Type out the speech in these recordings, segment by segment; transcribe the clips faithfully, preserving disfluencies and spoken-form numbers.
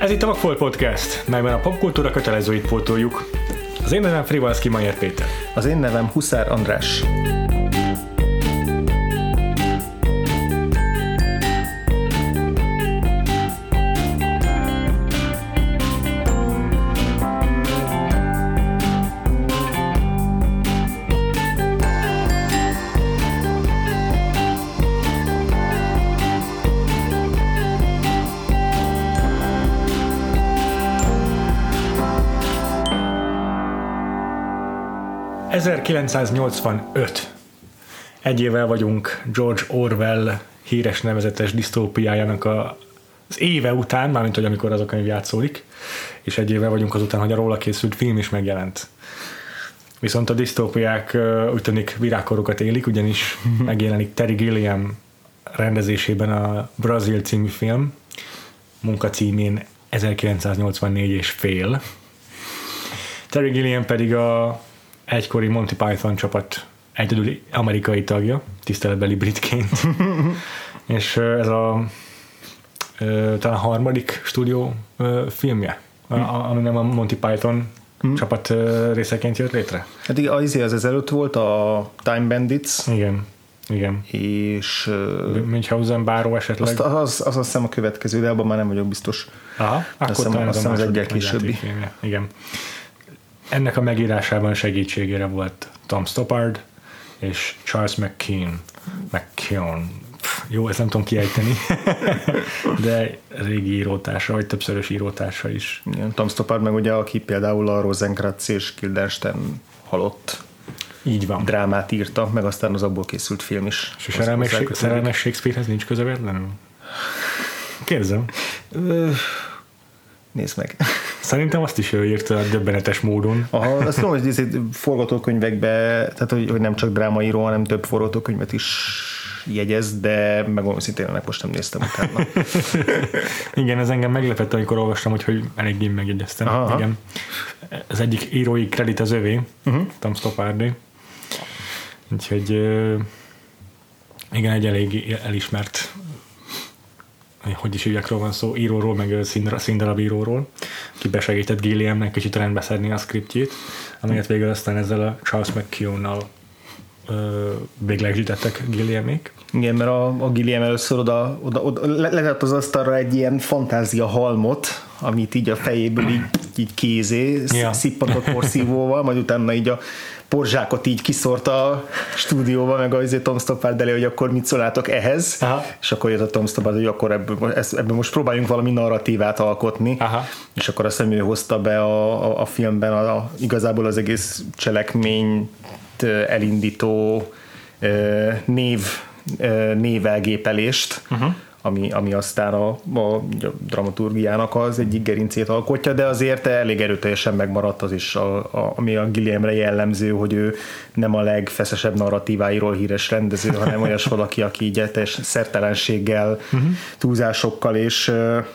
Ez itt a Vagfolt Podcast, melyben a popkultúra kötelezőit pótoljuk. Az én nevem Frivalszky Mayer Péter. Az én nevem Huszár András. ezerkilencszáznyolcvanöt. Egy évvel vagyunk George Orwell híres nevezetes disztópiájának a, az éve után, mármint hogy amikor az a könyv játszódik, és egy évvel vagyunk azután, hogy a róla készült film is megjelent. Viszont a disztópiák úgy tűnik virágkorukat élik, ugyanis megjelenik Terry Gilliam rendezésében a Brazil című film, munkacímén ezerkilencszáznyolcvannégy és fél. Terry Gilliam pedig a egykori Monty Python csapat egyedüli amerikai tagja, tiszteletbeli britként. És ez a talán a harmadik stúdió filmje, ami nem a Monty Python hmm. csapat részeként jött létre. Hát igen, az az ezelőtt volt a Time Bandits. Igen, igen. És Münchhausen báró esetleg. Azt, az, az, az azt hiszem a következő, de abban már nem vagyok biztos. Aha, akkor talán az, az, az egyel későbbi. Igen. Ennek a megírásában segítségére volt Tom Stoppard és Charles McKeon. McKeon. Pff, jó, ezt nem tudom kiejteni, de régi írótársa, vagy többszörös írótársa is. Igen, Tom Stoppard meg ugye, aki például a Rosencrantz és Guildenstern halott így van. Drámát írta, meg aztán az abból készült film is. És a szerelmes, szerelmes Shakespearehez nincs köze véletlenül? Kérdezem. Nézd meg. Szerintem azt is ő írta döbbenetes módon. Aha, azt tudom, hogy ez forgatókönyvekbe, tehát hogy, hogy nem csak drámaíró, hanem több forgatókönyvet is jegyez, de megmondom szintén, ennek most nem néztem utána. Igen, ez engem meglepett, amikor olvastam, hogy, hogy eléggé megjegyeztem. Aha. Igen. Az egyik írói kredit az övé, uh-huh. Tom Stoppardé. Úgyhogy igen, egy elég elismert, hogy is hívják, van szó, íróról, meg színdarab íróról, ki besegített Gilliamnek kicsit rendbeszedni a szkriptjét, amelyet végül aztán ezzel a Charles McKeonnal véglegesítettek Gilliamék. Igen, mert a, a Gilliam először oda, oda, oda letett az asztalra egy ilyen fantázia halmot, amit így a fejéből így, így kézé, ja. szippantott porszívóval, majd utána így a porzsákot így kiszórta a stúdióba, meg azért Tom Stoppard elé, hogy akkor mit szóláltok ehhez, aha. És akkor jött a Tom Stoppard, hogy akkor ebből, ebből most próbáljunk valami narratívát alkotni, aha. És akkor azt ő hozta be a, a, a filmben a, a, igazából az egész cselekményt elindító név, névelgépelést, uh-huh. ami, ami aztán a, a dramaturgiának az egyik gerincét alkotja, de azért elég erőteljesen megmaradt az is, a, a, ami a Gilliamre jellemző, hogy ő nem a legfeszesebb narratíváiról híres rendező, hanem olyas valaki, aki így teljes szertelenséggel, uh-huh. túlzásokkal és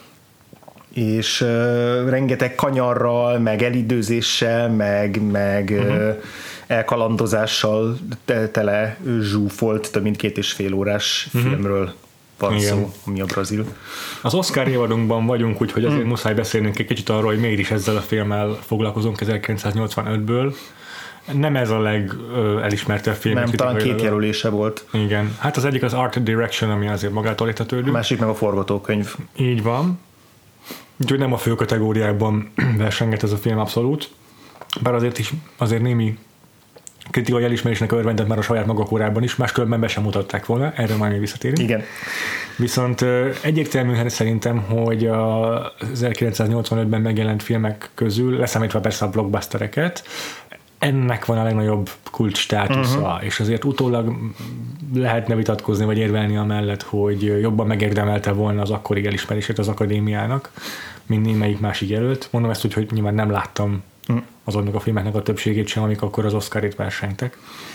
és uh, rengeteg kanyarral, meg elidőzéssel, meg, meg uh-huh. elkalandozással tele zsúfolt, több mint két és fél órás uh-huh. filmről van igen. szó, ami a Brazil. Az Oscar évadunkban vagyunk, úgyhogy azért uh-huh. muszáj beszélnünk egy kicsit arról, hogy miért is ezzel a filmmel foglalkozunk ezerkilencszáznyolcvanötből. Nem ez a legelismertebb film. Nem, talán két jelölése volt. Igen. Hát az egyik az Art Direction, ami azért magától értetődő. A másik meg a forgatókönyv. Így van. Úgyhogy nem a fő kategóriákban versenget ez a film abszolút, bár azért is azért némi kritikai elismerésnek örvendett már a saját maga korában is, máskülönben be sem mutatták volna, erre majd még visszatérünk. Igen. Viszont egyértelműen szerintem, hogy az ezerkilencszáznyolcvanötben megjelent filmek közül, leszámítva persze a blockbustereket, ennek van a legnagyobb kult státusza, uh-huh. és azért utólag lehetne vitatkozni, vagy érvelni amellett, hogy jobban megérdemelte volna az akkori elismerését az akadémiának, mint némelyik másik jelölt. Mondom ezt úgy, hogy nyilván nem láttam uh-huh. azoknak a filmeknek a többségét sem, amik akkor az Oscarit versenytek.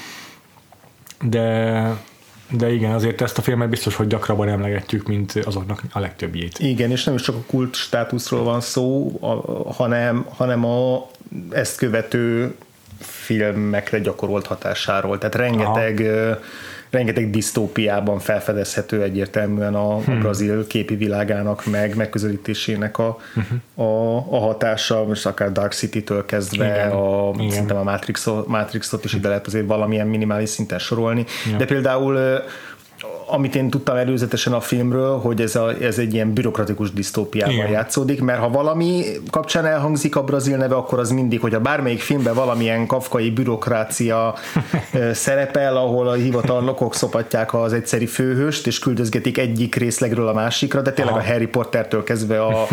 De, de igen, azért ezt a filmet biztos, hogy gyakrabban emlegetjük, mint azoknak a legtöbbjét. Igen, és nem is csak a kult státuszról van szó, a, hanem, hanem a ezt követő filmekre gyakorolt hatásáról. Tehát rengeteg, rengeteg disztópiában felfedezhető egyértelműen a, hmm. a brazil képi világának meg megközelítésének a, uh-huh. a, a hatása, most akár Dark City-től kezdve igen. a, igen. szerintem a Matrix, Matrixot is ide lehet azért valamilyen minimális szinten sorolni, ja. de például amit én tudtam előzetesen a filmről, hogy ez, a, ez egy ilyen bürokratikus disztópiában igen. játszódik, mert ha valami kapcsán elhangzik a brazil neve, akkor az mindig, hogy a bármelyik filmben valamilyen kafkai bürokrácia szerepel, ahol a hivatalnokok szopatják az egyszeri főhőst, és küldözgetik egyik részlegről a másikra, de tényleg aha. a Harry Pottertől kezdve a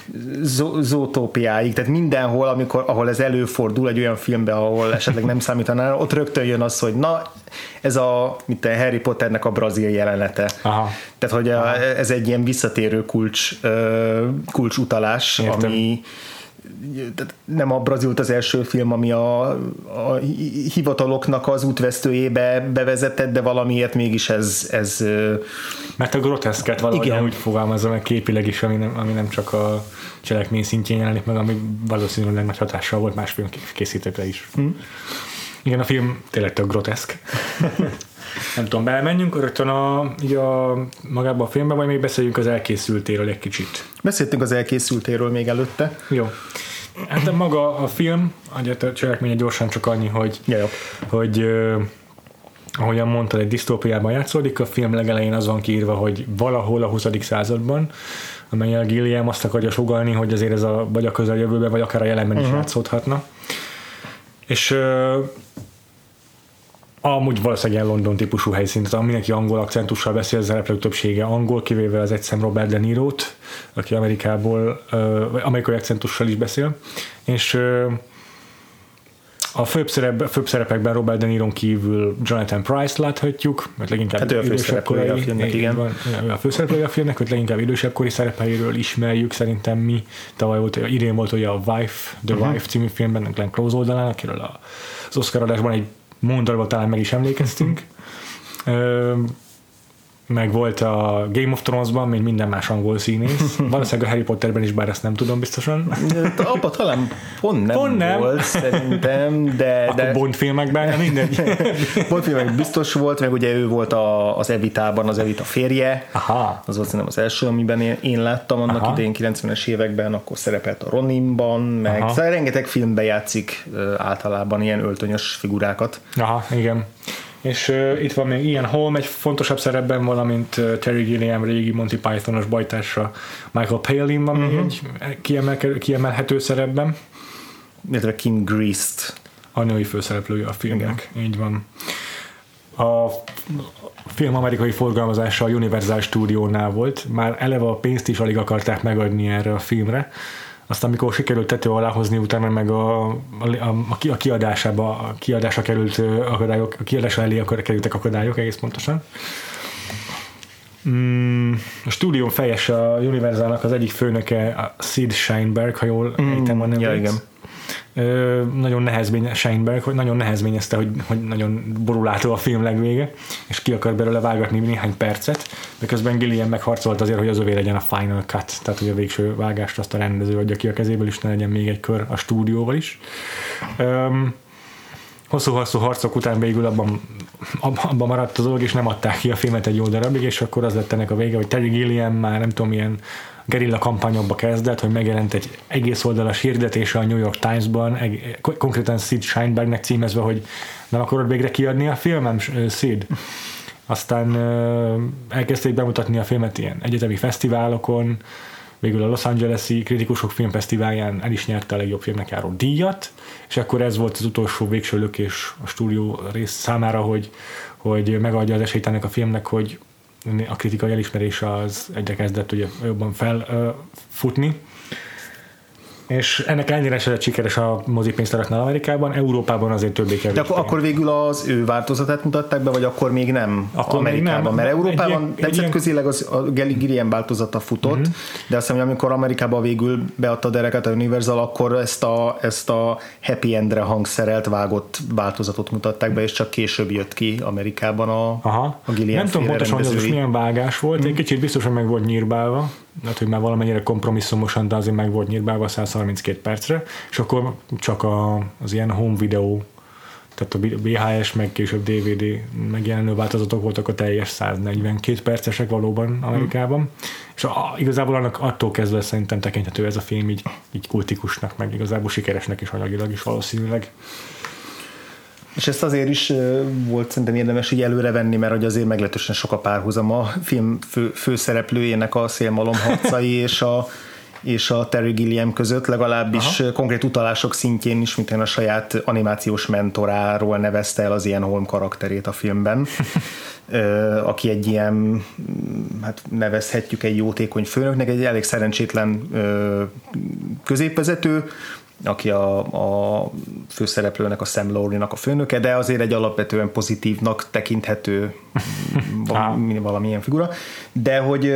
Zootópiáig, tehát mindenhol, amikor, ahol ez előfordul egy olyan filmben, ahol esetleg nem számítaná, ott rögtön jön az, hogy na, ez a mint a Harry Potternek a brazil jelenete. Aha. Tehát, hogy a, ez egy ilyen visszatérő kulcs, kulcs utalás, értem. Ami tehát nem a Brazilt az első film, ami a, a hivataloknak az útvesztőjébe bevezetett, de valamiért mégis ez... ez mert a groteszket valahogy igen. úgy fogalmazza meg képileg is, ami nem, ami nem csak a cselekmény szintjén jelenik meg, ami valószínűleg nagy hatással volt más filmkészítőkre is. Hmm. Igen, a film tényleg tök groteszk. Nem tudom, belemenjünk rögtön a, a, magába a filmbe, vagy még beszéljünk az elkészültéről egy kicsit? Beszéltünk az elkészültéről még előtte. Jó. Hát maga a film, a cselekménye gyorsan csak annyi, hogy, ja, hogy uh, ahogyan mondtad, egy disztópiában játszódik, a film legelején az van kiírva, hogy valahol a huszadik században, amelyen a Gilliam azt akarja sugallni, hogy azért ez a, vagy a közeljövőben, vagy akár a jelenben is uh-huh. játszódhatna. És uh, amúgy valószínűleg ilyen London típusú helyszín, tehát mindenki angol akcentussal beszél, az szereplők többsége angol, kivéve az egyszem Robert De Niro-t, aki Amerikából, uh, amerikai akcentussal is beszél, és uh, a főbb, szerep, főbb szerepekben Robert De Niron kívül Jonathan Pryce láthatjuk, mert leginkább hát idősebb korai a filmnek, igen. Van, a főszereplője a filmnek, hogy leginkább idősebb kori szerepeiről ismerjük, szerintem mi. Tavaly volt, idén volt ugye a Wife, The uh-huh. Wife című filmben, Glenn Close oldalán, akiről az Oscar adásban egy mondatban talán meg is emlékeztünk. Ö, meg volt a Game of Thrones-ban, mint minden más angol színész. Valószínűleg a Harry Potterben is, bár ezt nem tudom biztosan. Abba talán pont nem, pont nem. volt szerintem, de... Akkor de... Bond filmekben, mindegy. Bond filmekben biztos volt, meg ugye ő volt a, az Evitában, az Evita férje. Aha. Az volt szerintem az első, amiben én, én láttam annak aha. idején kilencvenes években, akkor szerepelt a Roninban, meg szóval rengeteg filmben játszik általában ilyen öltönyös figurákat. Aha, igen. És uh, itt van még Ian Holm egy fontosabb szerepben, valamint uh, Terry Gilliam régi Monty Pythonos bajtársa Michael Palin van uh-huh. még egy kiemel, kiemelhető szerepben. Illetve Kim Greist. A női főszereplője a filmnek, igen. Így van. A film amerikai forgalmazása a Universal Studiónál volt, már eleve a pénzt is alig akarták megadni erre a filmre. Aztán amikor sikerült tető alá hozni, utána meg a, a, a, a kiadásába, a kiadásra került akadályok, a kiadása elé kerültek akadályok egész pontosan. Mm, a stúdión fejes a Universalnak az egyik főnöke, a Sid Sheinberg, ha jól mm, ejtem van ja, igen. Ö, nagyon nehezmény, Sheinberg, hogy nagyon nehezményezte, hogy, hogy nagyon borulátó a film legvége, és ki akar belőle vágatni néhány percet, de közben Gilliam megharcolt azért, hogy az övé legyen a final cut, tehát hogy a végső vágást azt a rendező adja ki a kezéből, és ne legyen még egy kör a stúdióval is. Öm, hosszú-hosszú harcok után végül abban, abban maradt az dolog, és nem adták ki a filmet egy jó darabig, és akkor az lett ennek a vége, hogy Terry Gilliam már nem tudom, milyen gerilla kampányokba kezdett, hogy megjelent egy egész oldalas hirdetése a New York Times-ban, egy, konkrétan Sid Sheinbergnek címezve, hogy nem akarod végre kiadni a filmem, Sid? Aztán elkezdték bemutatni a filmet ilyen egyetemi fesztiválokon, végül a Los Angeles-i Kritikusok Filmfesztiválján el is nyerte a legjobb filmnek járó díjat, és akkor ez volt az utolsó végső lökés a stúdió rész számára, hogy, hogy megadja az esélyt ennek a filmnek, hogy a kritikai elismerése az egyre kezdett ugye jobban felfutni. És ennek ellenére se lett sikeres a mozipénztáraknál Amerikában, Európában azért többé-kevésbé. De akkor, akkor végül az ő változatát mutatták be, vagy akkor még nem akkor Amerikában? Még nem. Mert Európában nemzetközileg az a Gilliam változata futott, uh-huh. de azt hiszem, hogy amikor Amerikában végül beadta a dereket a Universal, akkor ezt a, ezt a happy endre hangszerelt vágott változatot mutatták be, és csak később jött ki Amerikában a, Aha. a Gilliam. Nem tudom pontosan, hogy az most milyen vágás volt, uh-huh. egy kicsit biztosan meg volt nyírbálva, lehet, hogy már valamennyire kompromisszumosan, de azért meg volt nyírbálva száz harminckét percre, és akkor csak a, az ilyen home video tehát a bé há es meg később dé vé dé megjelenő változatok voltak a teljes száznegyvenkét percesek valóban Amerikában, mm. és a, igazából annak attól kezdve szerintem tekinthető ez a film így, így kultikusnak, meg igazából sikeresnek is anyagilag is valószínűleg. És ezt azért is volt szerintem érdemes így előrevenni, mert hogy azért meglehetősen sok a párhuzam a film fő, főszereplőjének a szélmalomharcai és a és a Terry Gilliam között, legalábbis Aha. konkrét utalások szintjén is, mint én a saját animációs mentoráról nevezte el az Ian Holm karakterét a filmben, aki egy ilyen, hát nevezhetjük egy jótékony főnöknek, egy elég szerencsétlen középvezető, aki a, a főszereplőnek, a Sam Lowry-nak a főnöke, de azért egy alapvetően pozitívnak tekinthető valamilyen figura, de hogy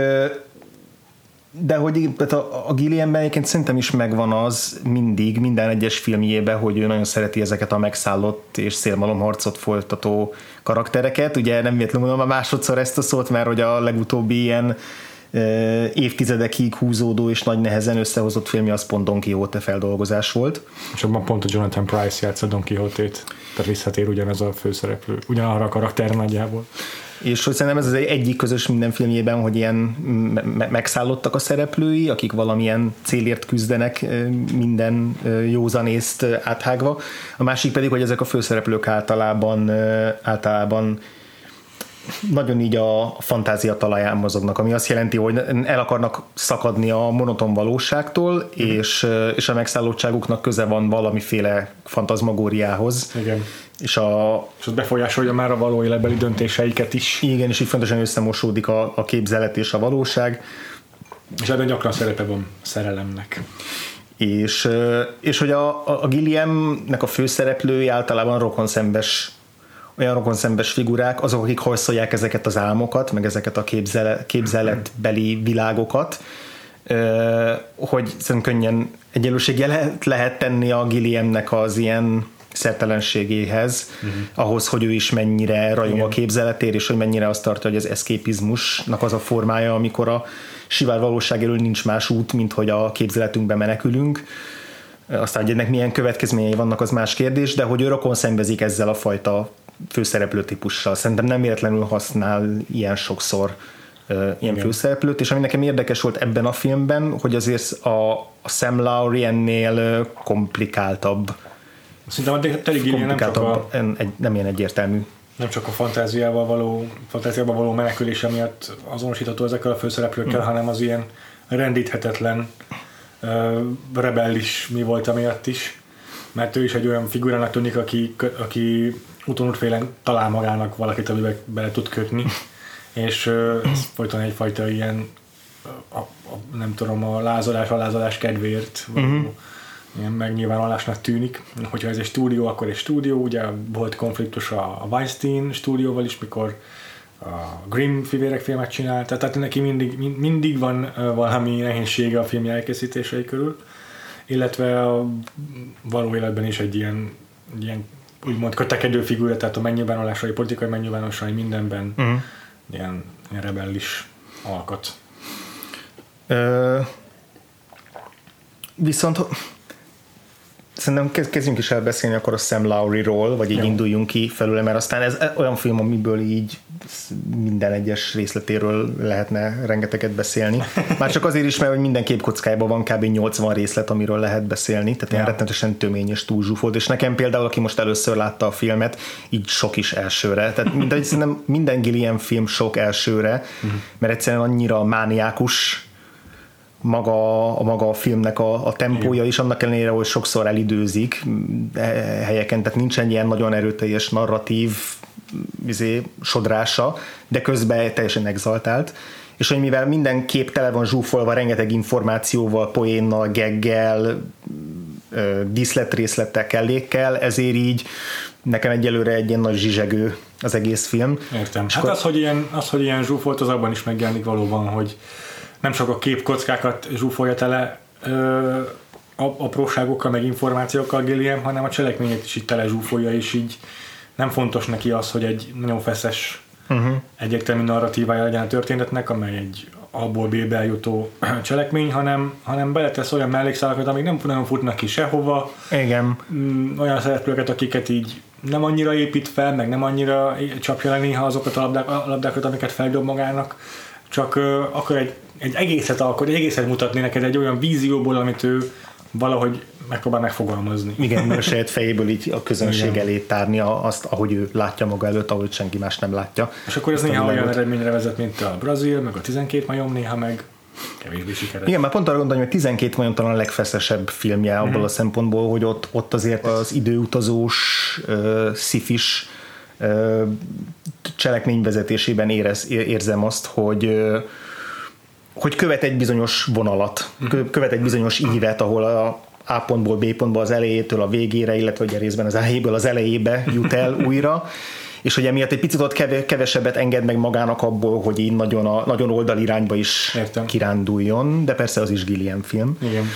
de hogy a, a Gilliamben egyébként szerintem is megvan az mindig, minden egyes filmjében, hogy ő nagyon szereti ezeket a megszállott és szélmalomharcot folytató karaktereket. Ugye nem véletlenül mondom a másodszor ezt a szót, mert hogy a legutóbbi ilyen e, évtizedekig húzódó és nagy nehezen összehozott filmje az pont Don Quixote feldolgozás volt. És abban pont a Jonathan Pryce játszott Don Quixote-t, tehát visszatér ugyanez a főszereplő, ugyanarra a karakter nagyjából. És hogy szerintem ez az egyik közös minden filmjében, hogy ilyen me- megszállottak a szereplői, akik valamilyen célért küzdenek minden józanészt áthágva. A másik pedig, hogy ezek a főszereplők általában, általában nagyon így a fantázia talaján mozognak, ami azt jelenti, hogy el akarnak szakadni a monoton valóságtól, mm. és, és a megszállottságuknak köze van valamiféle fantazmagóriához. Igen. És, a, és az befolyásolja már a való életbeli döntéseiket is. Igen, és így fontosan összemosódik a, a képzelet és a valóság. És ebben gyakran szerepe van szerelemnek. És, és hogy a, a Gilliamnek a főszereplői általában rokonszembes, olyan rokonszembes figurák, azok, akik hajszolják ezeket az álmokat, meg ezeket a képzele, képzeletbeli világokat, hogy szerintem könnyen egyenlőséggel lehet, lehet tenni a Gilliamnek az ilyen szertelenségéhez, uh-huh. ahhoz, hogy ő is mennyire rajong a képzeletér, és hogy mennyire azt tartja, hogy az eszképizmusnak az a formája, amikor a sivár valóság elől nincs más út, mint hogy a képzeletünkbe menekülünk. Aztán, hogy ennek milyen következményei vannak, az más kérdés, de hogy ő rokon szenvezik ezzel a fajta főszereplő típussal. Szerintem nem véletlenül használ ilyen sokszor uh, ilyen Igen. főszereplőt, és ami nekem érdekes volt ebben a filmben, hogy azért a, a Sam Lowry ennél komplikáltabb. Szerintem a Terry Gilliam nem csak a, egy, nem ilyen egyértelmű. Nem csak a fantáziával való, fantáziával való menekülése miatt azonosítható ezekkel a főszereplőkkel, mm. hanem az ilyen rendíthetetlen uh, rebellis mi volt amiatt is. Mert ő is egy olyan figurának tűnik, aki, aki úton útfélen talál magának valakit, amiben bele tud kötni. És uh, ez folyton egyfajta ilyen a, a, nem tudom, a lázadás, a lázadás kedvéért mm-hmm. ilyen megnyilvánulásnak tűnik. Hogyha ez egy stúdió, akkor egy stúdió. Ugye volt konfliktus a Weinstein stúdióval is, mikor a Grimm fivérek filmet csinált. Tehát neki mindig, mindig van valami nehézsége a film elkészítései körül. Illetve a való életben is egy ilyen, ilyen úgymond kötekedő figura, tehát a megnyilvánulásai, politikai megnyilvánulásai mindenben uh-huh. ilyen, ilyen rebellis alkat. Ö, viszont szerintem kezdjünk is el beszélni akkor a Sam Lowry-ról, vagy így Jó. induljunk ki felőle, mert aztán ez olyan film, amiből így minden egyes részletéről lehetne rengeteget beszélni. Már csak azért is, mert hogy minden képkockájában van kb. nyolcvan részlet, amiről lehet beszélni, tehát ilyen ja. rettenetesen tömény és túlzsúfolt, és nekem például, aki most először látta a filmet, így sok is elsőre. Tehát mindegy, szerintem minden Gilliam film sok elsőre, uh-huh. mert egyszerűen annyira mániákus maga a, maga a filmnek a, a tempója is, annak ellenére, hogy sokszor elidőzik helyeken, tehát nincsen ilyen nagyon erőteljes narratív izé, sodrása, de közben teljesen exaltált. És hogy mivel minden kép tele van zsúfolva rengeteg információval, poénnal, geggel, díszletrészlettel, kellékkel, ezért így nekem egyelőre egy ilyen nagy zsizsegő az egész film. Értem. Hát az, hogy ilyen, az, hogy ilyen zsúfolt, az abban is megjelenik valóban, hogy nem csak a képkockákat zsúfolja tele ö, apróságokkal, meg információkkal Gilliam, hanem a cselekményét is így tele zsúfolja, és így nem fontos neki az, hogy egy nagyon feszes, uh-huh. egyértelmű narratívája legyen a történetnek, amely egy A-ból B-be eljutó cselekmény, hanem, hanem beletesz olyan mellékszálakat, amik nem nagyon futnak ki sehova. Igen. Olyan szereplőket, akiket így nem annyira épít fel, meg nem annyira csapja le néha azokat a, labdák, a labdákat, amiket feldob magának, csak uh, akkor egy, egy egészet alkot, egy egészet mutatni neked egy olyan vízióból, amit ő valahogy megpróbál megfogalmazni. Igen, mert a saját fejéből így a közönség igen. elé tárni azt, ahogy ő látja maga előtt, ahogy senki más nem látja. És akkor ez azt néha olyan eredményre vezet, mint a Brazil, meg a tizenkét majom, néha meg kevésbé sikeres. Igen, már pont arra gondolom, hogy a tizenkét majom talán a legfeszesebb filmje abból mm. a szempontból, hogy ott, ott azért az időutazós, uh, szifis uh, cselekményvezetésében érez, érzem azt, hogy uh, hogy követ egy bizonyos vonalat, mm. követ egy bizonyos ívet, ahol a A pontból B pontba az elejétől a végére, illetve ugye részben az elejéből az elejébe jut el újra, és hogy emiatt egy picit ott kevesebbet enged meg magának abból, hogy így nagyon, a, nagyon oldalirányba is Értem. kiránduljon, de persze az is Gilliam film. Igen.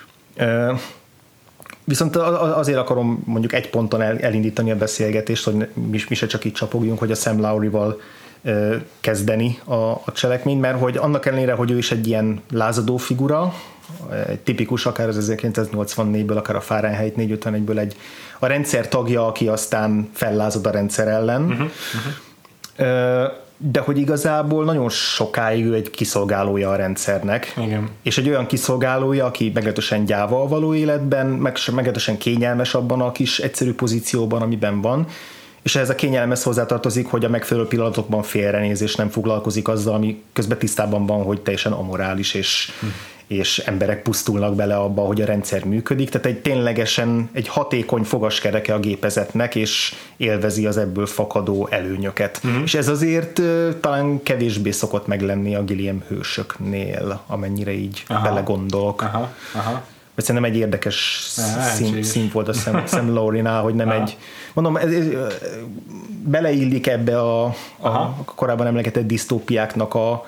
Uh, viszont azért akarom mondjuk egy ponton el, elindítani a beszélgetést, hogy mi, mi se csak itt csapogjunk, hogy a Sam Lowry-val uh, kezdeni a, a cselekményt, mert hogy annak ellenére, hogy ő is egy ilyen lázadó figura, egy tipikus, akár az ezerkilencszáznyolcvannégyből, akár a Fahrenheit négyszázötvenegyből egy a rendszer tagja, aki aztán fellázad a rendszer ellen. Uh-huh, uh-huh. De hogy igazából nagyon sokáig ő egy kiszolgálója a rendszernek. Igen. És egy olyan kiszolgálója, aki meglehetősen gyáva a való életben, meg meglehetősen kényelmes abban a kis egyszerű pozícióban, amiben van. És ehhez a kényelmes hozzátartozik, hogy a megfelelő pillanatokban félrenéz, és nem foglalkozik azzal, ami közben tisztában van, hogy teljesen amorális, és hm. és emberek pusztulnak bele abba, hogy a rendszer működik, tehát egy ténylegesen egy hatékony fogaskereke a gépezetnek, és élvezi az ebből fakadó előnyöket. Uh-huh. És ez azért uh, talán kevésbé szokott meglenni a Gilliam hősöknél, amennyire így aha. belegondolok. Aha. Aha. Vagy szerintem egy érdekes szín, szín volt a Sam, Sam Lowry-nál, hogy nem aha. egy, mondom, ez, ez, beleillik ebbe a, a, a korábban emlegetett disztópiáknak a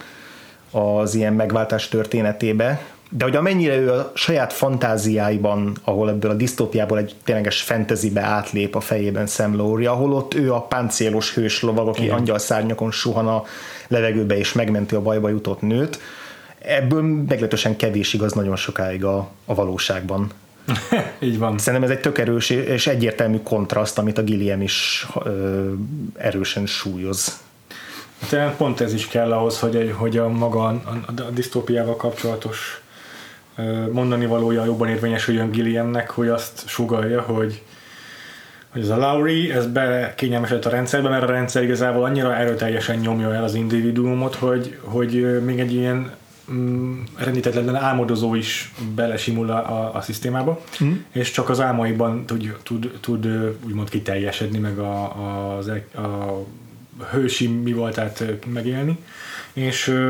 az ilyen megváltás történetébe, de hogy amennyire ő a saját fantáziáiban, ahol ebből a disztópiából egy tényleges fantasybe átlép a fejében Sam Lowry, ahol ott ő a páncélos hős lovag, aki igen. angyalszárnyakon suhan a levegőbe és megmenti a bajba jutott nőt, ebből meglehetősen kevés igaz nagyon sokáig a, a valóságban. Így van. Szerintem ez egy tök erős és egyértelmű kontraszt, amit a Gilliam is ö, erősen súlyoz. Tehát pont ez is kell ahhoz, hogy, egy, hogy a maga a, a, a disztópiával kapcsolatos mondani valója jobban érvényesüljön Gilliamnek, hogy azt sugallja, hogy, hogy ez a Lowry, ez be kényelmesedett a rendszerbe, mert a rendszer igazából annyira erőteljesen nyomja el az individuumot, hogy, hogy még egy ilyen mm, rendítetlen álmodozó is belesimul a, a, a szisztémába, mm. és csak az álmaiban tud, tud, tud úgymond kiteljesedni, meg a, a, az, a hősi mi voltát megélni, és,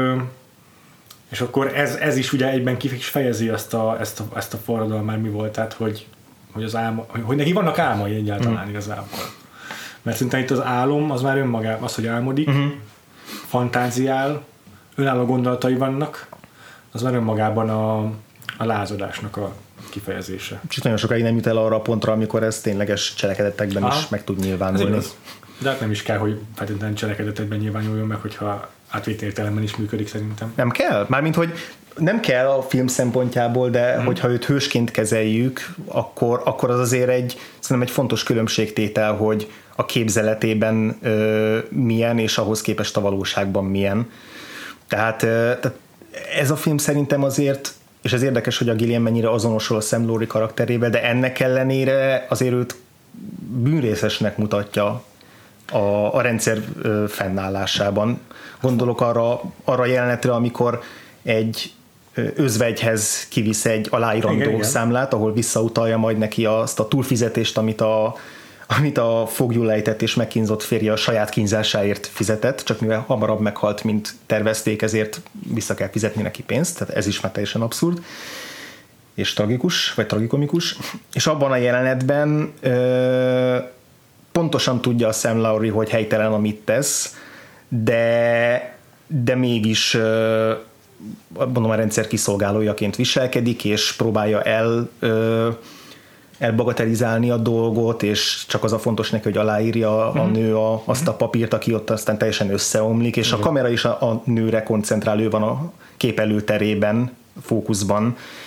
és akkor ez, ez is ugye egyben ki is fejezi ezt a, ezt a, ezt a forradalmár mi voltát, hogy, hogy, az álma, hogy neki vannak álmai egyáltalán mm. igazából. Mert szerintem itt az álom az már önmagában, az, hogy álmodik, mm-hmm. fantáziál, önálló gondolatai vannak, az már önmagában a, a lázadásnak a kifejezése. És nagyon sokáig nem jut el arra a pontra, amikor ez tényleges cselekedetekben ah, is meg tud nyilvánulni. De hát nem is kell, hogy feltétlenül cselekedetekben nyilvánuljon meg, hogyha átvétel értelemben is működik szerintem. Nem kell? Mármint, hogy nem kell a film szempontjából, de hmm. hogyha őt hősként kezeljük, akkor, akkor az azért egy, szerintem egy fontos különbségtétel, hogy a képzeletében ö, milyen, és ahhoz képest a valóságban milyen. Tehát, ö, tehát ez a film szerintem azért, és ez érdekes, hogy a Gilliam mennyire azonosul a Sam Lowry karakterével, de ennek ellenére azért őt bűnrészesnek mutatja a, a rendszer fennállásában. Gondolok arra, arra jelenetre, amikor egy özvegyhez kivisz egy aláírandó igen, számlát, igen. ahol visszautalja majd neki azt a túlfizetést, amit a, amit a foglyulejtett és megkínzott férje a saját kínzásáért fizetett, csak mivel hamarabb meghalt, mint tervezték, ezért vissza kell fizetni neki pénzt, tehát ez is már teljesen abszurd és tragikus, vagy tragikomikus. És abban a jelenetben ö, pontosan tudja a Sam Lowry, hogy helytelen, amit tesz, de, de mégis ö, mondom, a rendszer kiszolgálójaként viselkedik, és próbálja el ö, elbagatelizálni a dolgot, és csak az a fontos neki, hogy aláírja a nő a, azt a papírt, aki ott aztán teljesen összeomlik, és a kamera is a, a nőre koncentrál, ő van a kép előterében, fókuszban,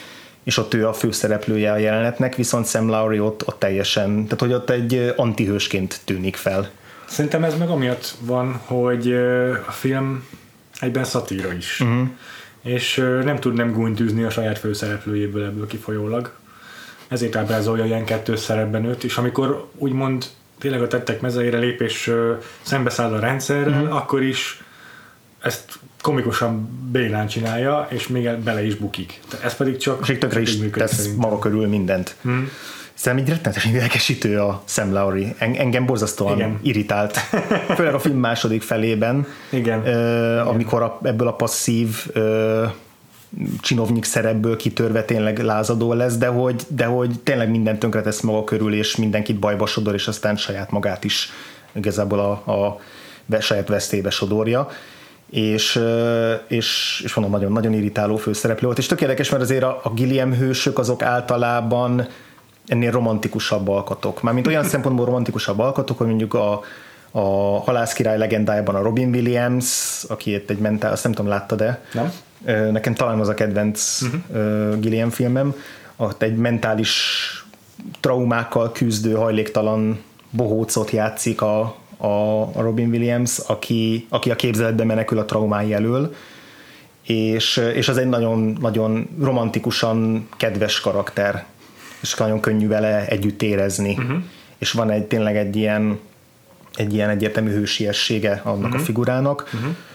és ott ő a főszereplője a jelenetnek, viszont Sam Lowry ott, ott teljesen, tehát hogy ott egy antihősként tűnik fel. Szerintem ez meg amiatt van, hogy a film egyben szatíra is. Uh-huh. És nem tud nem gúnytűzni a saját főszereplőjéből ebből kifolyólag. Ezért ábrázolja ilyen kettős szerepben őt, és amikor úgymond tényleg a tettek mezeire lép és szembeszáll a rendszerrel, uh-huh. akkor is ezt komikusan bélán csinálja, és még bele is bukik. Ez pedig csak... És tökre is tesz szerintem maga körül mindent. Hmm. Szerintem így rettenetesen idegesítő a Sam Lowry. engem borzasztóan Igen. irritált. Főleg a film második felében, Igen. Uh, Igen. amikor a, ebből a passzív uh, csinovnyik szerepből kitörve tényleg lázadó lesz, de hogy, de hogy tényleg mindent tönkretesz maga körül, és mindenkit bajba sodor, és aztán saját magát is igazából a, a, a saját vesztélybe sodorja. És, és, és mondom, nagyon-nagyon irritáló főszereplő volt, és tök érdekes, mert azért a, a Gilliam hősök azok általában ennél romantikusabb alkotók. Mármint olyan szempontból romantikusabb alkotók, hogy mondjuk a, a Halászkirály legendájában a Robin Williams, aki egy mentál, azt nem tudom, láttad-e? Nem. Nekem talán az a kedvenc uh-huh. Gilliam filmem, ott egy mentális traumákkal küzdő, hajléktalan bohócot játszik a a Robin Williams, aki, aki a képzeletbe menekül a traumái elől, és, és az egy nagyon, nagyon romantikusan kedves karakter, és nagyon könnyű vele együtt érezni. Uh-huh. És van egy tényleg egy ilyen, egy ilyen egyértelmű hősiessége annak uh-huh. a figurának,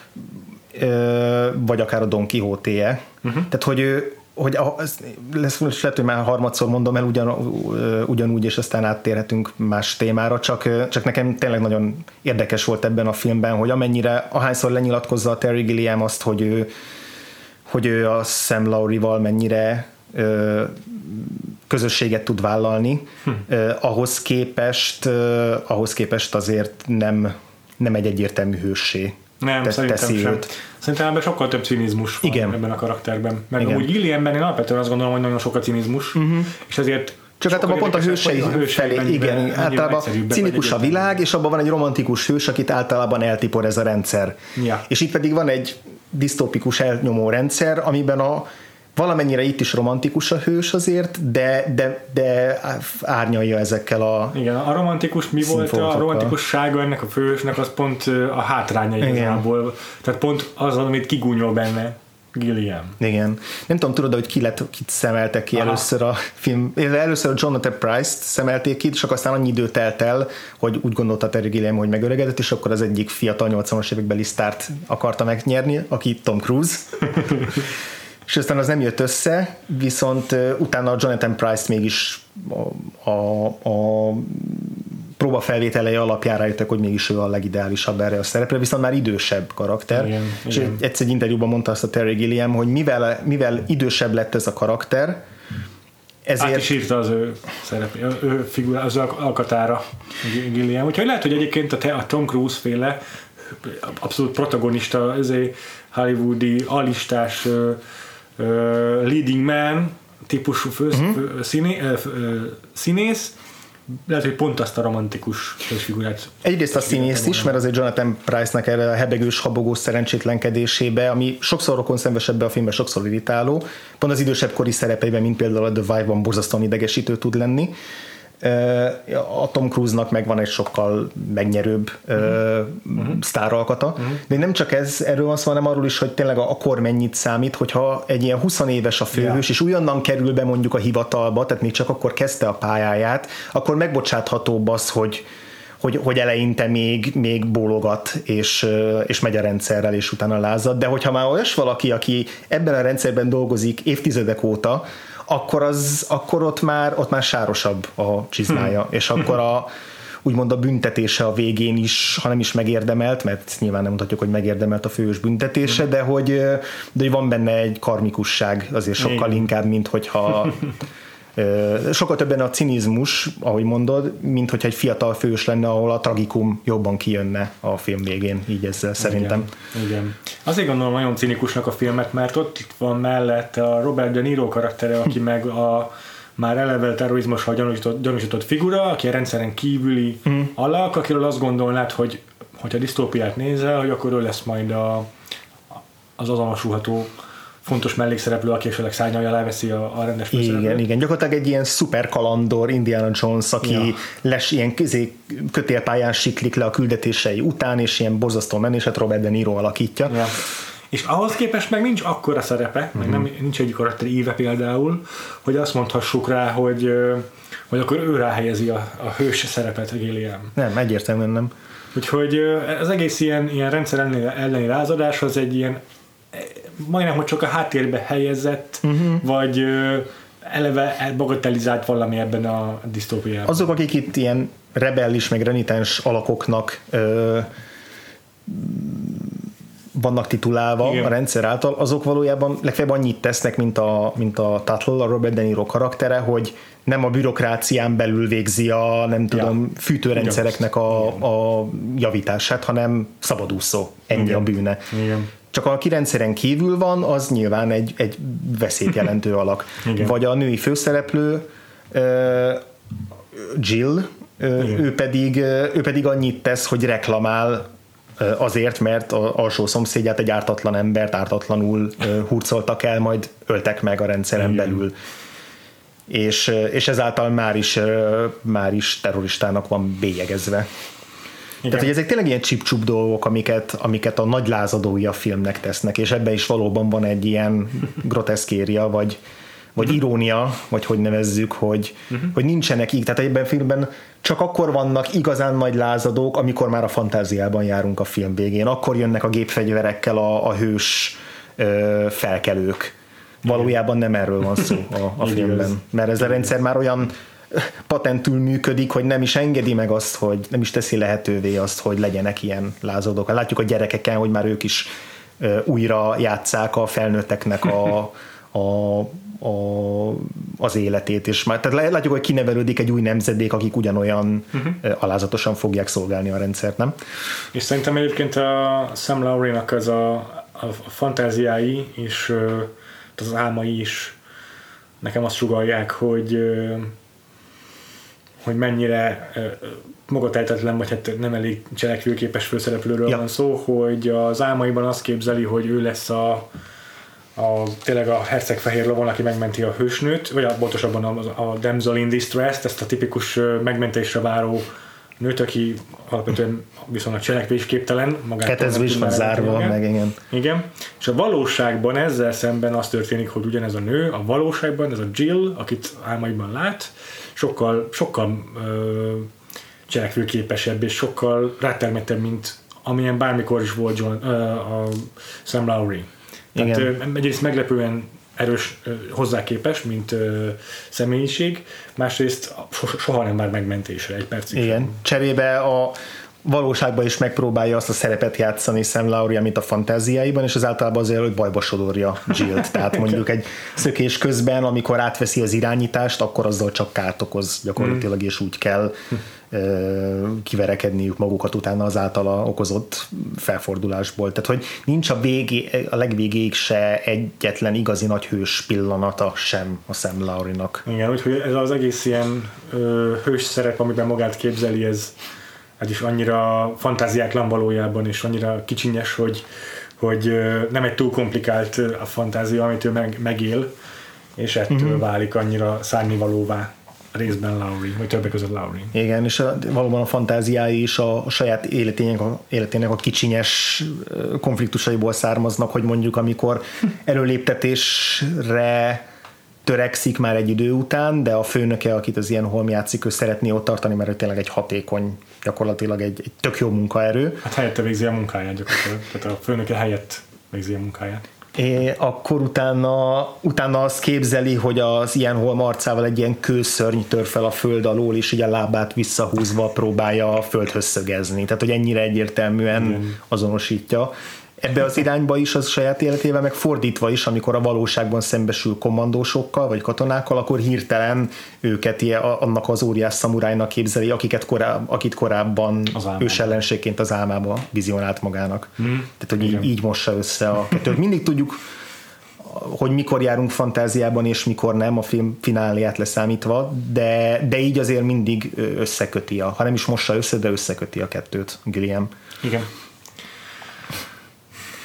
uh-huh. vagy akár a Don Quixote-je. Uh-huh. Tehát, hogy ő hogy lesz, lehet, hogy már harmadszor mondom el ugyan, ugyanúgy, és aztán áttérhetünk más témára, csak, csak nekem tényleg nagyon érdekes volt ebben a filmben, hogy amennyire, ahányszor lenyilatkozza a Terry Gilliam azt, hogy ő, hogy ő a Sam Lowry-val mennyire ö, közösséget tud vállalni, hm. ö, ahhoz képest ö, ahhoz képest azért nem, nem egy egyértelmű hőssé. Nem, te, szerintem sem. Őt. Szerintem ebben sokkal több cinizmus van Igen. ebben a karakterben. Meg Igen. úgy Gilliamben én alapvetően azt gondolom, hogy nagyon sok a cinizmus, uh-huh. és ezért csak hát abban pont a hősei felé, mennyiben, igen, általában cinikus a világ, és abban van egy romantikus hős, akit általában eltipor ez a rendszer. Ja. És itt pedig van egy disztópikus elnyomó rendszer, amiben a valamennyire itt is romantikus a hős azért, de, de, de árnyalja ezekkel a Igen, a romantikus mi volt? A romantikussága ennek a főhősnek az pont a hátránya igazából. Tehát pont az, amit kigúnyol benne Gilliam. Igen. Nem tudom, tudod, hogy ki lett, kit szemeltek ki Aha. először a film. Először a Jonathan Pryce-t szemelték ki, csak aztán annyi idő telt el, hogy úgy gondolta Terry Gilliam, hogy megöregedett, és akkor az egyik fiatal nyolcvanas évekbeli sztárt akarta megnyerni, aki Tom Cruise. És aztán az nem jött össze, viszont uh, utána a Jonathan Pryce mégis a, a, a próbafelvételei alapján rájöttek, hogy mégis ő a legideálisabb erre a szerepre, viszont már idősebb karakter. Igen, és igen. egyszer egy interjúban mondta azt a Terry Gilliam, hogy mivel, mivel idősebb lett ez a karakter, ezért... Át is írta az ő szerep, ő figurá, az alkatára Gilliam. Úgyhogy lehet, hogy egyébként a, a Tom Cruise féle abszolút protagonista, ezért hollywoodi alistás Uh, leading man típusú fő, uh-huh. fő, színé, uh, színész, lehet, hogy pont azt a romantikus figurát. Egyrészt a színész is, mert azért Jonathan Pryce-nak erre a hebegős, habogós szerencsétlenkedésébe, ami sokszor rokonszenves ebbe a filmben, sokszor irritáló, pont az idősebb kori szerepeiben, mint például a The Vibe-ban borzasztóan idegesítő tud lenni. A Tom Cruise-nak megvan egy sokkal megnyerőbb uh-huh. uh, sztáralkata, uh-huh. de nem csak ez, erről van szó, hanem arról is, hogy tényleg a, a kor mennyit számít, hogyha egy ilyen húsz éves a főhős, yeah. és újonnan kerül be mondjuk a hivatalba, tehát még csak akkor kezdte a pályáját, akkor megbocsáthatóbb az, hogy Hogy, hogy eleinte még, még bólogat, és, és megy a rendszerrel, és utána lázad, de hogyha már olyas valaki, aki ebben a rendszerben dolgozik évtizedek óta, akkor, az, akkor ott, már, ott már sárosabb a csizmája, hmm. és akkor a, úgymond a büntetése a végén is, ha nem is megérdemelt, mert nyilván nem mondhatjuk, hogy megérdemelt a főhős büntetése, hmm. de, hogy, de hogy van benne egy karmikusság azért sokkal hmm. inkább, mint hogyha sokkal többen a cinizmus, ahogy mondod, mint hogyha egy fiatal fős lenne, ahol a tragikum jobban kijönne a film végén, így ezzel szerintem. Igen, igen. Azért gondolom nagyon cinikusnak a filmet, mert ott van mellett a Robert De Niro karaktere, aki meg a már eleve terrorizmussal gyanúsított, gyanúsított figura, aki a rendszeren kívüli mm. alak, akiről azt gondolnád, hogy hogyha disztópiát nézel, hogy akkor ő lesz majd a, az azonosulható fontos mellékszereplő, aki esetleg szárnyalja leveszi a, a rendes főszereplőt. Igen, igen, gyakorlatilag egy ilyen szuper kalandor Indiana Jones, aki ja. les ilyen közé, kötélpályán siklik le a küldetései után, és ilyen borzasztó menését Robert De Niro alakítja. Ja. És ahhoz képest meg nincs akkora szerepe, uh-huh. meg nem, nincs egy karakter íve például, hogy azt mondhassuk rá, hogy, hogy akkor ő ráhelyezi a, a hős szerepet, Gilliam. Nem, egyértelműen nem. Úgyhogy az egész ilyen, ilyen rendszer elleni lázadás az egy ilyen majdnem, hogy csak a háttérbe helyezett, uh-huh. vagy eleve bagatelizált valami ebben a disztópiában. Azok, akik itt ilyen rebellis, meg renitens alakoknak ö, vannak titulálva igen. a rendszer által, azok valójában legfeljebb annyit tesznek, mint a, mint a Tuttle, a Robert De Niro karaktere, hogy nem a bürokrácián belül végzi a nem tudom, ja. fűtőrendszereknek a, a javítását, hanem szabadúszó. Ennyi igen. a bűne. Igen. Csak aki rendszeren kívül van, az nyilván egy, egy veszélyt jelentő alak. Igen. Vagy a női főszereplő Jill, ő pedig, ő pedig annyit tesz, hogy reklamál azért, mert az alsó szomszédját, egy ártatlan embert ártatlanul hurcoltak el, majd öltek meg a rendszeren igen. belül. És, és ezáltal már is, már is terroristának van bélyegezve. Igen. Tehát, hogy ezek tényleg ilyen csip-csup dolgok, amiket, amiket a nagy lázadói a filmnek tesznek, és ebben is valóban van egy ilyen groteszkéria, vagy, vagy uh-huh. irónia, vagy hogy nevezzük, hogy, uh-huh. hogy nincsenek így. Tehát ebben a filmben csak akkor vannak igazán nagy lázadók, amikor már a fantáziában járunk a film végén. Akkor jönnek a gépfegyverekkel a, a hős ö, felkelők. Valójában nem erről van szó a, a filmben. Mert ez a rendszer már olyan patentül működik, hogy nem is engedi meg azt, hogy nem is teszi lehetővé azt, hogy legyenek ilyen lázadók. Látjuk a gyerekeken, hogy már ők is uh, újra játsszák a felnőtteknek a, a, a, az életét, és már, tehát látjuk, hogy kinevelődik egy új nemzedék, akik ugyanolyan uh-huh. uh, alázatosan fogják szolgálni a rendszert, nem? És szerintem egyébként a Sam Lowry-nak az a, a fantáziái és az álmai is nekem azt sugallják, hogy hogy mennyire magatehetetlen, vagy hát nem elég cselekvőképes főszereplőről ja. van szó, hogy az álmaiban azt képzeli, hogy ő lesz a, a tényleg a herceg fehér lovon, aki megmenti a hősnőt, vagy a, pontosabban a, a damsel in distress, ezt a tipikus megmentésre váró nőt, aki alapvetően viszonylag cselekvésképtelen. Ketezve is van zárva, meg igen. Igen. És a valóságban ezzel szemben az történik, hogy ugyanez a nő, a valóságban ez a Jill, akit álmaiban lát, sokkal, sokkal ö, cselekvőképesebb és sokkal rátermettebb, mint amilyen bármikor is volt John, ö, a Sam Lowry. Tehát ö, egyrészt meglepően erős ö, hozzá képes, mint ö, személyiség, másrészt soha nem vár megmentésre egy percig. Igen, cserébe a valóságban is megpróbálja azt a szerepet játszani Sam Lowry, amit a fantáziáiban, és az általában azért, hogy bajba sodorja Jill-t. Tehát mondjuk egy szökés közben, amikor átveszi az irányítást, akkor azzal csak kárt okoz gyakorlatilag, és úgy kell uh, kiverekedniük magukat utána az általa okozott felfordulásból. Tehát, hogy nincs a, végé, a legvégéig se egyetlen igazi nagy hős pillanata sem a Sam Lowry-nak. Igen, úgyhogy ez az egész ilyen ö, hős szerep, amiben magát képzeli, ez ez is annyira fantáziátlan valójában, és annyira kicsinyes, hogy, hogy nem egy túl komplikált a fantázia, amit ő meg, megél, és ettől uh-huh. válik annyira szárnivalóvá részben Lowry, vagy többek között Lowry. Igen, és a, valóban a fantáziái is a, a saját életének a, életének a kicsinyes konfliktusaiból származnak, hogy mondjuk amikor előléptetésre törekszik már egy idő után, de a főnöke, akit az ilyen holm játszik, ő szeretné ott tartani, mert tényleg egy hatékony, gyakorlatilag egy, egy tök jó munkaerő. Hát helyette végzi a munkáját gyakorlatilag, tehát a főnöke helyett végzi a munkáját. É, akkor utána, utána azt képzeli, hogy az ilyen holm arcával egy ilyen kőszörny tör fel a föld alól, és így a lábát visszahúzva próbálja a földhöz szögezni. Tehát, hogy ennyire egyértelműen igen. azonosítja. Ebbe az irányba is az saját életével, meg fordítva is, amikor a valóságban szembesül kommandósokkal, vagy katonákkal, akkor hirtelen őket ilyen, annak az óriás szamurájnak képzeli, akiket koráb, akit korábban ős ellenségként az álmába vizionált magának. Hmm. Tehát, hogy így, így mossa össze a kettőt. Mindig tudjuk, hogy mikor járunk fantáziában, és mikor nem, a film fináliát leszámítva, de, de így azért mindig összeköti, a, ha nem is mossa össze, de összeköti a kettőt, Gilliam. Igen.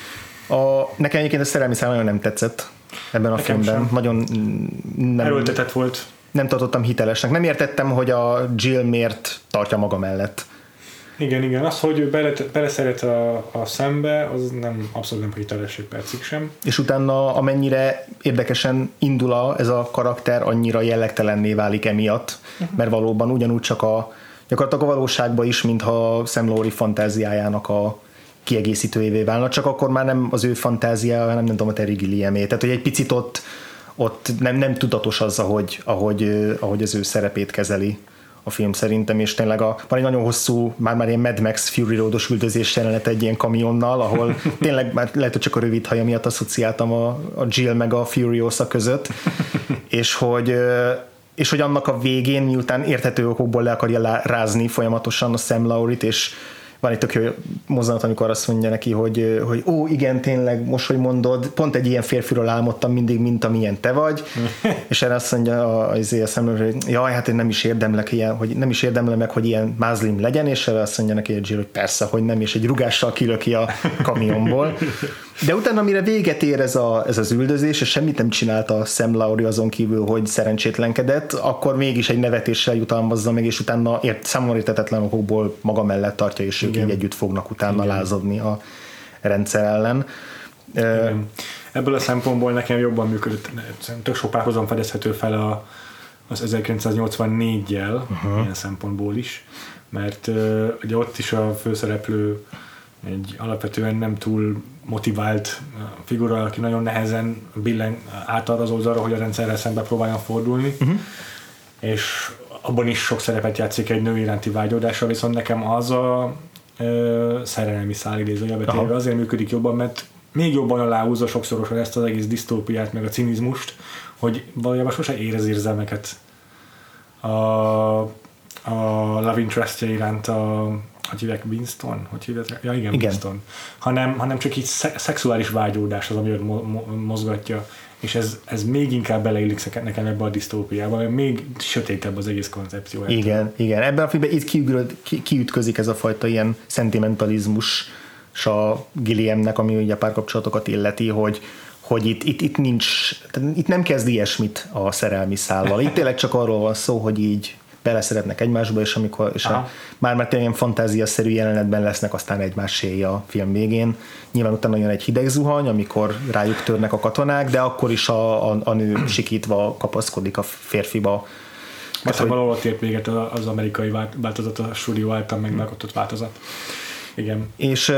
A, nekem egyébként a szerelmi szál nagyon nem tetszett ebben a nekem filmben. Sem. Nagyon nem, erőltetett volt. Nem tartottam hitelesnek. Nem értettem, hogy a Jill miért tartja maga mellett. Igen, igen. Az, hogy ő bele, beleszeret a, a szembe, az nem, abszolút nem hiteles egy percig sem. És utána amennyire érdekesen indul a, ez a karakter, annyira jellegtelenné válik emiatt, uh-huh. mert valóban ugyanúgy csak a gyakorlatilag a valóságban is, mintha Sam Lowry fantáziájának a kiegészítőjévé válna, csak akkor már nem az ő fantáziája, hanem nem tudom, a Terry Gilliamé. Tehát, hogy egy picit ott, ott nem, nem tudatos az, ahogy, ahogy, ahogy az ő szerepét kezeli a film szerintem, és tényleg a, van egy nagyon hosszú, már-már ilyen Mad Max Fury Road-os üldözés jelenet egy ilyen kamionnal, ahol tényleg már lehet, hogy csak a rövid haja miatt asszociáltam a, a Jill meg a Furiosa között, és hogy és hogy annak a végén, miután érthető okokból le akarja rázni folyamatosan a Sam Lowry-t, és van egy tök jó mozzanat, amikor azt mondja neki, hogy, hogy ó, igen, tényleg, most, hogy mondod, pont egy ilyen férfiról álmodtam mindig, mint amilyen te vagy, és erre azt mondja az a Sam Lowry, hogy jaj, hát én nem is érdemlek ilyen, hogy nem is érdemlem meg, hogy ilyen mázlim legyen, és erre azt mondja neki, hogy persze, hogy nem, és egy rugással kilöki a kamionból. De utána, amire véget ér ez, a, ez az üldözés, és semmit nem csinálta a Sam Lowry azon kívül, hogy szerencsétlenkedett, akkor mégis egy nevetéssel jutalmazza meg, és utána ért, számomra érthetetlen okokból maga mellett tartja, és ők így együtt fognak utána Igen. lázadni a rendszer ellen. Igen. Ebből a szempontból nekem jobban működött, tök sok párhuzam fedezhető fel a, az ezerkilencszáznyolcvannégyjel, uh-huh. ilyen szempontból is, mert uh, ugye ott is a főszereplő egy alapvetően nem túl motivált figura, aki nagyon nehezen billen átarazóz arra, hogy a rendszerrel szembe próbáljon fordulni, uh-huh. és abban is sok szerepet játszik egy nő iránti vágyódása, viszont nekem az a ö, szerelmi szál idézőjelbe téve azért működik jobban, mert még jobban aláhúzza sokszorosan ezt az egész disztópiát, meg a cinizmust, hogy valójában sose érez érzelmeket a, a love interestje iránt, a hogy hívják, Winston? Hogy hívják? Ja, igen, igen. Winston. Hanem, hanem csak így szexuális vágyódás az, ami őt mo- mo- mozgatja, és ez, ez még inkább beleillik nekem ebbe a disztópiába, mert még sötétebb az egész koncepció. Igen, igen. Ebben a filmben itt kiügröd, ki, kiütközik ez a fajta ilyen szentimentalizmus a Gilliamnek, ami ugye a párkapcsolatokat illeti, hogy hogy itt, itt, itt nincs, itt nem kezd ilyesmit a szerelmi szállal. Itt tényleg csak arról van szó, hogy így beleszeretnek egymásba, és amikor és a, már már tényleg fantáziaszerű jelenetben lesznek aztán egymásé a film végén. Nyilván utána jön egy hideg zuhany, amikor rájuk törnek a katonák, de akkor is a, a, a nő sikítva kapaszkodik a férfiba. Aztán valahol ott ért véget az amerikai változat, a stúdió által megmegadott változat. Igen. És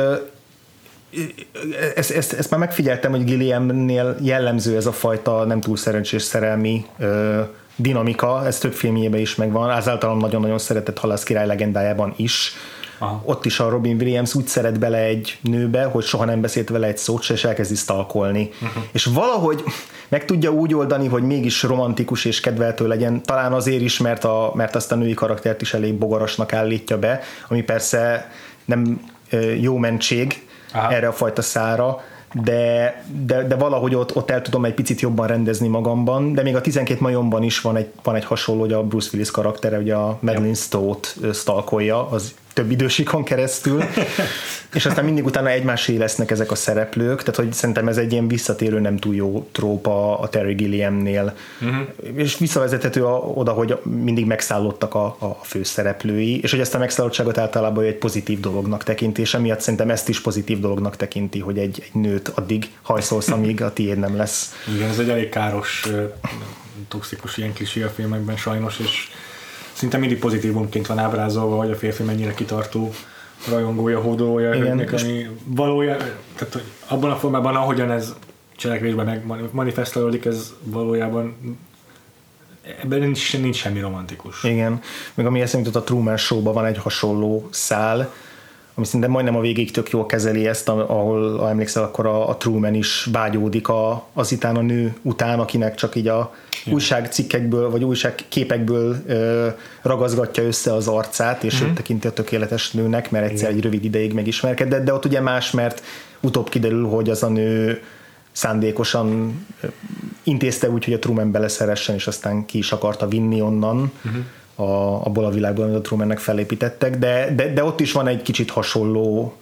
ezt, ezt, ezt már megfigyeltem, hogy Gilliamnél jellemző ez a fajta nem túl szerencsés szerelmi dinamika, ez több filmjében is megvan, általában nagyon-nagyon szeretett Halász király legendájában is. Aha. Ott is a Robin Williams úgy szeret bele egy nőbe, hogy soha nem beszélt vele egy szót, és elkezdi stalkolni. Uh-huh. És valahogy meg tudja úgy oldani, hogy mégis romantikus és kedveltő legyen, talán azért is, mert, a, mert azt a női karaktert is elég bogarasnak állítja be, ami persze nem jó mentség Aha. erre a fajta szára, De, de, de valahogy ott, ott el tudom egy picit jobban rendezni magamban, de még a tizenkét majomban is van egy, van egy hasonló, hogy a Bruce Willis karaktere, ugye a Madeline Stowe-t stalkolja az több idősikon keresztül, és aztán mindig utána egymásé lesznek ezek a szereplők, tehát hogy szerintem ez egy ilyen visszatérő, nem túl jó trópa a Terry Gilliamnél, uh-huh. és visszavezethető a, oda, hogy mindig megszállottak a, a főszereplői, és hogy ezt a megszállottságot általában egy pozitív dolognak tekinti, és emiatt szerintem ezt is pozitív dolognak tekinti, hogy egy, egy nőt addig hajszolsz, amíg a tiéd nem lesz. Igen, ez egy elég káros, toxikus ilyen klisé a filmekben sajnos, és szinte mindig pozitívumként van ábrázolva, hogy a férfi mennyire kitartó rajongója, hódolója önnek, ami valójában, tehát hogy abban a formában, ahogyan ez cselekvésben megmanifestálódik, ez valójában ebben nincs, nincs semmi romantikus. Igen, meg ami eszembe jutott, a Truman Show-ban van egy hasonló szál, ami szinte majdnem a végig tök jól kezeli ezt, ahol, ha emlékszel, akkor a, a Truman is vágyódik a, azután a nő után, akinek csak így a ja. újságcikkekből, vagy újságképekből ö, ragazgatja össze az arcát, és mm-hmm. őt tekinti a tökéletes nőnek, mert egyszer Igen. egy rövid ideig megismerkedett, de ott ugye más, mert utóbb kiderül, hogy az a nő szándékosan intézte úgy, hogy a Truman beleszeressen, és aztán ki is akarta vinni onnan, mm-hmm. A, abból a világból, amit a Trumannek felépítettek, de, de, de ott is van egy kicsit hasonló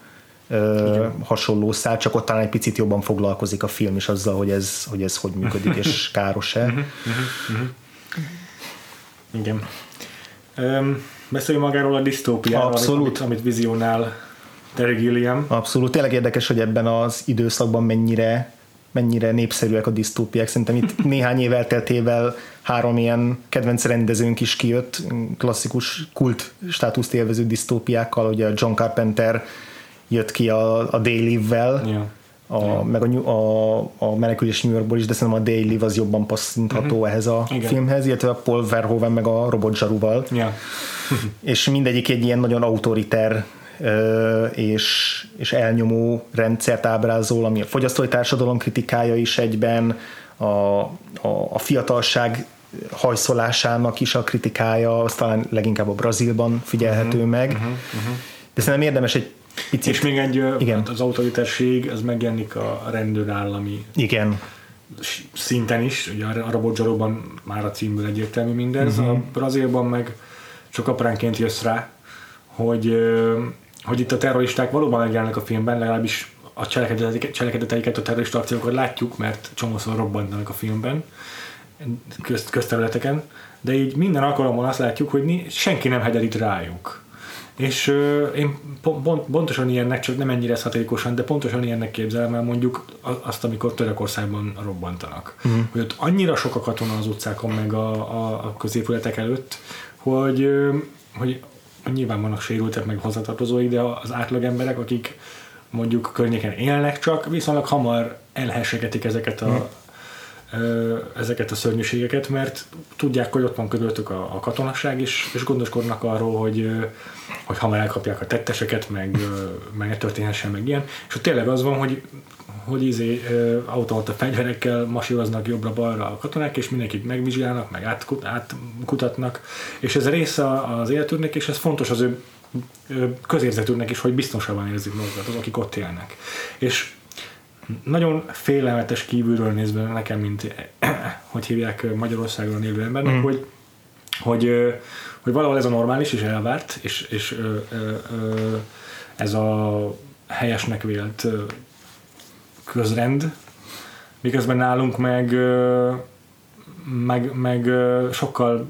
ö, hasonló szál, csak ott talán egy picit jobban foglalkozik a film is azzal, hogy ez hogy, ez hogy működik, és káros-e. Igen. Um, beszéljünk magáról a disztópiáról, Abszolút. amit, amit vizionál Terry Gilliam. Abszolút. Tényleg érdekes, hogy ebben az időszakban mennyire, mennyire népszerűek a disztópiák. Szerintem itt néhány év elteltével három ilyen kedvenc rendezőnk is kijött, klasszikus kult státuszt élvező disztópiákkal, ugye John Carpenter jött ki a, a They Live-vel, yeah. A, yeah. meg a, a, a Menekülés New Yorkból is, de szerintem a They Live az jobban passzintható uh-huh. ehhez a Igen. filmhez, illetve a Paul Verhoeven meg a Robot Zsaruval. Yeah. És mindegyik egy ilyen nagyon autoriter és, és elnyomó rendszert ábrázol, ami a fogyasztói társadalom kritikája is egyben, a, a, a fiatalság hajszolásának is a kritikája, az talán leginkább a Brazílban figyelhető uh-huh, meg. Uh-huh, uh-huh. De szerintem érdemes egy picit... És még egy, igen. az autoritárség, az megjelenik a rendőrállami igen. szinten is, ugye a Robot Zsaruban már a címből egyértelmű mindez, uh-huh. a Brazílban meg csak apránként jössz rá, hogy, hogy itt a terroristák valóban megjelennek a filmben, legalábbis a cselekedeteiket, a terrorista akciókat látjuk, mert csomószor robbantanak a filmben, közt, közterületeken, de így minden alkalommal azt látjuk, hogy senki nem hegyelít rájuk. És uh, én pont, pontosan ilyennek, csak nem ennyire hatékosan, de pontosan ilyennek képzelem el mondjuk azt, amikor Törökországban robbantanak. Mm. Hogy ott annyira sok a katona az utcákon, meg a, a, a középületek előtt, hogy, hogy nyilván vannak sérültek, meg hozzátartozói, de az átlag emberek, akik mondjuk környéken élnek csak, viszonylag hamar elhessegetik ezeket a, mm. ezeket a szörnyűségeket, mert tudják, hogy ott van körülöttük a, a katonasság, és, és gondoskodnak arról, hogy, hogy hamar elkapják a tetteseket, meg, meg ne történhessen, meg ilyen. És ott tényleg az van, hogy hogy izé, automata fegyverekkel masíroznak jobbra-balra a katonák, és mindenkit megvizsgálnak, meg átkut, átkutatnak, és ez része az életüknek, és ez fontos az ő közérzetüknek is, hogy biztonságban érzik magukat az, akik ott élnek. És nagyon félelmetes kívülről nézve nekem, mint hogy hívják Magyarországon élő embernek, mm. hogy, hogy, hogy valahol ez a normális és elvárt, és, és ez a helyesnek vélt közrend, miközben nálunk meg, meg, meg sokkal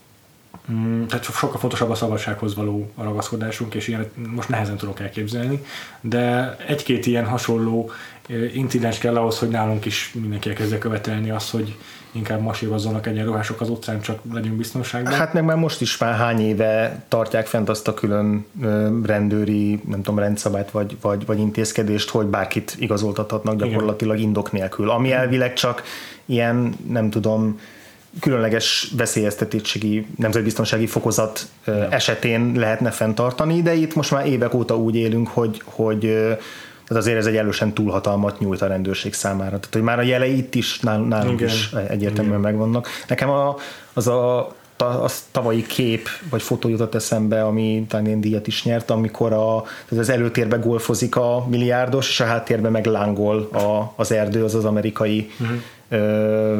tehát sokkal fontosabb a szabadsághoz való a ragaszkodásunk, és ilyen most nehezen tudok elképzelni, de egy-két ilyen hasonló incidens kell ahhoz, hogy nálunk is mindenki elkezdje követelni azt, hogy inkább masírozzanak egyenruhások az utcán, csak legyünk biztonságban. Hát meg már most is már hány éve tartják fent azt a külön rendőri, nem tudom, rendszabályt vagy, vagy, vagy intézkedést, hogy bárkit igazoltathatnak gyakorlatilag Igen. indok nélkül. Ami elvileg csak ilyen, nem tudom, különleges veszélyeztetettségi nemzetbiztonsági fokozat ja. esetén lehetne fenntartani, de itt most már évek óta úgy élünk, hogy, hogy tehát azért ez egy elősen túlhatalmat nyújt a rendőrség számára. Tehát, hogy már a jelei itt is nálunk Igen. is egyértelműen Igen. megvannak. Nekem a, az a a tavalyi kép, vagy fotó jutott eszembe, ami talán én díjat is nyert, amikor a, az előtérbe golfozik a milliárdos, és a háttérben meg lángol a, az erdő, az az amerikai uh-huh. ö,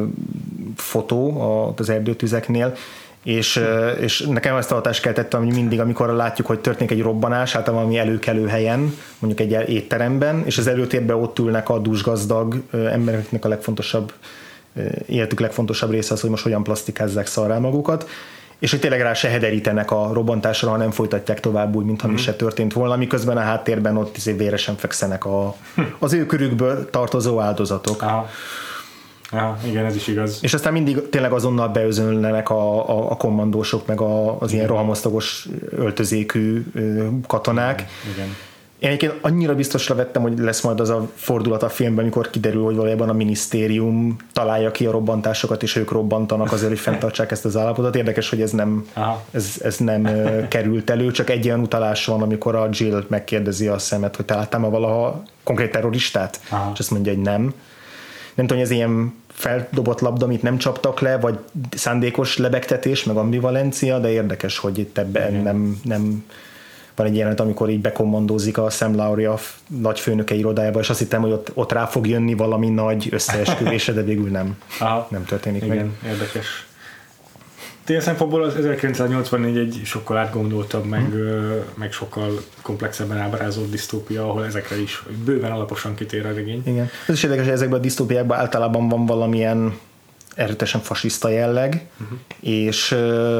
fotó a, az erdőtüzeknél, és, uh-huh. és nekem ezt a hatást keltette, hogy mindig, amikor látjuk, hogy történik egy robbanás, hát valami előkelő helyen, mondjuk egy étteremben, és az előtérben ott ülnek a dúsgazdag embereknek a legfontosabb életük legfontosabb része az, hogy most hogyan plastikázzák szarrá magukat, és hogy tényleg rá se hederítenek a robbantásra, hanem folytatják tovább úgy, mintha mm. mi se történt volna, miközben a háttérben ott izé véresen fekszenek a, az ő körükből tartozó áldozatok. Aha. Aha, igen, ez is igaz. És aztán mindig tényleg azonnal beözönlenek a, a, a kommandósok, meg a, az ilyen rohamosztagos öltözékű katonák. Igen. igen. Én egyébként annyira biztosra vettem, hogy lesz majd az a fordulat a filmben, amikor kiderül, hogy valójában a minisztérium találja ki a robbantásokat, és ők robbantanak azért, hogy fenntartsák ezt az állapotot. Érdekes, hogy ez nem, ez, ez nem került elő, csak egy olyan utalás van, amikor a Jill megkérdezi a szemet, hogy te láttál ma valaha konkrét terroristát? Aha. És azt mondja, hogy nem. Nem tudom, hogy ez ilyen feldobott labda, amit nem csaptak le, vagy szándékos lebegtetés, meg ambivalencia, de érdekes, hogy itt ebben nem... nem van egy jelenet, amikor így bekommandózik a Sam Lowry a nagyfőnöke irodájába, és azt hittem, hogy ott, ott rá fog jönni valami nagy összeesküvése, de végül nem. Aha. Nem történik Igen, meg. érdekes. ilyen szempontból az ezerkilencszáznyolcvannégy egy sokkal átgondoltabb, meg, hmm. meg sokkal komplexebben ábrázolt disztópia, ahol ezekre is bőven alaposan kitér a regény. Igen. Ez is érdekes, hogy ezekben a disztópiákban általában van valamilyen erőteljesen fasiszta jelleg, uh-huh. és,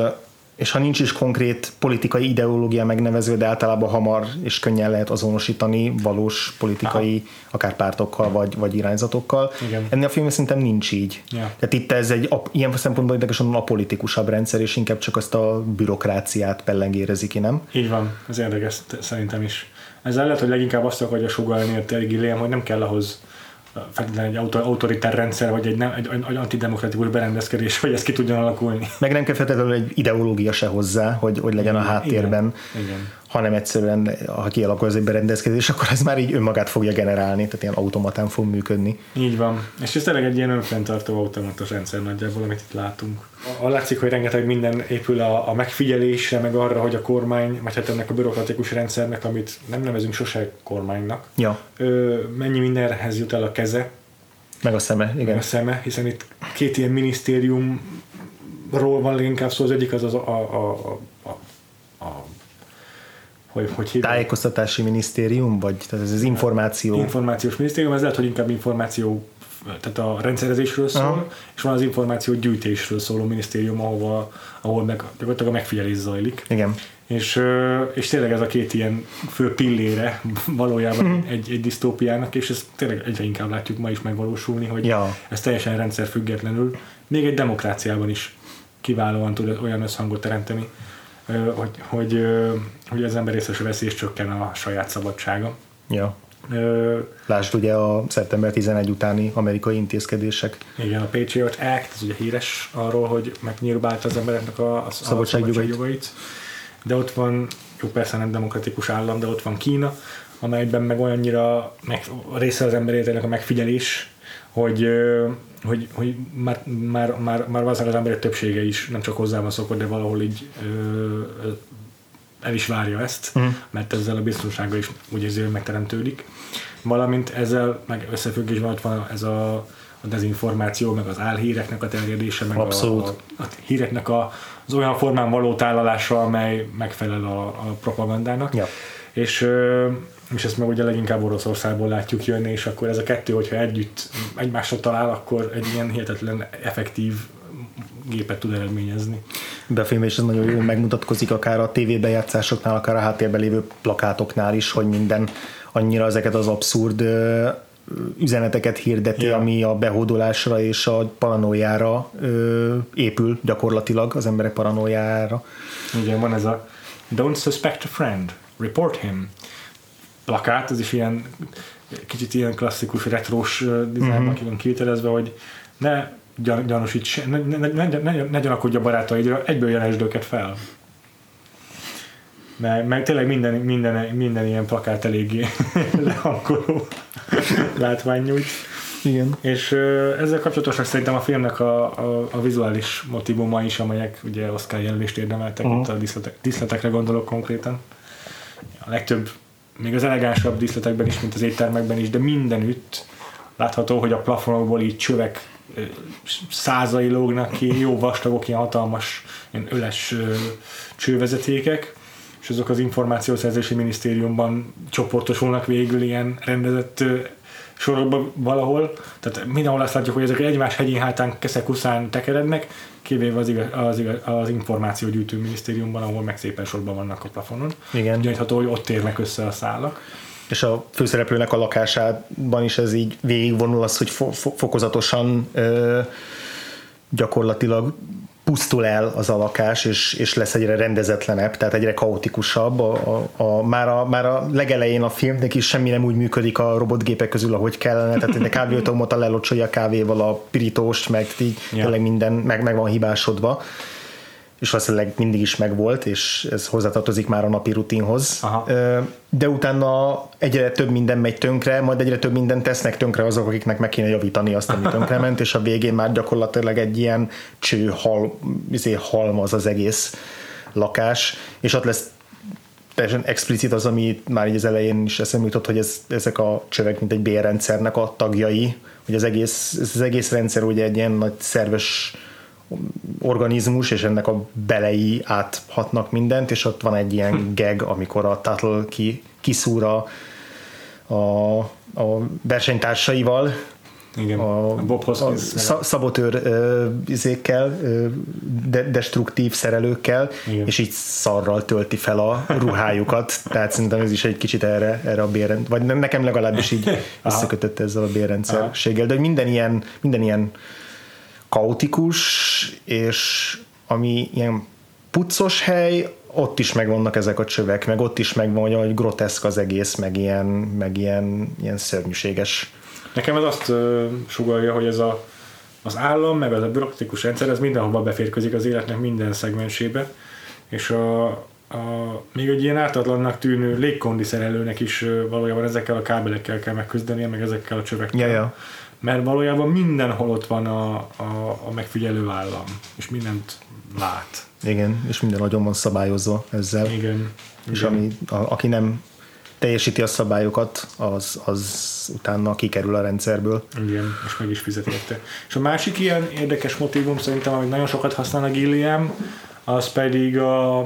és ha nincs is konkrét politikai ideológia megnevező, de általában hamar és könnyen lehet azonosítani valós politikai, aha. akár pártokkal, vagy, vagy irányzatokkal. Igen. Ennél a filmben szerintem nincs így. Yeah. Tehát itt ez egy ilyen szempontból érdekesen apolitikusabb rendszer, és inkább csak azt a bürokráciát pellengérezi ki, nem? Így van, ez érdekes szerintem is. Ezzel lehet, hogy leginkább azt akarja sugallni a Terry Gilliam, hogy nem kell ahhoz feltétlenül egy autoritár rendszer, vagy egy, nem, egy, egy antidemokratikus berendezkedés, hogy ez ki tudjon alakulni. Meg nem kell feltétlenül egy ideológia se hozzá, hogy, hogy legyen a háttérben, igen, igen. hanem egyszerűen, ha kialakul ez egy berendezkedés, akkor ez már így önmagát fogja generálni, tehát ilyen automatán fog működni. Így van. És ez tényleg egy ilyen önfenntartó automatos rendszer nagyjából, amit itt látunk. A látszik, hogy rengeteg minden épül a, a megfigyelésre, meg arra, hogy a kormány, vagy hát ennek a bürokratikus rendszernek, amit nem nevezünk sose kormánynak, ja. ö, mennyi mindenhez jut el a keze, meg a szeme, igen. Meg a szeme, hiszen itt két ilyen minisztériumról van inkább szó, az egyik az az a, a, a, a, a hogy, hogy hívják? Tájékoztatási minisztérium, vagy tehát ez az információ. Információs minisztérium, ez lehet, hogy inkább információ, tehát a rendszerezésről szól, aha. és van az információ gyűjtésről szóló minisztérium, ahova, ahol meg, gyakorlatilag a megfigyelés zajlik. Igen. És, és tényleg ez a két ilyen fő pillére valójában mm. egy, egy disztópiának, és ezt tényleg egyre inkább látjuk ma is megvalósulni, hogy ja. ez teljesen rendszerfüggetlenül, még egy demokráciában is kiválóan tud olyan összhangot teremteni, hogy, hogy, hogy az ember észre se veszi, és csökken a saját szabadsága. Ja. Lásd ugye a szeptember tizenegy utáni amerikai intézkedések. Igen, a Patriot Act, ez ugye híres arról, hogy megnyírbálta az embereknek a, a szabadságjogait. De ott van, jó persze nem demokratikus állam, de ott van Kína, amelyben meg olyannyira meg, része az ember életének a megfigyelés, hogy, hogy, hogy már, már, már, már valószínűleg az emberek többsége is nem csak hozzá van szokott, de valahol így ö, el is várja ezt, uh-huh. mert ezzel a biztonsággal is úgy érzi, hogy megteremtődik. Valamint ezzel meg összefüggésben ott van ez a, a dezinformáció, meg az álhíreknek a terjedése, meg a, a, a híreknek a, az olyan formán való tálalása, amely megfelel a, a propagandának. Ja. És, és ezt meg ugye leginkább Oroszországból látjuk jönni, és akkor ez a kettő, hogyha együtt egymásra talál, akkor egy ilyen hihetetlen effektív gépet tud eredményezni. De a filmben is ez nagyon jól megmutatkozik, akár a tévébejátszásoknál, akár a háttérben lévő plakátoknál is, hogy minden annyira ezeket az abszurd üzeneteket hirdeti, yeah. ami a behódolásra és a paranoiára ö, épül gyakorlatilag, az emberek paranoiára. Igen, van ez a Don't suspect a friend, report him plakát, ez is ilyen kicsit ilyen klasszikus retrós dizájnban mm-hmm. ki van kivitelezve, hogy ne gyanúsíts, ne, ne, ne, ne, ne gyanakodj a barátaidra, egyből jelensd őket fel. Mert, mert tényleg minden, minden, minden ilyen plakát eléggé lehangoló látvány nyújt. Igen. És uh, ezzel kapcsolatosan szerintem a filmnek a, a, a vizuális motivuma is, amelyek ugye Oscar jelölést érdemeltek, uh-huh. itt a díszletek, díszletekre gondolok konkrétan. A legtöbb, még az elegánsabb díszletekben is, mint az éttermekben is, de mindenütt látható, hogy a plafonokból így csövek százai lógnak ki, jó vastagok, ilyen hatalmas, ilyen öles csővezetékek, és azok az információszerzési minisztériumban csoportosulnak végül ilyen rendezett sorokban valahol. Tehát mindenhol azt látjuk, hogy ezek egymás hegyén hátán keszekuszán tekerednek, kivéve az, igaz, az, igaz, az információgyűjtő minisztériumban, ahol meg szépen sorban vannak a plafonon. Igen. Gyanítható, hogy ott térnek össze a szálak. És a főszereplőnek a lakásában is ez így végigvonul az, hogy fo- fo- fokozatosan ö, gyakorlatilag pusztul el az a lakás, és, és lesz egyre rendezetlenebb, tehát egyre kaotikusabb. A, a, a, már, a, már a legelején a filmnek is semmi nem úgy működik a robotgépek közül, ahogy kellene, tehát a kávéautomata lelocsolja a kávéval a pirítóst, meg így ja. tényleg minden meg, meg van hibásodva. És valószínűleg mindig is megvolt, és ez hozzátartozik már a napi rutinhoz. Aha. De utána egyre több minden megy tönkre, majd egyre több minden tesznek tönkre azok, akiknek meg kéne javítani azt, ami tönkrement, és a végén már gyakorlatilag egy ilyen cső hal, halmaz az egész lakás, és ott lesz teljesen explicit az, ami már így az elején is eszembe jutott, hogy ez, ezek a csövek mint egy bérrendszernek a tagjai, hogy az egész, ez az egész rendszer ugye egy ilyen nagy szerves organizmus, és ennek a belei áthatnak mindent, és ott van egy ilyen gag, amikor a Tuttle ki, kiszúr a, a, a versenytársaival, igen, a, a Bob Hoskins a szabotőr uh, izékkel, uh, de, destruktív szerelőkkel, igen. És így szarral tölti fel a ruhájukat, tehát szerintem ez is egy kicsit erre, erre a bérrend, vagy nekem legalábbis így összekötött ezzel a bérrendszerséggel, de hogy minden ilyen, minden ilyen kaotikus, és ami ilyen puccos hely, ott is megvannak ezek a csövek, meg ott is megvan, hogy groteszk az egész, meg ilyen, meg ilyen, ilyen szörnyűséges. Nekem ez azt uh, sugallja, hogy ez a, az állam, meg az a bürokratikus rendszer, ez mindenhova beférkőzik az életnek minden szegmensébe, és a, a, még egy ilyen ártatlannak tűnő légkondiszerelőnek is uh, valójában ezekkel a kábelekkel kell megküzdenie, meg ezekkel a csövekkel. Ja, ja. Mert valójában mindenhol ott van a, a, a megfigyelő állam, és mindent lát. Igen, és minden nagyon van szabályozva ezzel. Igen. És igen. Ami, a, aki nem teljesíti a szabályokat, az, az utána kikerül a rendszerből. Igen, és meg is fizet érte. És a másik ilyen érdekes motívum szerintem, amit nagyon sokat használ a Gilliam, az pedig a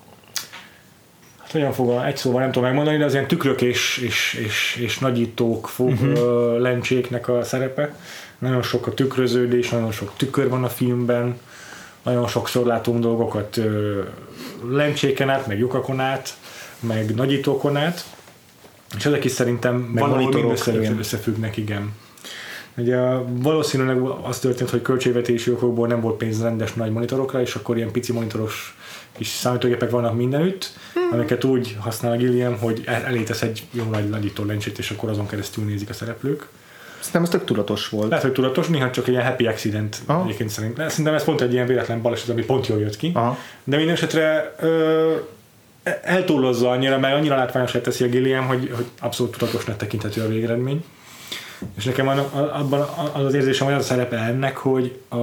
hát olyan fogal, egy szóval nem tudom megmondani, de az ilyen tükrök és, és, és, és nagyítók, fog, uh-huh. lencséknek a szerepe. Nagyon sok a tükröződés, nagyon sok tükör van a filmben, nagyon sokszor látunk dolgokat lencséken át, meg lyukakon át, meg nagyítókon át, és ezek is szerintem meg valahol mind össze, összefüggnek, igen. Ugye valószínűleg az történt, hogy költségvetési okokból nem volt pénz rendes nagy monitorokra, és akkor ilyen pici monitoros kis számítógépek vannak mindenütt, hmm. amiket úgy használ a Gilliam, hogy elé tesz egy jó nagy nagyító lencsét, és akkor azon keresztül nézik a szereplők. Szerintem ez tök tudatos volt. Lehet, hogy tudatos, néha csak egy ilyen happy accident Aha. egyébként szerintem. Szerintem ez pont egy ilyen véletlen baleset, ami pont jól jött ki. Aha. De minden esetre ö, eltúlozza annyira, mert annyira látványosát teszi a Gilliam, hogy, hogy abszolút tudatosnak tekinthető a végeredmény. És nekem abban az az érzésem, hogy az a szerepe ennek, hogy, a,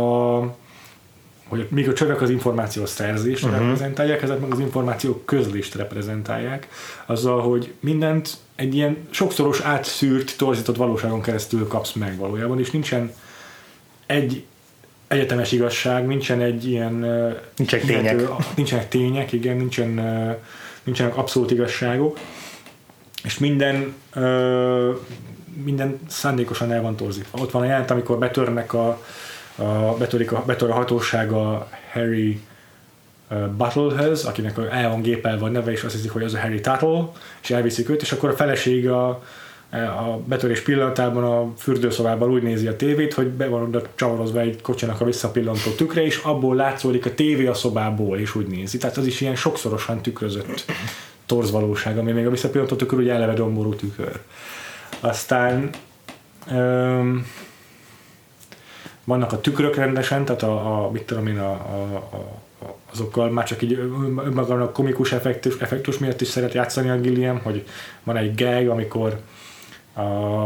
hogy míg a csövek az információs szerzést uh-huh. reprezentálják, ezek meg az információk közlést reprezentálják, azzal, hogy mindent egy ilyen sokszoros átszűrt, torzított valóságon keresztül kapsz meg valójában, és nincsen egy egyetemes igazság, nincsen egy ilyen... Nincsenek tények. Nincsenek tények, igen, nincsen, nincsenek abszolút igazságok, és minden minden szándékosan el van torzítva. Ott van a jelent, amikor betörnek a, a, betörik a, betör a hatóság a Harry uh, Buttlehez, akinek el van gépelve a neve, és azt hiszik, hogy az a Harry Tuttle, és elviszik őt, és akkor a feleség a, a betörés pillanatában a fürdőszobában úgy nézi a tévét, hogy be van oda csavarozva egy kocsinak a visszapillantó tükre, és abból látszódik a tévé a szobából, és úgy nézi. Tehát az is ilyen sokszorosan tükrözött torz valóság, ami még a visszapillantó tükör ugye eleve domború tükör. Aztán öm, vannak a tükrök rendesen, tehát a, a mit tudom én, a, a, a, azokkal már csak így önmagában a komikus effektus, effektus miatt is szeret játszani a Gilliam, hogy van egy gag, amikor a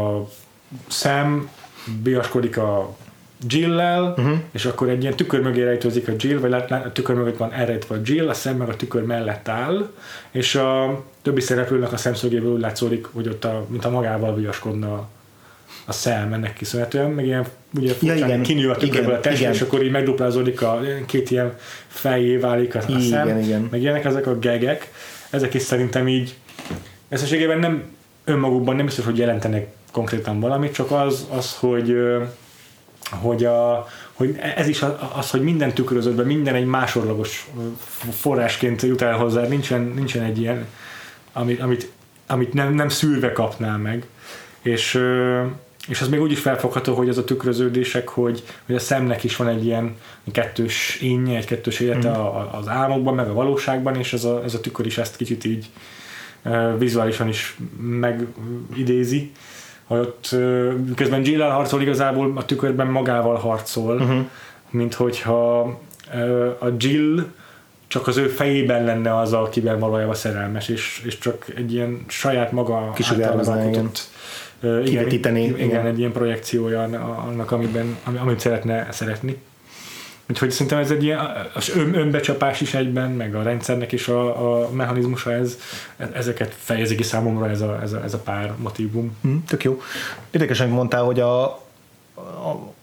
Sam biaskodik a Jill-lel, uh-huh. és akkor egy ilyen tükör mögé rejtőzik a Jill, vagy a tükör mögött van elrejtve a Jill, a Sam meg a tükör mellett áll, és a többi szereplőnek a szemszögéből úgy látszódik, hogy ott a, mint a magával viaskodna a Sam ennek kiszönhetően, meg ilyen ugye ja, igen, kinő a tükörből a test, igen. és akkor így megduplázódik a két ilyen fejjé válik a, a Sam, igen, igen. meg ilyenek ezek a gegek, ezek is szerintem így összességében nem önmagukban nem biztos, hogy jelentenek konkrétan valamit, csak az, az hogy hogy, a, hogy ez is az, hogy minden tükröződben, minden egy másolagos forrásként jut el hozzá, nincsen, nincsen egy ilyen, amit, amit, amit nem, nem szűrve kapnál meg. És, és az még úgy is felfogható, hogy ez a tükröződések, hogy, hogy a szemnek is van egy ilyen kettős énje, egy kettős élete mm. az álmokban, meg a valóságban, és ez a, ez a tükör is ezt kicsit így vizuálisan is megidézi. Hogy ott közben Jill-el harcol, igazából a tükörben magával harcol, uh-huh. mint hogyha a Jill csak az ő fejében lenne az, akivel valójában szerelmes, és, és csak egy ilyen saját maga által alkotott kivetíteni. Igen, igen, egy ilyen projekciója annak, amiben, amit szeretne szeretni. Úgyhogy szerintem ez egy ilyen az ön, önbecsapás is egyben, meg a rendszernek is a, a mechanizmusa, ez, ezeket fejezi ki számomra ez a, ez a, ez a pár motívum. Hmm, tök jó. Érdekesen mondtál, hogy a, a,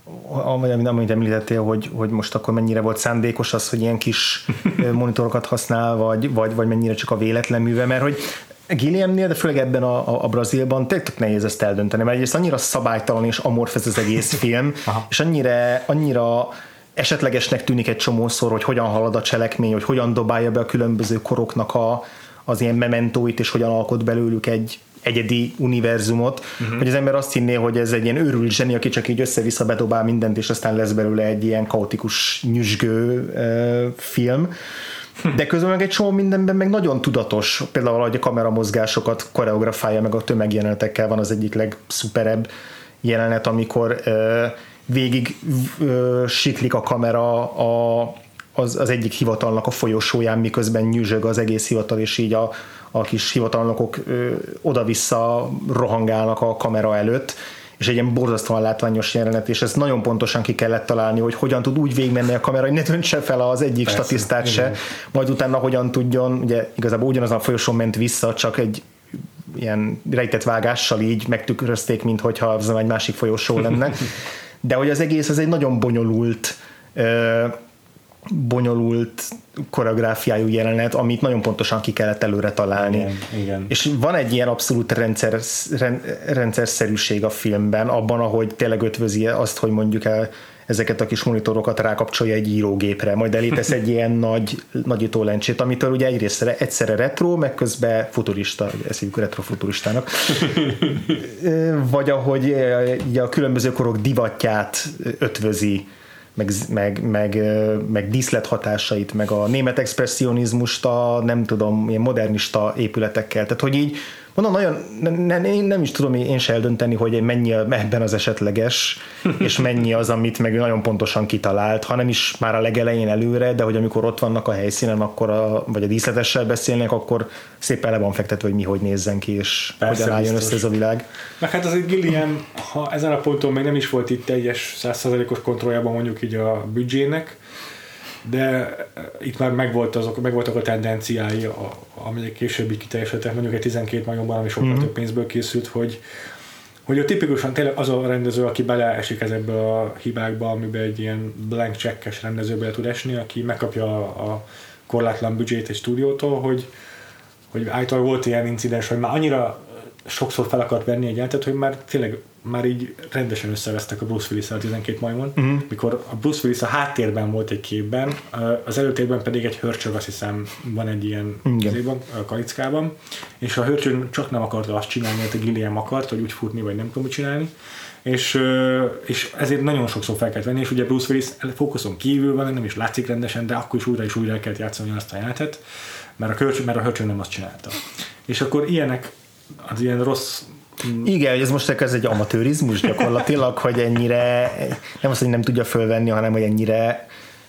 amit, amit említettél, hogy, hogy most akkor mennyire volt szándékos az, hogy ilyen kis monitorokat használ, vagy, vagy, vagy mennyire csak a véletlen műve, mert hogy Gilliamnél, de főleg ebben a, a, a Brazilban tényleg nehéz ezt eldönteni, mert egyrészt annyira szabálytalan és amorf ez az egész film, és annyira, annyira esetlegesnek tűnik egy csomószor, hogy hogyan halad a cselekmény, hogy hogyan dobálja be a különböző koroknak a, az ilyen mementóit, és hogyan alkot belőlük egy egyedi univerzumot, uh-huh. hogy az ember azt hinné, hogy ez egy ilyen őrült zseni, aki csak így össze-vissza bedobál mindent, és aztán lesz belőle egy ilyen kaotikus, nyüzsgő uh, film. De közben meg egy csomó mindenben meg nagyon tudatos, például, hogy a kameramozgásokat koreografálja, meg a tömegjelenetekkel van az egyik legszuperebb jelenet, amikor uh, végig uh, siklik a kamera a, az, az egyik hivatalnak a folyosóján, miközben nyüzsög az egész hivatal, és így a, a kis hivatalnokok ö, oda-vissza rohangálnak a kamera előtt, és egy ilyen borzasztóan látványos jelenet, és ezt nagyon pontosan ki kellett találni, hogy hogyan tud úgy végigmenni a kamera, hogy ne döntse fel az egyik Persze, statisztát igen. se, majd utána hogyan tudjon, ugye igazából ugyanazon a folyosón ment vissza, csak egy ilyen rejtett vágással így megtükrözték, minthogyha az egy másik folyosó lenne. De hogy az egész, ez egy nagyon bonyolult ö, bonyolult koreográfiájú jelenet, amit nagyon pontosan ki kellett előre találni. Igen, igen. És van egy ilyen abszolút rendszer, rendszerszerűség a filmben, abban, ahogy tényleg ötvözi azt, hogy mondjuk el ezeket a kis monitorokat rákapcsolja egy írógépre, majd elítesz egy ilyen nagy nagyítólencsét, amitől ugye egyrészt egyszerre retro, meg közben futurista, ezt hívjuk retrofuturistának. Vagy ahogy a különböző korok divatját ötvözi, meg, meg, meg, meg díszlet hatásait, meg a német expresszionizmust a nem tudom, ilyen modernista épületekkel. Tehát, hogy így mondom, nagyon, nem, én nem is tudom én se eldönteni, hogy mennyi ebben az esetleges, és mennyi az, amit meg nagyon pontosan kitalált, hanem is már a legelején előre, de hogy amikor ott vannak a helyszínen, akkor a, vagy a díszletessel beszélnek, akkor szépen le van fektetve, hogy mi hogy nézzen ki, és Persze, hogyan álljon össze ez a világ. Meg hát azért Gilliam, ha ezen a ponton még nem is volt itt teljes száz százalékos kontrolljában mondjuk így a büdzsének, de itt már megvolt azok, megvoltak a tendenciái, amelyek később így kiteljesedtek, mondjuk egy tizenkét majomban, ami sokkal mm-hmm. több pénzből készült, hogy, hogy a tipikusan tényleg az a rendező, aki beleesik ezekbe a hibákba, amiben egy ilyen blank checkes rendező bele tud esni, aki megkapja a, a korlátlan büdzsét egy stúdiótól, hogy, hogy általában volt ilyen incidens, hogy már annyira sokszor fel akart venni egy jelentet, hogy már tényleg már így rendesen összevesztek a Bruce Willis-el a tizenkét majmon, uh-huh. mikor a Bruce Willis a háttérben volt egy képben, az előtérben pedig egy hörcsög, azt hiszem van egy ilyen zében, a kalickában, és a hörcsög csak nem akarta azt csinálni, amit a Gilliam akart, hogy úgy futni, vagy nem tudom mit csinálni, és, és ezért nagyon sokszor fel kellett venni, és ugye Bruce Willis fókuszon kívül van, nem is látszik rendesen, de akkor is újra és újra el kellett játszani azt a jelenetet, mert a hörcsög, mert a hörcsög nem azt csinálta. És akkor ilyenek, az ilyen rossz. Igen, hogy ez most ez egy amatőrizmus gyakorlatilag, hogy ennyire, nem azt, hogy nem tudja fölvenni, hanem hogy ennyire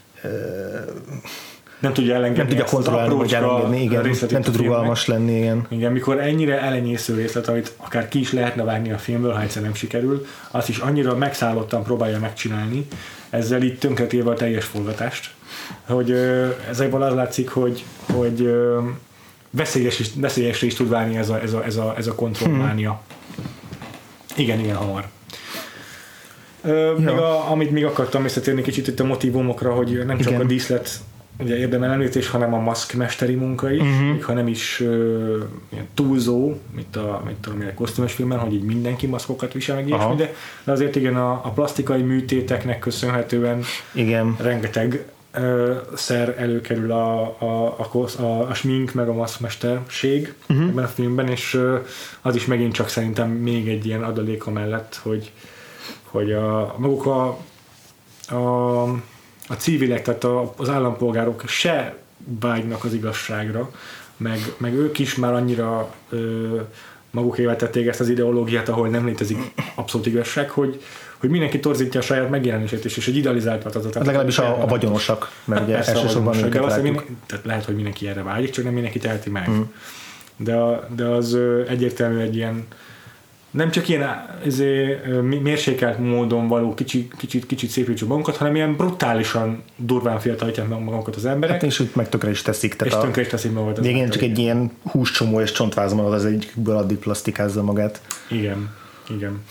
nem tudja elengedni, nem tudja kontrollálni, vagy elengedni, igen, nem tud rugalmas lenni, igen. Igen, mikor ennyire elenyésző részlet, amit akár ki is lehetne vágni a filmből, ha egyszer nem sikerül, azt is annyira megszállottan próbálja megcsinálni, ezzel így tönkretéve a teljes forgatást, hogy ezekből az látszik, hogy, hogy veszélyes is, veszélyesre is tud válni ez a, ez a, ez a, ez a kontrollmánia. Hmm. Igen, igen, hamar. Ö, még a, amit még akartam visszatérni kicsit itt a motivumokra, hogy nem csak igen. a díszlet ugye érdemel említés, hanem a maszkmesteri munka is, uh-huh. még ha nem is ö, ilyen túlzó, mint a, mint a, a kosztümös filmben, hogy így mindenki maszkokat visel meg ilyesmi, de, de azért igen a, a plastikai műtéteknek köszönhetően igen. rengeteg ö, szer előkerül a, a, a, a, a smink meg a maszkmesterség uh-huh. ebben a filmben, és ö, az is megint csak szerintem még egy ilyen adaléka mellett, hogy, hogy a, maguk a, a a civilek, tehát a, az állampolgárok se vágynak az igazságra, meg, meg ők is már annyira ö, magukével tették ezt az ideológiát, ahol nem létezik abszolút igazság, hogy, hogy mindenki torzítja a saját megjelenését is, és egy idealizált változatot. Hát legalábbis a, a vagyonosak, mert ugye elsősorban őket látjuk. Tehát lehet, hogy mindenki erre vágyik, csak nem mindenki teheti meg. Mm. De, a, de az egyértelmű egy ilyen nem csak ilyen ezért, mérsékelt módon való kicsit, kicsit, kicsit szépítsük magunkat, hanem ilyen brutálisan durván fiatalítják meg magunkat az emberek. Hát és úgy meg tökre is teszik. És tökre is teszik magukat az végén csak egy ilyen húscsomó és csontváz marad, az egyikből addig plastikázza magát. Igen, igen.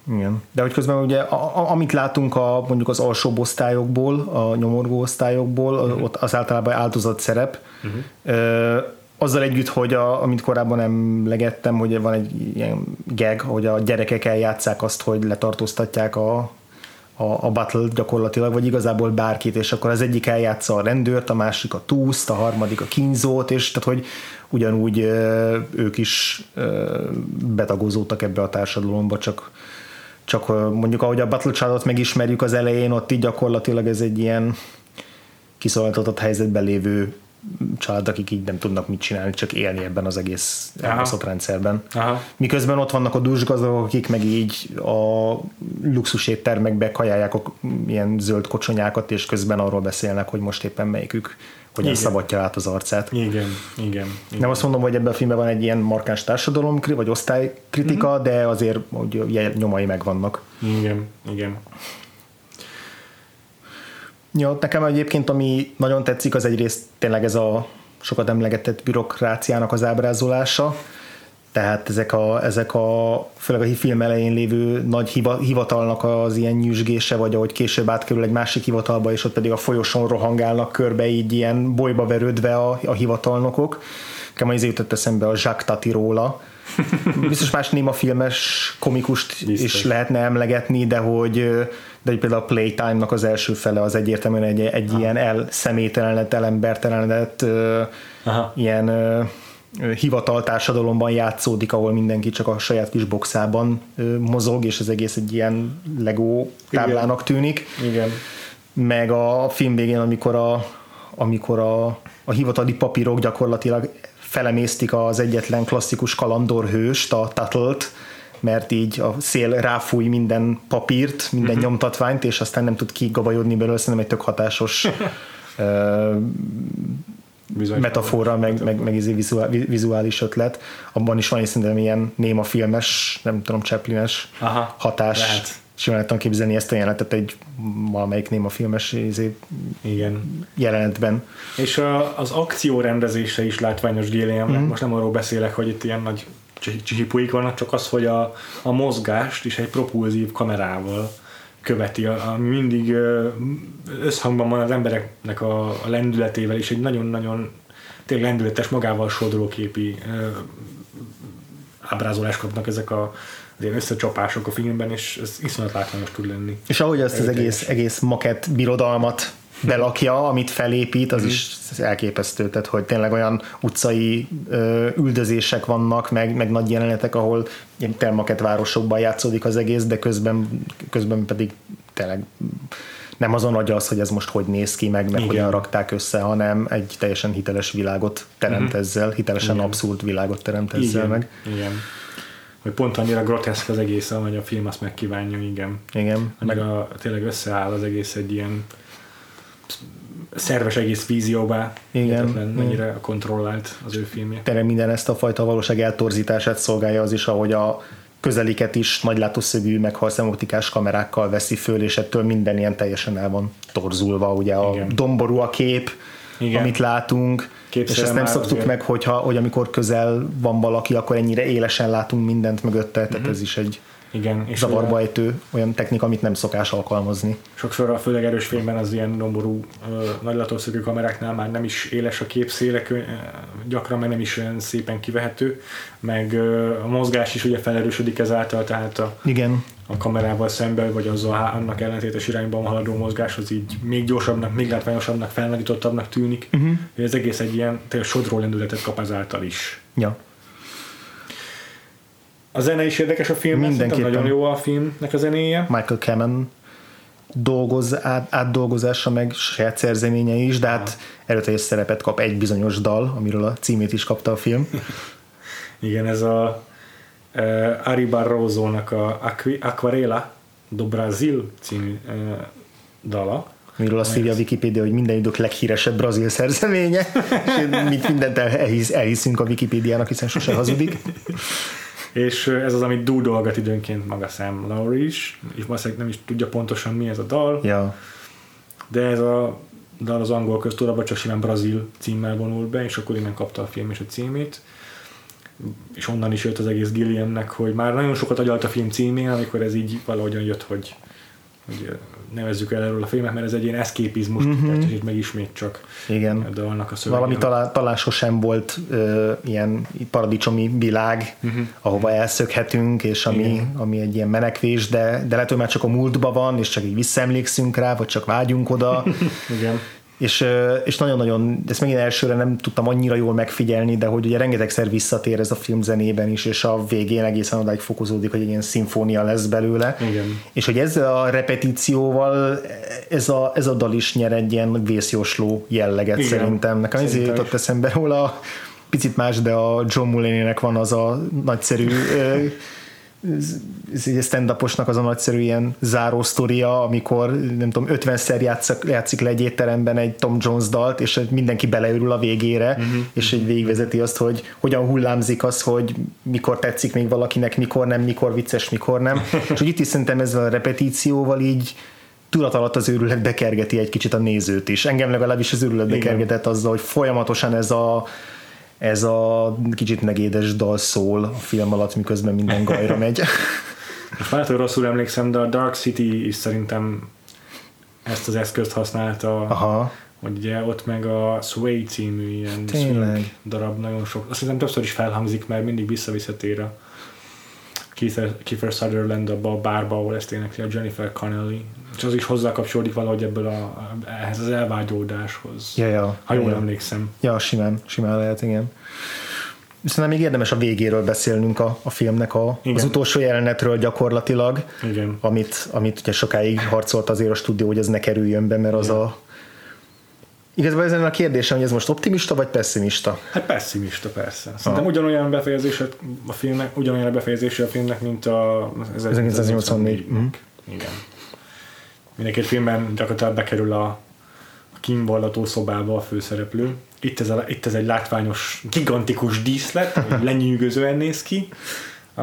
Igen. De hogy közben ugye, a, a, amit látunk a, mondjuk az alsóbb osztályokból, a nyomorgó osztályokból, uh-huh. ott az általában áldozat szerep. Uh-huh. Ö, azzal együtt, hogy a, amit korábban emlegettem, hogy van egy ilyen gag, hogy a gyerekek eljátszák azt, hogy letartóztatják a, a, a battle-t gyakorlatilag, vagy igazából bárkit, és akkor az egyik eljátsza a rendőrt, a másik a túszt, a harmadik a kínzót, és tehát, hogy ugyanúgy ö, ők is ö, betagozódtak ebbe a társadalomba, csak Csak mondjuk ahogy a Battle Childot megismerjük az elején, ott így gyakorlatilag ez egy ilyen kiszolgáltatott helyzetben lévő család, akik így nem tudnak mit csinálni, csak élni ebben az egész elbaszott rendszerben. Aha. Miközben ott vannak a dúsgazdagok, akik meg így a luxus éttermekbe kajálják a ilyen zöld kocsonyákat, és közben arról beszélnek, hogy most éppen melyikük hogyan szabadja át az arcát. Igen, igen, igen. Nem azt mondom, hogy ebben a filmben van egy ilyen markáns társadalom vagy osztálykritika, mm-hmm. de azért hogy nyomai megvannak. Igen, igen. Ja, nekem egyébként ami nagyon tetszik, az egyrészt tényleg ez a sokat emlegetett bürokráciának az ábrázolása, tehát ezek a, ezek a főleg a film elején lévő nagy hivatalnak az ilyen nyüzsgése, vagy ahogy később átkerül egy másik hivatalba, és ott pedig a folyosón rohangálnak körbe így ilyen bolyba verődve a, a hivatalnokok. Nekem az jutott eszembe a Jacques Tati róla. Biztos más némafilmes komikust Biztos. is lehetne emlegetni, de hogy, de hogy például a Playtime-nak az első fele az egyértelműen egy, egy ilyen elszemételenedett, elembertelenedett ilyen hivataltársadalomban játszódik, ahol mindenki csak a saját kis boxában mozog, és az egész egy ilyen Lego táblának tűnik. Igen. Meg a film végén, amikor a, amikor a, a hivatali papírok gyakorlatilag felemésztik az egyetlen klasszikus kalandorhőst, a Tuttle-t, mert így a szél ráfúj minden papírt, minden uh-huh. nyomtatványt, és aztán nem tud kigabajodni belőle, szerintem egy tök hatásos uh, metafora, meg, meg, meg vizuális ötlet. Abban is van, és szerintem ilyen néma filmes, nem tudom, Chaplin-es Aha, hatás. Lehet. Simán tudom képzelni ezt a jelenetet egy valamelyik néma filmes Igen. jelenetben. És a, az akció rendezése is látványos Gilliamnek. Mm. Most nem arról beszélek, hogy itt ilyen nagy csihipuik vannak, csak az, hogy a, a mozgást is egy propulzív kamerával követi, ami mindig összhangban van az embereknek a, a lendületével, és egy nagyon-nagyon tényleg lendületes, magával sodróképi ábrázolást kapnak ezek a az ilyen összecsapások a filmben, és ez iszonyat látványos tud lenni. És ahogy ezt az egész, egész makett birodalmat belakja, amit felépít, az mm. is elképesztő, tehát hogy tényleg olyan utcai ö, üldözések vannak, meg, meg nagy jelenetek, ahol ilyen termakett városokban játszódik az egész, de közben, közben pedig tényleg nem azon adja az, hogy ez most hogy néz ki, meg, meg hogyan rakták össze, hanem egy teljesen hiteles világot teremt mm-hmm. ezzel, hitelesen Igen. abszurd világot teremt ezzel Igen. meg. Igen. Hogy pont annyira groteszk az egész, hogy a film azt megkívánja, igen. Igen. Meg a, tényleg összeáll az egész egy ilyen szerves egész vízióvá. Igen. Mennyire kontrollált az ő filmje. Tényleg minden ezt a fajta valóság eltorzítását szolgálja az is, ahogy a közeliket is nagy látószögű, meg halszemoptikás kamerákkal veszi föl, és ettől minden ilyen teljesen el van torzulva. Ugye a igen. domború a kép, igen. amit látunk, Képzelem és ezt nem szoktuk azért. meg, hogyha, hogy amikor közel van valaki, akkor ennyire élesen látunk mindent mögötte, tehát uh-huh. ez is egy Igen. És zavarba ejtő olyan technika, amit nem szokás alkalmazni. Sokszor a főleg erős filmben az ilyen domború nagy látószögű kameráknál már nem is éles a képszéle, gyakran meg nem is olyan szépen kivehető, meg a mozgás is ugye felerősödik ezáltal, tehát a, Igen. a kamerával szemben, vagy azzal annak ellentétes irányban haladó mozgás az így még gyorsabbnak, még látványosabbnak, felnagyítottabbnak tűnik. Uh-huh. Ez egész egy ilyen tényleg sodró lendületet kap ezáltal is. Ja. A zene is érdekes a filmben, szerintem nagyon jó a filmnek a zenéje. Michael Kamen dolgoz, át, átdolgozása meg saját szerzeménye is, de hát erőteljes szerepet kap egy bizonyos dal, amiről a címét is kapta a film. Igen, ez a uh, Ari Barroso-nak a Aquarela do Brasil című uh, dala. Amiről azt írja a Wikipédia, hogy minden idők leghíresebb brazil szerzeménye, és mit mindent elhisz, elhiszünk a Wikipédiának, hiszen sose hazudik. És ez az, amit dúdolgat időnként maga Sam Lowry is, és valószínűleg nem is tudja pontosan mi ez a dal, ja. de ez a dal az angol köztudatban csak simán brazil címmel vonult be, és akkor innen kapta a film és a címét. és onnan is jött az egész Gilliamnek, hogy már nagyon sokat agyalt a film címén, amikor ez így valahogyan jött, hogy, hogy nevezzük el erről a filmet, mert ez egy ilyen eszképizmus, mm-hmm. és itt meg ismét csak igen. a dalnak a szövege. Valami talán, talán sosem volt ö, ilyen paradicsomi világ, uh-huh. ahova elszökhetünk, és ami, ami egy ilyen menekvés, de, de lehet, hogy már csak a múltban van, és csak így visszaemlékszünk rá, vagy csak vágyunk oda. Igen. És, és nagyon-nagyon, ezt megint elsőre nem tudtam annyira jól megfigyelni, de hogy ugye rengetegszer visszatér ez a film zenében is, és a végén egészen odáig fokozódik, hogy egy ilyen szimfónia lesz belőle. Igen. És hogy ezzel a repetícióval ez a, ez a dal is nyer egy ilyen vészjósló jelleget. Igen. Szerintem. Nekem ezért jutott eszembe róla, picit más, de a John Mulaney-nek van az a nagyszerű ez egy stand-uposnak az a nagyszerű ilyen záró sztoria, amikor nem tudom, ötvenszer játszik, játszik le egy étteremben egy Tom Jones dalt, és mindenki beleörül a végére, uh-huh. és egy végigvezeti azt, hogy hogyan hullámzik az, hogy mikor tetszik még valakinek, mikor nem, mikor vicces, mikor nem. És hogy itt is szerintem ezzel a repetícióval így tudat alatt az őrület bekergeti egy kicsit a nézőt is. Engem legalábbis az őrület bekergetett azzal, hogy folyamatosan ez a ez a kicsit negédes dal szól a film alatt, miközben minden gajra megy. Most már, hogy rosszul emlékszem, de a Dark City is szerintem ezt az eszközt használta, aha. hogy ugye ott meg a Sway című ilyen swing darab nagyon sok, azt hiszem többször is felhangzik, mert mindig vissza-visszatér a Kiefer, Kiefer Sutherland abba a bárba, ahol ezt énekli a Jennifer Connelly, és az is hozzá kapcsolódik valahogy ebből a, ehhez az elvágyódáshoz. Ja, ja, ha jól ja. emlékszem. Ja, simán, simán lehet, igen. Viszont még érdemes a végéről beszélnünk a, a filmnek, a, az utolsó jelenetről gyakorlatilag, igen. Amit, amit ugye sokáig harcolt azért a stúdió, hogy ez ne kerüljön be, mert az igen. a igazából ezen a kérdésem, hogy ez most optimista vagy pessimista? Hát pessimista, persze. Szerintem ah. ugyanolyan befejezése a filmnek, ugyanolyan a befejezése a filmnek, mint a ezerkilencszáznyolcvannégy. Mm. Igen. Mindenki filmben gyakorlatilag bekerül a kínvallató szobába a főszereplő. Itt ez, a, itt ez egy látványos, gigantikus díszlet, lenyűgözően néz ki. A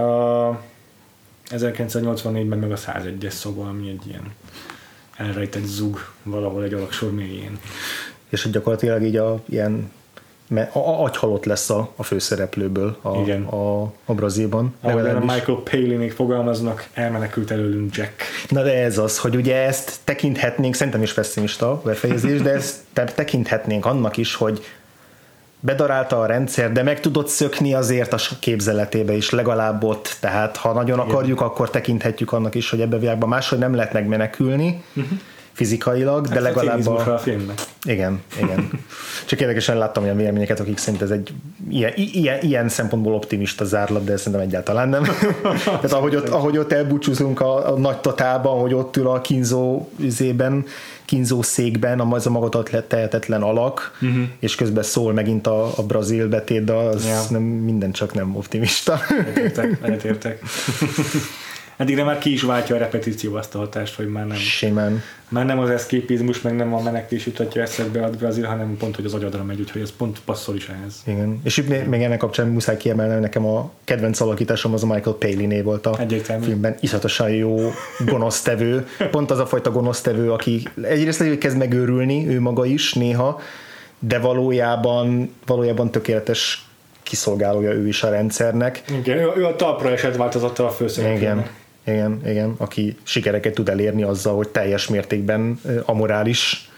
ezerkilencszáznyolcvannégyben meg a százegyes szoba, ami egy ilyen elrejtett zug valahol egy alaksor mélyén. És hogy gyakorlatilag így a ilyen a, a, agyhalott lesz a, a főszereplőből a, a, a Brazílban. Ahogy a Michael Palin-ék fogalmaznak, elmenekült előlünk Jack. Na de ez az, hogy ugye ezt tekinthetnénk, szerintem is pessimista a befejezés, de ezt tekinthetnénk annak is, hogy bedarálta a rendszer, de meg tudott szökni azért a képzeletébe is, legalább ott, tehát ha nagyon akarjuk, igen. akkor tekinthetjük annak is, hogy ebbe a világban máshogy nem lehet megmenekülni, uh-huh. fizikailag, de hát legalább a... a filmnek. Igen, igen. Csak érdekesen láttam olyan véleményeket, akik szerint ez egy ilyen, ilyen, ilyen szempontból optimista zárlat, de szerintem egyáltalán nem. Tehát ahogy ott, ahogy ott elbúcsúzunk a, a nagy totálban, hogy ott ül a kínzó üzében, kínzó székben, az a magadat tehetetlen alak, uh-huh. és közben szól megint a, a brazil betétdal, az ja. nem, minden csak nem optimista. Egyetértek, egyetértek. Eddigre már ki is váltja a repetíció azt a hatást, hogy már nem, Simán. már nem az eszképizmus, meg nem a menekvés jutatja eszedbe a Brazil, hanem pont, hogy az agyadra megy, úgyhogy ez pont passzol is ehhez. Igen. És itt még ennek kapcsán muszáj kiemelnem, nekem a kedvenc alakításom az a Michael Palin-é volt a Egyértelmű. filmben. Iszonyatosan jó gonosztevő. Pont az a fajta gonosztevő, aki egyrészt hogy kezd megőrülni, ő maga is néha, de valójában, valójában tökéletes kiszolgálója ő is a rendszernek. Igen, ő, ő a talpra esett változattal a főszereplőnek. Igen. Igen, igen, aki sikereket tud elérni azzal, hogy teljes mértékben amorális,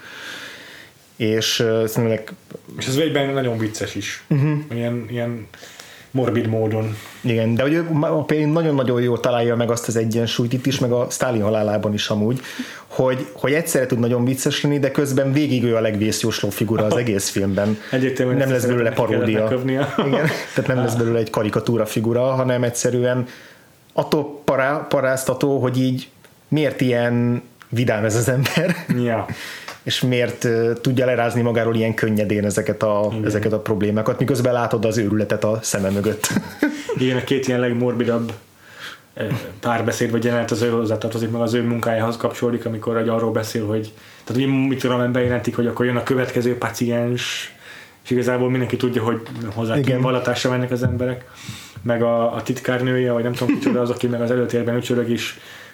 és uh, és ez végben nagyon vicces is. Uh-huh. Ilyen, ilyen morbid módon. Igen, de hogy ő nagyon-nagyon jól találja meg azt az egyensúlyt itt is, meg a Sztálin halálában is amúgy, hogy, hogy egyszerre tud nagyon vicces lenni, de közben végig ő a legvészjósló figura az egész filmben. Nem lesz belőle paródia. Igen, tehát nem lesz belőle egy karikatúra figura, hanem egyszerűen attól pará, paráztató, hogy így miért ilyen vidám ez az ember, ja. és miért uh, tudja lerázni magáról ilyen könnyedén ezeket a, ezeket a problémákat, miközben látod az őrületet a szeme mögött. Igen, a két ilyen legmorbidabb párbeszéd vagy jelenet az ő hozzátartozik, meg az ő munkájához kapcsolódik, amikor egy arról beszél, hogy tehát mit tudom, bejelentik, hogy akkor jön a következő paciens, és igazából mindenki tudja, hogy hozzá kínvallatásra mennek az emberek, meg a, a titkárnője, vagy nem tudom kicsoda az, aki meg az előtérben ücsörög is,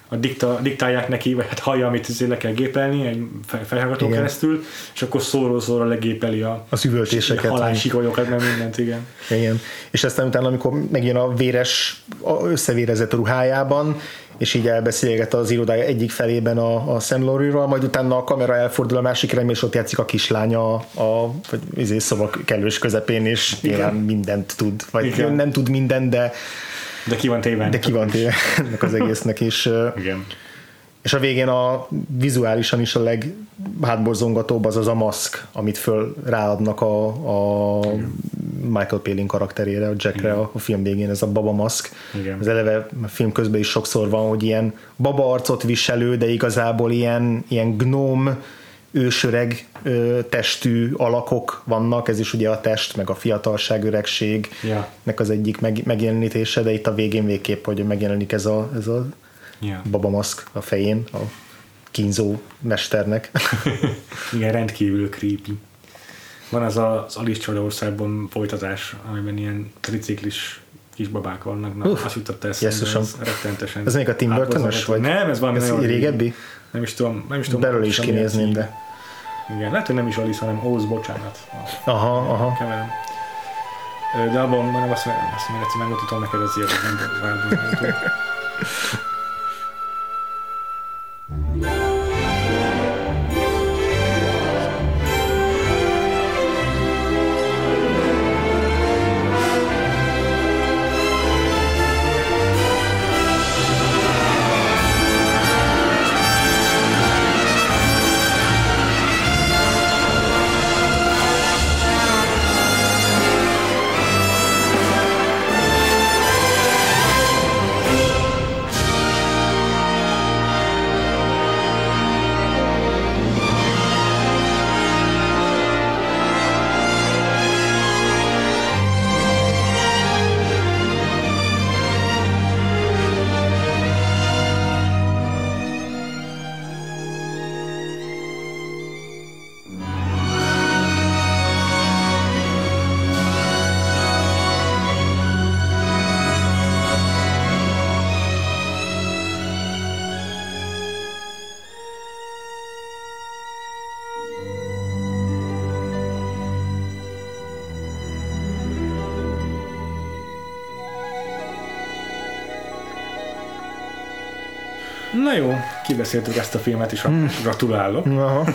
a dikta, diktálják neki, vagy hát hallja, amit le kell gépelni egy felhallgatón keresztül, és akkor szóról-szóra legépeli a, a üvöltéseket, halálsikolyokat, meg mindent, igen. igen. És aztán utána, amikor megjön a véres, összevérezett ruhájában, és így elbeszélget az irodája egyik felében a, a Sam Laurie-ról, majd utána a kamera elfordul a másikra, és ott játszik a kislánya a vagy szobak kellős közepén, és nyilván mindent tud, vagy igen. nem tud mindent, de de ki van téve de ki van téve ennek az egésznek, és, igen. és a végén a vizuálisan is a leghátborzongatóbb az az a maszk, amit föl ráadnak a, a Michael Palin karakterére, a Jackre a, a film végén, ez a baba maszk. Igen. Az eleve a film közben is sokszor van, hogy ilyen baba arcot viselő, de igazából ilyen, ilyen gnóm, ősöreg ö, testű alakok vannak, ez is ugye a test, meg a fiatalság, öregség ja. nek az egyik meg, megjelenítése, de itt a végén végképp, hogy megjelenik ez a, ez a ja. babamaszk a fején, a kínzó mesternek. Igen, rendkívül creepy. Van az a, az Alice Csodaországban folytatás, amiben ilyen triciklis kisbabák vannak. Na, Uf, azt jutott eszembe, ez rettenetesen. Ez még a Tim Burton-ös? Vagy nem, ez valami ez nagyon régebbi? Nem is tudom. Nem is tudom belőle is kinézném, de... Igen, lehet, hogy nem is Alice, hanem Oz, bocsánat. Aha, aha. Keverem. De abban nem azt mondom, azt mondom, egyszer megmutatom neked az ilyet, hogy nem várható. Na jó, kibeszéltük ezt a filmet is, hmm. gratulálok. Aha.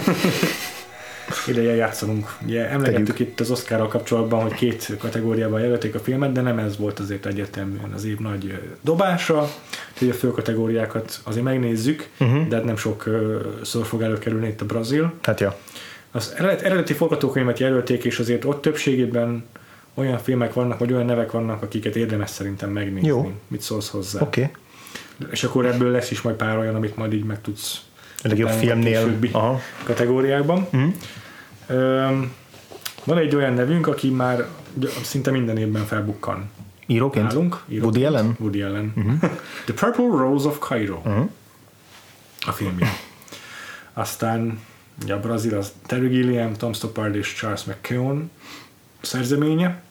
Ideje játszanunk. Ugye emlegettük Tegyük. itt az Oscarral kapcsolatban, hogy két kategóriában jelölték a filmet, de nem ez volt azért egyértelműen az év nagy dobása. Úgyhogy a fő kategóriákat azért megnézzük, uh-huh. de nem sokszor fog előkerülni itt a Brazil. Hát ja. Az eredeti forgatókönyvet jelölték, és azért ott többségében olyan filmek vannak, vagy olyan nevek vannak, akiket érdemes szerintem megnézni. Jó. Mit szólsz hozzá? Oké. Okay. És akkor ebből lesz is majd pár olyan, amit majd így meg tudsz a legjobb filmnél kategóriákban. Mm. Um, van egy olyan nevünk, aki már szinte minden évben felbukkan. Íróként? Nálunk. Íróként. Woody Allen? Woody Allen. Mm-hmm. The Purple Rose of Cairo. Mm-hmm. A filmje. Aztán ugye a Brazil az Terry Gilliam, Tom Stoppard és Charles McKeown szerzeménye.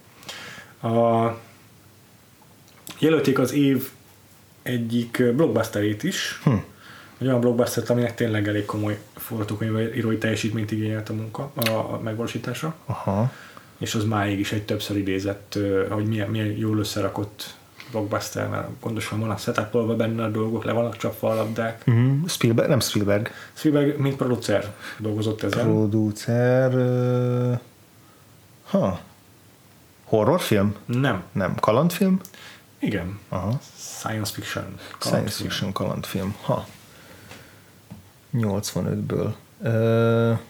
A jelölték az év egyik blockbusterét is, hm. egy olyan blockbustert, aminek tényleg elég komoly forgatókönyvírói teljesítményt igényelt a munka, a, a megvalósítása. Aha. És az máig is egy többször idézett, hogy milyen, milyen jól összerakott blockbuster, mert gondosan vannak setupolva benne a dolgok, le vannak csapva a labdák. Uh-huh. Spielberg, nem Spielberg. Spielberg, mint producer dolgozott ezen. Producer... Uh... Ha. Horrorfilm? Nem. Nem. Kalandfilm? Igen. Aha. Science fiction. Science fiction kalandfilm. Ha. nyolcvanötből. Uh...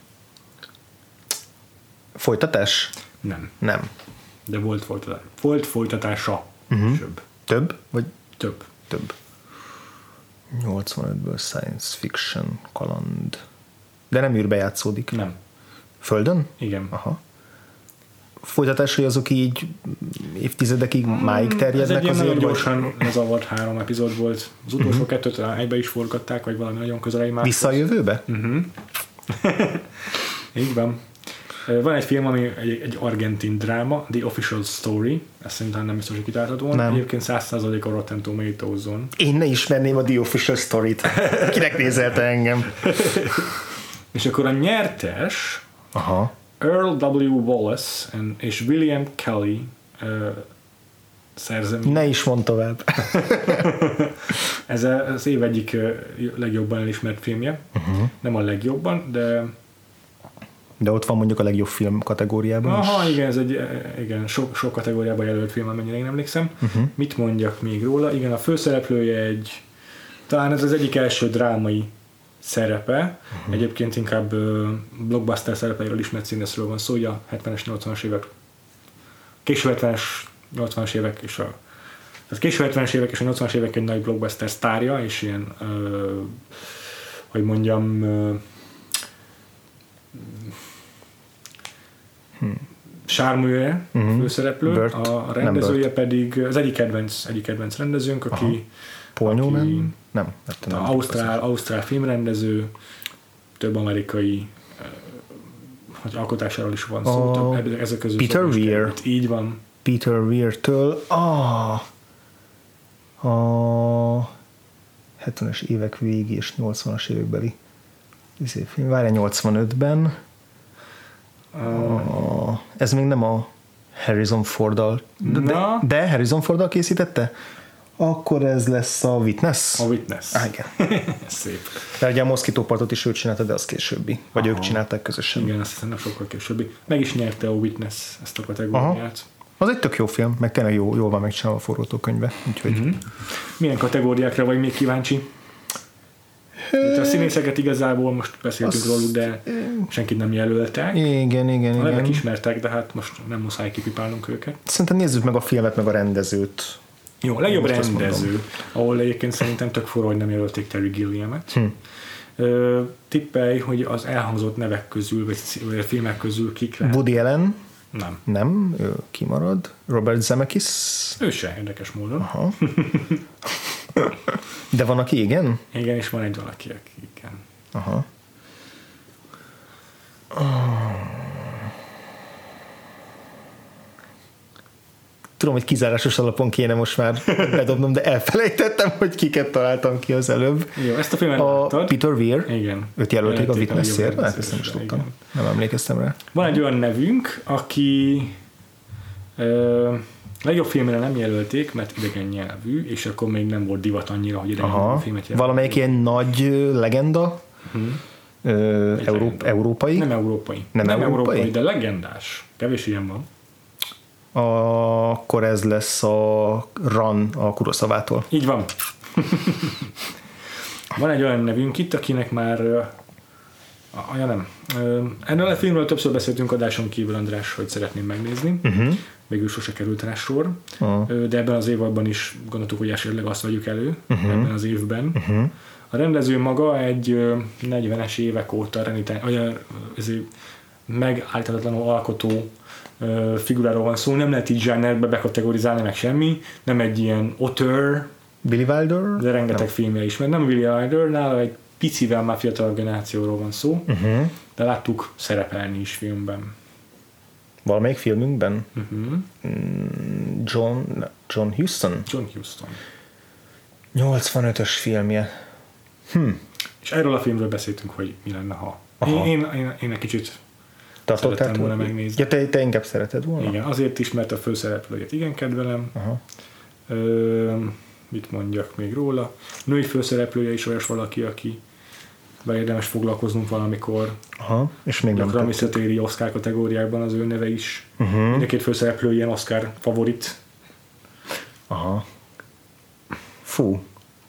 Folytatás? Nem. Nem. De volt folytatás. Volt folytatása. Uh-huh. Több? Vagy? Több. Több. nyolcvanötből science fiction kaland. De nem űrbe játszódik? Nem. Földön? Igen. Aha. Folytatásai azok így évtizedekig hmm, máig terjednek azért? Ez egy nagyon gyorsan vagy... lezavart három epizód volt. Az utolsó uh-huh. kettőt egybe is forgatták, vagy valami nagyon közel egymáshoz. Vissza a jövőbe? Uh-huh. Így van. Van egy film, ami egy, egy argentin dráma, The Official Story, ezt szerintem nem biztos, hogy kitáltad volna. Nem. Egyébként száz százalék a Rotten Tomatoes-on. Én ne ismerném a The Official Story-t. Kinek nézelte engem? És akkor a nyertes Aha. Earl W. Wallace and, és William Kelly uh, szerzemény. Ne is mondd tovább. Ez az év egyik uh, legjobban elismert filmje. Uh-huh. Nem a legjobban, de De ott van mondjuk a legjobb film kategóriában aha, is. igen, ez egy igen, sok, sok kategóriában jelölt film, amennyire én emlékszem. Uh-huh. Mit mondjak még róla? Igen, a főszereplője egy, talán ez az egyik első drámai szerepe, uh-huh. egyébként inkább uh, blockbuster szerepeiről ismert színészről van szó, ugye a hetvenes, nyolcvanas évek, késő hetvenes, nyolcvanas évek és a tehát késő hetvenes évek és a nyolcvanas évek egy nagy blockbuster sztárja, és ilyen, uh, hogy mondjam, uh, hmm. sárműje, uh-huh. főszereplő, Burt, a rendezője pedig, az egyik kedvenc, egyik kedvenc rendezőnk, aki, aha. Paul Newman? Nem. nem ausztrál, ausztrál filmrendező, több amerikai hogy alkotásáról is van szó, a több, ezek közül Peter Weir. Így van. Peter Weir-től ah, a hetvenes évek végi és nyolcvanas évekbeli film, várja nyolcvanötben. Uh, a, ez még nem a Harrison Forddal, de, de Harrison Forddal készítette? Akkor ez lesz a Witness? A Witness. Ah, igen. Szép. De ugye a Mosquito Partot is ő csinálta, de az későbbi. Vagy aha. ők csinálták közösen. Igen, azt hiszem nem sokkal későbbi. Meg is nyerte a Witness ezt a kategóriát. Aha. Az egy tök jó film, meg tényleg jó, jól van megcsinálva a forgatókönyve. Úgyhogy... Mm-hmm. Milyen kategóriákra vagy még kíváncsi? Itt a színészeket igazából most beszéltünk azt... róluk, de senkit nem jelöltek. Igen, igen, a nevek igen. ismertek, de hát most nem muszáj kipipálnunk őket. Szerintem nézzük meg a filmet, meg a rendezőt. Jó, a legjobb rendező, ahol egyébként szerintem tök forró, hogy nem jelölték Terry Gilliamet. Hm. Ö, tippelj, hogy az elhangzott nevek közül, vagy filmek közül kik lehet? Woody Allen? Nem. Nem, ő kimarad. Robert Zemeckis? Ő se, érdekes módon. Aha. De van, aki igen? Igen, és van egy valaki, aki igen. Aha. Tudom, hogy kizárásos alapon kéne most már bedobnom, de elfelejtettem, hogy kiket találtam ki az előbb. Jó, ezt a filmet a láttad? Peter Weir. Igen. Őt jelölték a Witnessért? Hát ezt nem is tudtam. Igen. Nem emlékeztem rá. Van egy olyan nevünk, aki ö, legjobb filmre nem jelölték, mert idegen nyelvű, és akkor még nem volt divat annyira, hogy idegen nyelvű filmet jelölték. Valamelyik ilyen nagy legenda? Hmm. Ö, Euró- legenda. Európai? Nem európai. Nem, nem európai? európai, de legendás. Kevés ilyen van. Akkor ez lesz a Run a Kurosawától. Így van. Van egy olyan nevünk itt, akinek már ah, ja nem. Ennél a filmről többször beszéltünk adáson kívül, András, hogy szeretném megnézni. Uh-huh. Végül sose került rá sor. Uh-huh. De ebben az évadban is gondoltuk, hogy esetleg azt vegyük elő, uh-huh. ebben az évben. Uh-huh. A rendező maga egy negyvenes évek óta renitán, megállíthatatlanul alkotó figuráról van szó, nem lehet így zsánerbe bekategorizálni meg semmi, nem egy ilyen auteur, Billy Wilder? De rengeteg nem. filmje is, mert nem Billy Wilder, nála egy picivel már fiatal generációról van szó, uh-huh. de láttuk szerepelni is filmben. Valamelyik filmünkben? Uh-huh. John, John Huston? John Huston. nyolcvanötös filmje. Hm. És erről a filmről beszéltünk, hogy mi lenne, ha. Én, én, én, én egy kicsit szerettem volna megnézni. Ja, te, te inkább szereted volna? Igen, azért is, mert a főszereplőjét igen kedvelem. Aha. Ö, mit mondjak még róla? Női főszereplője is olyas valaki, aki érdemes foglalkoznunk valamikor. Aha, és még gyakran visszatéri Oscar kategóriákban az ő neve is. Uh-huh. Mind a két főszereplő ilyen Oscar favorit. Aha. Fú.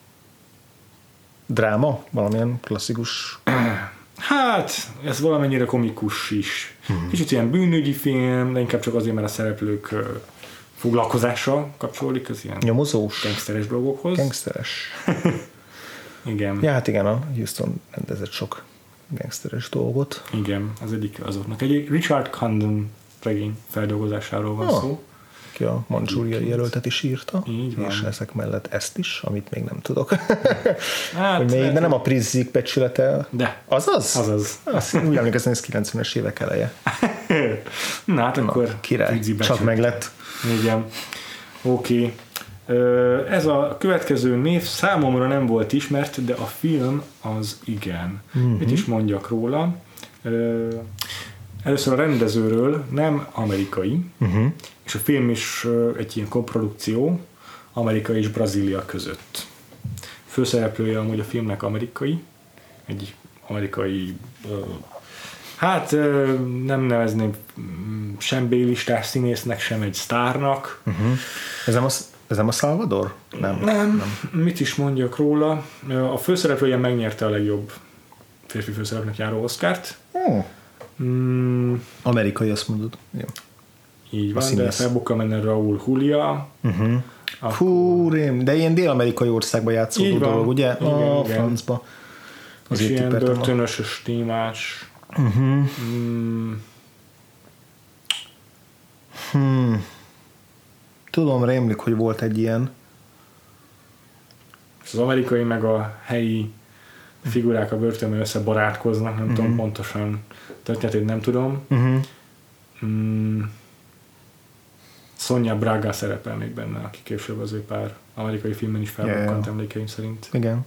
Dráma? Valamilyen klasszikus? Hát, ez valamennyire komikus is. Uh-huh. Kicsit ilyen bűnügyi film, de inkább csak azért, mert a szereplők foglalkozása kapcsolódik az ilyen nyomozós, gangsteres dolgokhoz. Gangsteres. Igen. Ja, hát igen, a Houston rendezett sok gangsteres dolgot. Igen, az egyik azoknak. Egy Richard Condon regény feldolgozásáról van oh. szó. Ki a Manchúria jelöltet is írta. Így van. És ezek mellett ezt is, amit még nem tudok. Hát, hogy még, de nem a Prizzik becsülete. De. Azaz? Azaz. Azt úgy emlékeztem, ez kilencvenes évek eleje. Na hát akkor király, csak meg lett. Igen. Oké. Okay. Ez a következő név számomra nem volt ismert, de a film az igen. Uh-huh. Mit is mondjak róla? Először a rendezőről, nem amerikai, uh-huh. és a film is egy ilyen koprodukció Amerika és Brazília között. Főszereplője amúgy a filmnek amerikai, egy amerikai, hát nem nevezném sem B-listás színésznek, sem egy sztárnak. Uh-huh. Ez, nem a, ez nem a Salvador? Nem. Nem. Nem. Mit is mondjak róla? A főszereplője megnyerte a legjobb férfi főszereplőnek járó Oscart. Oh. Mm. Amerikai, azt mondod. Jó. Így van, de felbukka menne Raúl Julia. Uh-huh. Akkor... Hú, rém, de ilyen dél-amerikai országban játszódó dolog, ugye? Igen, a igen. francba. És ilyen börtönös témás. Uh-huh. Mm. Hmm. Tudom, rémlik, hogy volt egy ilyen. Az amerikai meg a helyi figurák a börtönben összebarátkoznak, nem uh-huh. tudom pontosan történetét, nem tudom. Uh-huh. Mm. Sonia Braga szerepel még benne, aki később az ő pár amerikai filmben is felbukkant yeah. emlékeim szerint. Igen.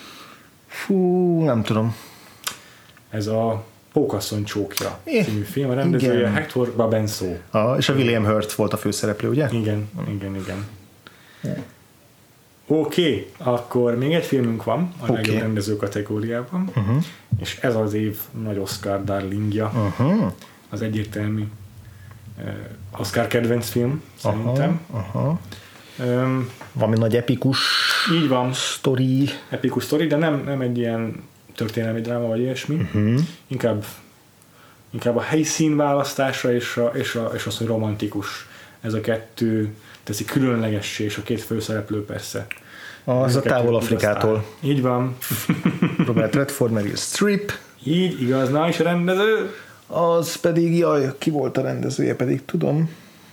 Fú, nem tudom. Ez a Pókasszony csókja című film, a rendezője igen. Hector Babenso. Ah, és a William Hurt volt a főszereplő, ugye? Igen, igen, igen. Yeah. Oké, okay, akkor még egy filmünk van a okay. legjobb rendező kategóriában, uh-huh. és ez az év nagy Oscar darlingja. Uh-huh. Az egyértelmű uh, Oscar kedvenc film, szerintem. Uh-huh. Um, Valami nagy epikus így van. Sztori. Epikus sztori, de nem, nem egy ilyen történelmi dráma vagy ilyesmi. Uh-huh. Inkább, inkább a helyszín választása és, a, és, a, és az, hogy romantikus. Ez a kettő teszi különlegessé, és a két főszereplő persze. Az a Távol Afrikától. Így van. Robert Redford, Meryl Streep. Így, igaz, na és a rendező? Az pedig, jaj, ki volt a rendezője, pedig tudom.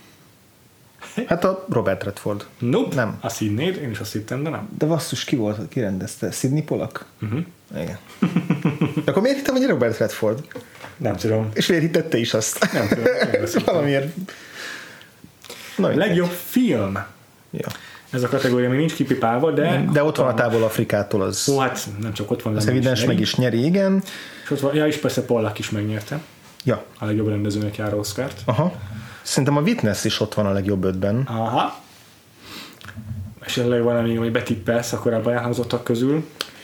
Hát a Robert Redford. Nope. Nem. A Sidney, én is azt hittem, de nem. De basszus, ki volt, ki rendezte? Sidney Pollack? Uh-huh. Igen. De akkor miért hittem, hogy Robert Redford? Nem tudom. És miért hittette is azt? Nem tudom. Valamiért. Na, legjobb film. Ja. Ez a kategória még nincs kipipálva, de... De ott van a Távol Afrikától az... Ó, hát nem csak ott van. Az evidens meg is nyeri, igen. És ott van, ja, és persze Pollack is megnyerte. Ja. A legjobb rendezőnek járó Oscart. Aha. Szerintem a Witness is ott van a legjobb ötben. Aha. Esetleg van, amíg, hogy betippelsz a korábban elhangzottak közül.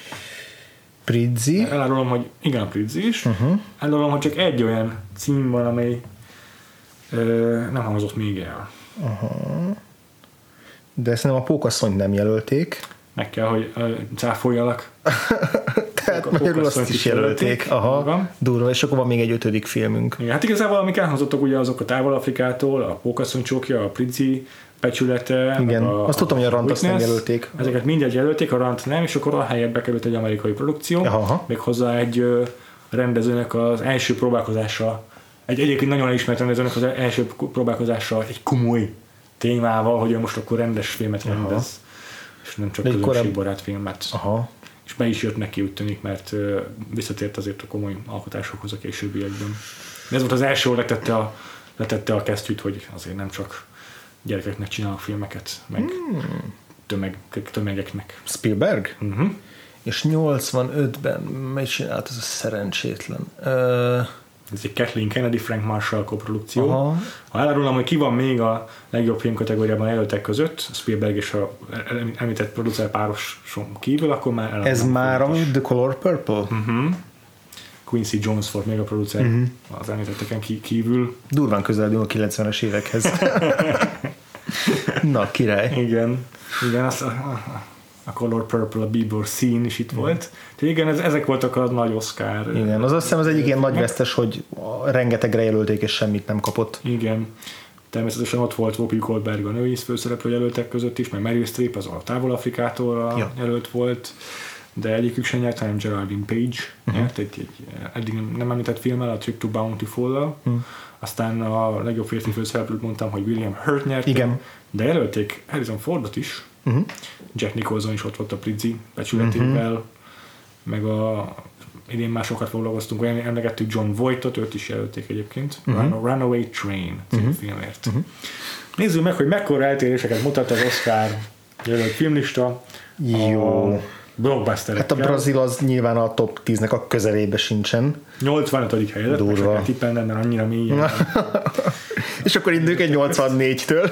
Prizzi. Elárulom, hogy igen, a Prizzi is. Uh-huh. Elárulom, hogy csak egy olyan cím van, amely ö, nem hangzott még el. Aha. De szerintem a Pókasszonyt nem jelölték. Meg kell, hogy cáfoljalak. Tehát magyarul azt is jelölték. Aha, durva, és akkor van még egy ötödik filmünk. Igen, hát igazából amik elhangzottak ugye azok a Távol Afrikától, a Pókasszony csókja, a Prizzi becsülete. Igen, a, azt tudtam, hogy a Rant azt nem jelölték. Ezeket mindegy jelölték, a Rant nem, és akkor a helyet bekerült egy amerikai produkció. Aha. Méghozzá egy ö, rendezőnek az első próbálkozása, egy egyébként nagyon elismert rendezőnek az első próbálkozása egy komoly témával, hogy ő most akkor rendes filmet rendez. Aha. És nem csak közönségbarát filmet. Aha. És be is jött neki, úgy tűnik, mert uh, visszatért azért a komoly alkotásokhoz a későbbiekben. De ez volt az első, ahol letette a, letette a kesztyűt, hogy azért nem csak gyerekeknek csinálnak filmeket, meg hmm. tömeg, tömegeknek. Spielberg? Uh-huh. És nyolcvanötben mit csinált ez a szerencsétlen? Uh... Ez egy Kathleen Kennedy, Frank Marshall koprodukció. Aha. Ha elárulom, hogy ki van még a legjobb film kategóriában jelöltek között, Spielberg és a említett producer pároson kívül, akkor már elárulom. Ez már a The Color Purple? Uh-huh. Quincy Jones volt még a producer uh-huh. az említetteken kívül. Durván közeledünk a kilencvenes évekhez. Na, király. Igen. Igen, az a, a, a Color Purple, a Bieber Scene is itt mm. volt. Tehát igen, ez, ezek voltak a nagy Oscar. Igen, az azt hiszem az egyik ilyen nagy vesztes, hogy rengetegre jelölték, és semmit nem kapott. Igen. Természetesen ott volt Whoopi Goldberg a női főszereplő jelöltek között is, meg Meryl Streep az a Távol Afrikától ja. jelölt volt, de egyikük sem nyert, hanem Geraldine Page uh-huh. nyert egy, egy eddig nem említett filmmel, a Trip to Bountiful-lal. Uh-huh. Aztán a legjobb férfi főszereplőt mondtam, hogy William Hurt nyert. Igen. De jelölték Harrison Fordot is. Uh-huh. Jack Nicholson is ott volt a Prizzi becsületével, uh-huh. meg a idén már sokat foglalkoztunk, olyan emlegettük John Voight-ot, őt is jelölték egyébként, Uh-huh. Run, Runaway Train című Uh-huh. filmért. Uh-huh. Nézzük meg, hogy mekkora eltéréseket mutat az Oscar jelölt filmlista. Jó. A blockbusterekkel. Hát a Brazil az nyilván a top tíznek a közelébe sincsen. nyolcvanötödik helyezett, meg se kell tippelnem, mert annyira mélyen. És akkor induljuk egy nyolcvannégytől.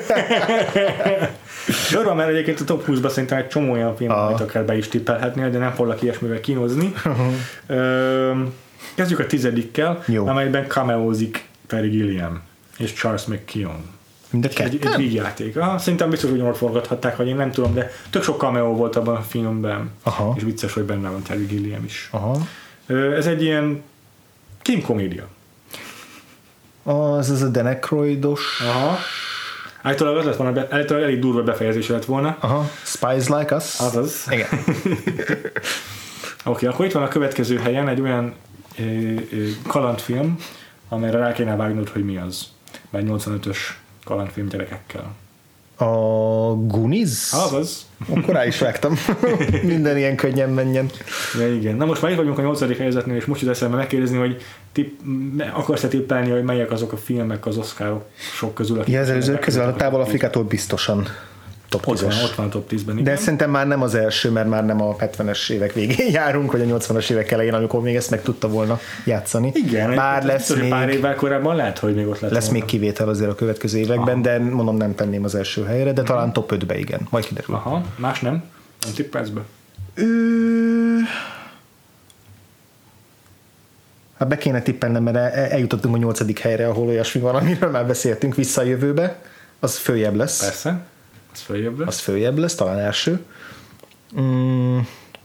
Sorban, mert egyébként a top húszban szerintem egy csomó olyan film, ah. amit akár be is tippelhetnél, de nem foglak ilyesmivel kínozni. Uh-huh. Kezdjük a tizedikkel, Jó. amelyben cameózik Terry Gilliam és Charles McKeown. Mind a Egy, ketten? egy vígjáték. Aha, szerintem biztos, hogy nyomot forgathatták, vagy én nem tudom, de tök sok cameo volt abban a filmben. Aha. És vicces, hogy benne van Terry Gilliam is. Aha. Ez egy ilyen kémkomédia. Az az a Dan Aykroydos. Aha. Általában az lett volna, általában elég durva befejezés lett volna. Aha. Spies Like Us. Azaz. Igen. Oké, okay, akkor itt van a következő helyen egy olyan ö, ö, kalandfilm, amelyre rá kéne vágnod, hogy mi az. Már nyolcvanötös kalandfilm gyerekekkel. A Goonies? Azaz. Akkor rá is vágtam. Minden ilyen könnyen menjen. Ja, igen. Na most már itt vagyunk a nyolcadik helyezetnél, és most jut eszembe megkérdezni, hogy tipp, akarsz-e tippelni, hogy melyek azok a filmek az Oscarok sok közül, akik... Ja, az előzők közül a Távol-Afrikától biztosan top Ott van, tízes. ott van a top tízben, igen. De szerintem már nem az első, mert már nem a hetvenes évek végén járunk, vagy a nyolcvanas évek elején, amikor még ezt meg tudta volna játszani. Igen, bár lesz biztos, még, pár évvel korábban lehet, hogy még ott lett lesz volna. még kivétel azért a következő években, aha. De mondom, nem tenném az első helyre, de talán top ötbe igen, majd kiderül. Aha, más nem? Nem tippelsz be? Ö... Hát be kéne tippelnem, mert el- eljutottunk a nyolcadik helyre, ahol olyasmi van, amiről már beszéltünk, Vissza a jövőbe, az följebb lesz. Persze, az följebb lesz. Az följebb lesz, talán első. Mm.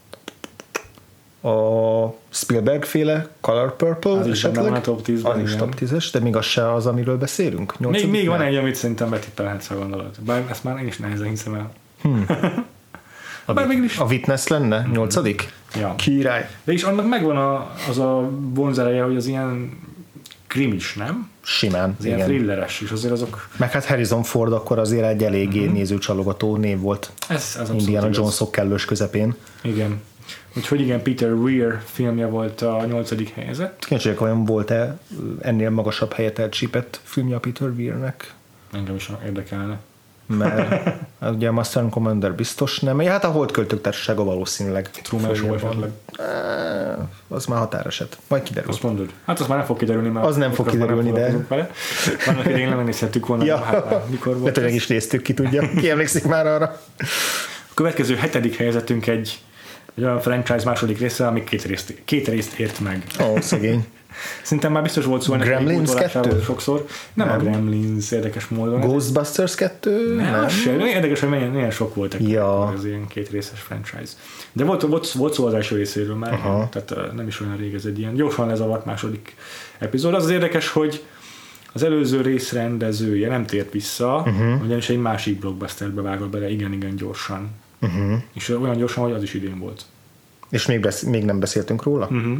A Spielberg féle Color Purple Az is esetleg. benne van a top tízben, Az is igen. top tízes, de még az se az, amiről beszélünk. Még, még van egy, amit szerintem betippelhetsz, ha gondolod. Bár ezt már én is nehezen hiszem el. Hmm. A, Bár mégis... a Witness lenne? Nyolcadik? Ja. Király. De is annak megvan a, az a vonzereje, hogy az ilyen krimis, nem? Simán, Az ilyen igen. thrilleres, és azért azok... Meg hát Harrison Ford akkor azért egy eléggé Mhm. uh-huh. nézőcsalogató név volt. Ez, ez abszolút Indiana igaz. Jones-ok kellős közepén. Igen. Úgyhogy igen, Peter Weir filmje volt a nyolcadik helyezett. Kíváncsiak, olyan volt-e ennél magasabb helyet elcsípett filmje a Peter Weirnek? Engem is érdekelne. Mert hát ugye a Master and Commander biztos nem. Ja, hát a Holdköltők Társasága valószínűleg. Truman Show följebb van. esetleg. Á, az már határeset. Majd kiderül. Azt mondod? Hát az már nem fog kiderülni, mert Az nem fog kiderülni, de- Vele. Vannak idején nem megnézhettük volna, Ja. hát már mikor volt. De tényleg ez. is néztük, ki tudja. Ki emlékszik már arra? A következő hetedik helyezettünk egy, egy olyan franchise második része, ami két részt, két részt ért meg. Ó, szegény. Szerintem már biztos volt szó ennek Gremlins egy pótolásával kettő? sokszor. Nem, nem a Gremlins érdekes módon. Ghostbusters kettő? Nem, Nem. az sem. Érdekes, hogy milyen, milyen sok volt Ja. az ilyen két részes franchise. De volt, volt, volt szó az első részéről már, Aha. tehát uh, nem is olyan rég ez egy ilyen gyorsan lezavart második epizód. Az az érdekes, hogy az előző rész rendezője nem tért vissza, uh-huh. ugyanis egy másik blockbusterbe vágott bele igen-igen gyorsan. Uh-huh. És olyan gyorsan, hogy az is idén volt. És még, besz- még nem beszéltünk róla? Uh-huh.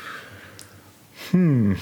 Hmm.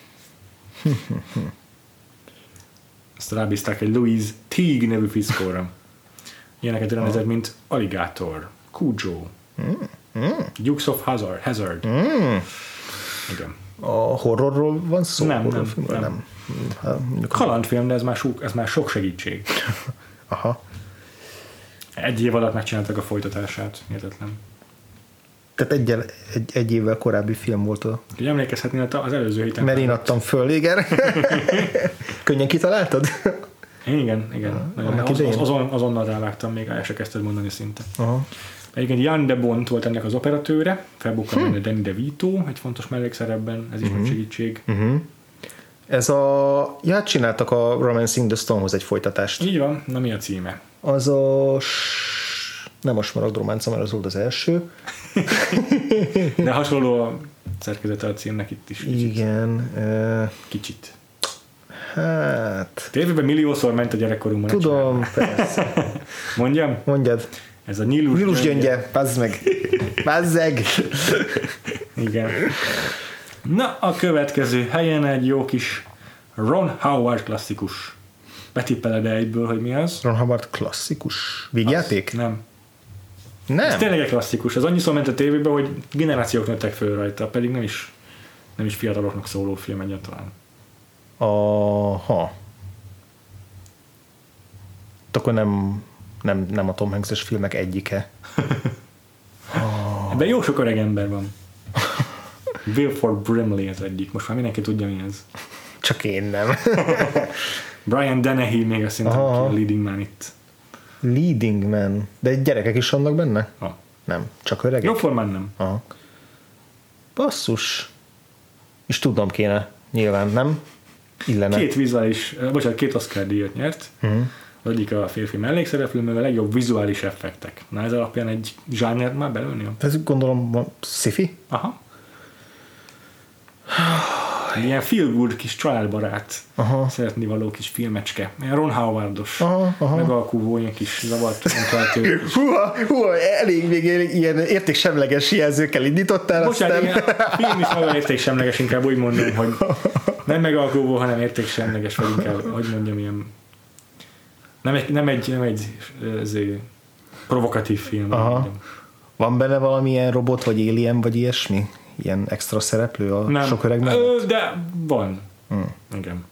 Azt rábízták egy Louise Teague nevű fiszkóra. Ilyeneket rendezett, mint Alligator, Cujo, Mm. Dukes of Hazzard, Hazard. Mm. Igen. A horrorról van szó? Nem, nem, Horrorfilmről? nem. nem. Hát, mondjuk- Kalandfilm, de ez már, sok, ez már sok segítség. Aha. Egy év alatt megcsináltak a folytatását, értetlen. Tehát egy, egy, egy évvel korábbi film volt a... Úgyhogy emlékezhetnél az előző héten. Mert én adtam föl, igen. Könnyen kitaláltad? Igen, igen. Nagyon, annak az, az, idején? azon, azonnal rávágtam, még el se kezdted mondani szinte. Aha. Egyébként Jan de Bont volt ennek az operatőre, felbukkan hm. Danny DeVito, egy fontos mellékszerepben, ez is Mhm. nagy segítség. Uh-huh. Ez a... Ja, hát csináltak a Romancing the Stonehoz egy folytatást. Így van, na mi a címe? Az a... s- Nem a Smaragd románca, mert az volt az első. De hasonló a szerkezete a címnek itt is. Kicsit. Igen. Uh, Kicsit. hát... Tévében milliószor ment a gyerekkorunkban. Tudom, persze. Mondjam? Mondjad. Ez a Nilus, Nilus gyöngye, pazd meg. Pazzeg. Igen. Na, a következő helyen egy jó kis Ron Howard klasszikus. Betippeled egyből, hogy mi az? Ron Howard klasszikus. Vígjáték? Az, nem. Nem. Ez tényleg egy klasszikus. Ez annyiszor ment a tévébe, hogy generációk nőttek föl rajta, pedig nem is, nem is fiataloknak szóló film egyáltalán. Aha. Akkor nem, nem, nem a Tom Hanks-es filmek egyike. Oh. Ebben jó sok öreg ember van. Wilford Brimley az egyik. Most már mindenki tudja, mi ez. Csak én nem. Brian Dennehy még azt szerintem a leading man itt. Leading man. De gyerekek is vannak benne? Ha. Nem. Csak öregek? Jóformán nem. Aha. Basszus. És tudnom kéne. Nyilván, nem? Illene. Két vizuális, bocsánat, két Oscar díjat nyert. Uh-huh. Az egyik a férfi mellékszereplő, mert a legjobb vizuális effektek. Na ez alapján egy zsánert már belőni? Ez gondolom sci-fi? Aha. Ilyen feel good kis családbarát, aha. szeretni való kis filmecske. Ilyen Ron Howard-os, megalkuvó, ilyen kis zavart. húha, húha, elég még ilyen értéksemleges jelzőkkel indítottál. Bocsánat, aztán... igen, a film is maga értéksemleges, inkább úgy mondom, hogy nem megalkuvó, hanem értéksemleges, vagy inkább, hogy mondjam, ilyen nem egy, nem egy, nem egy ezért, provokatív film. Van benne valamilyen robot, vagy alien, vagy ilyesmi? Ilyen extra szereplő a nem. sok öreg mellett? De van. Hmm. Igen.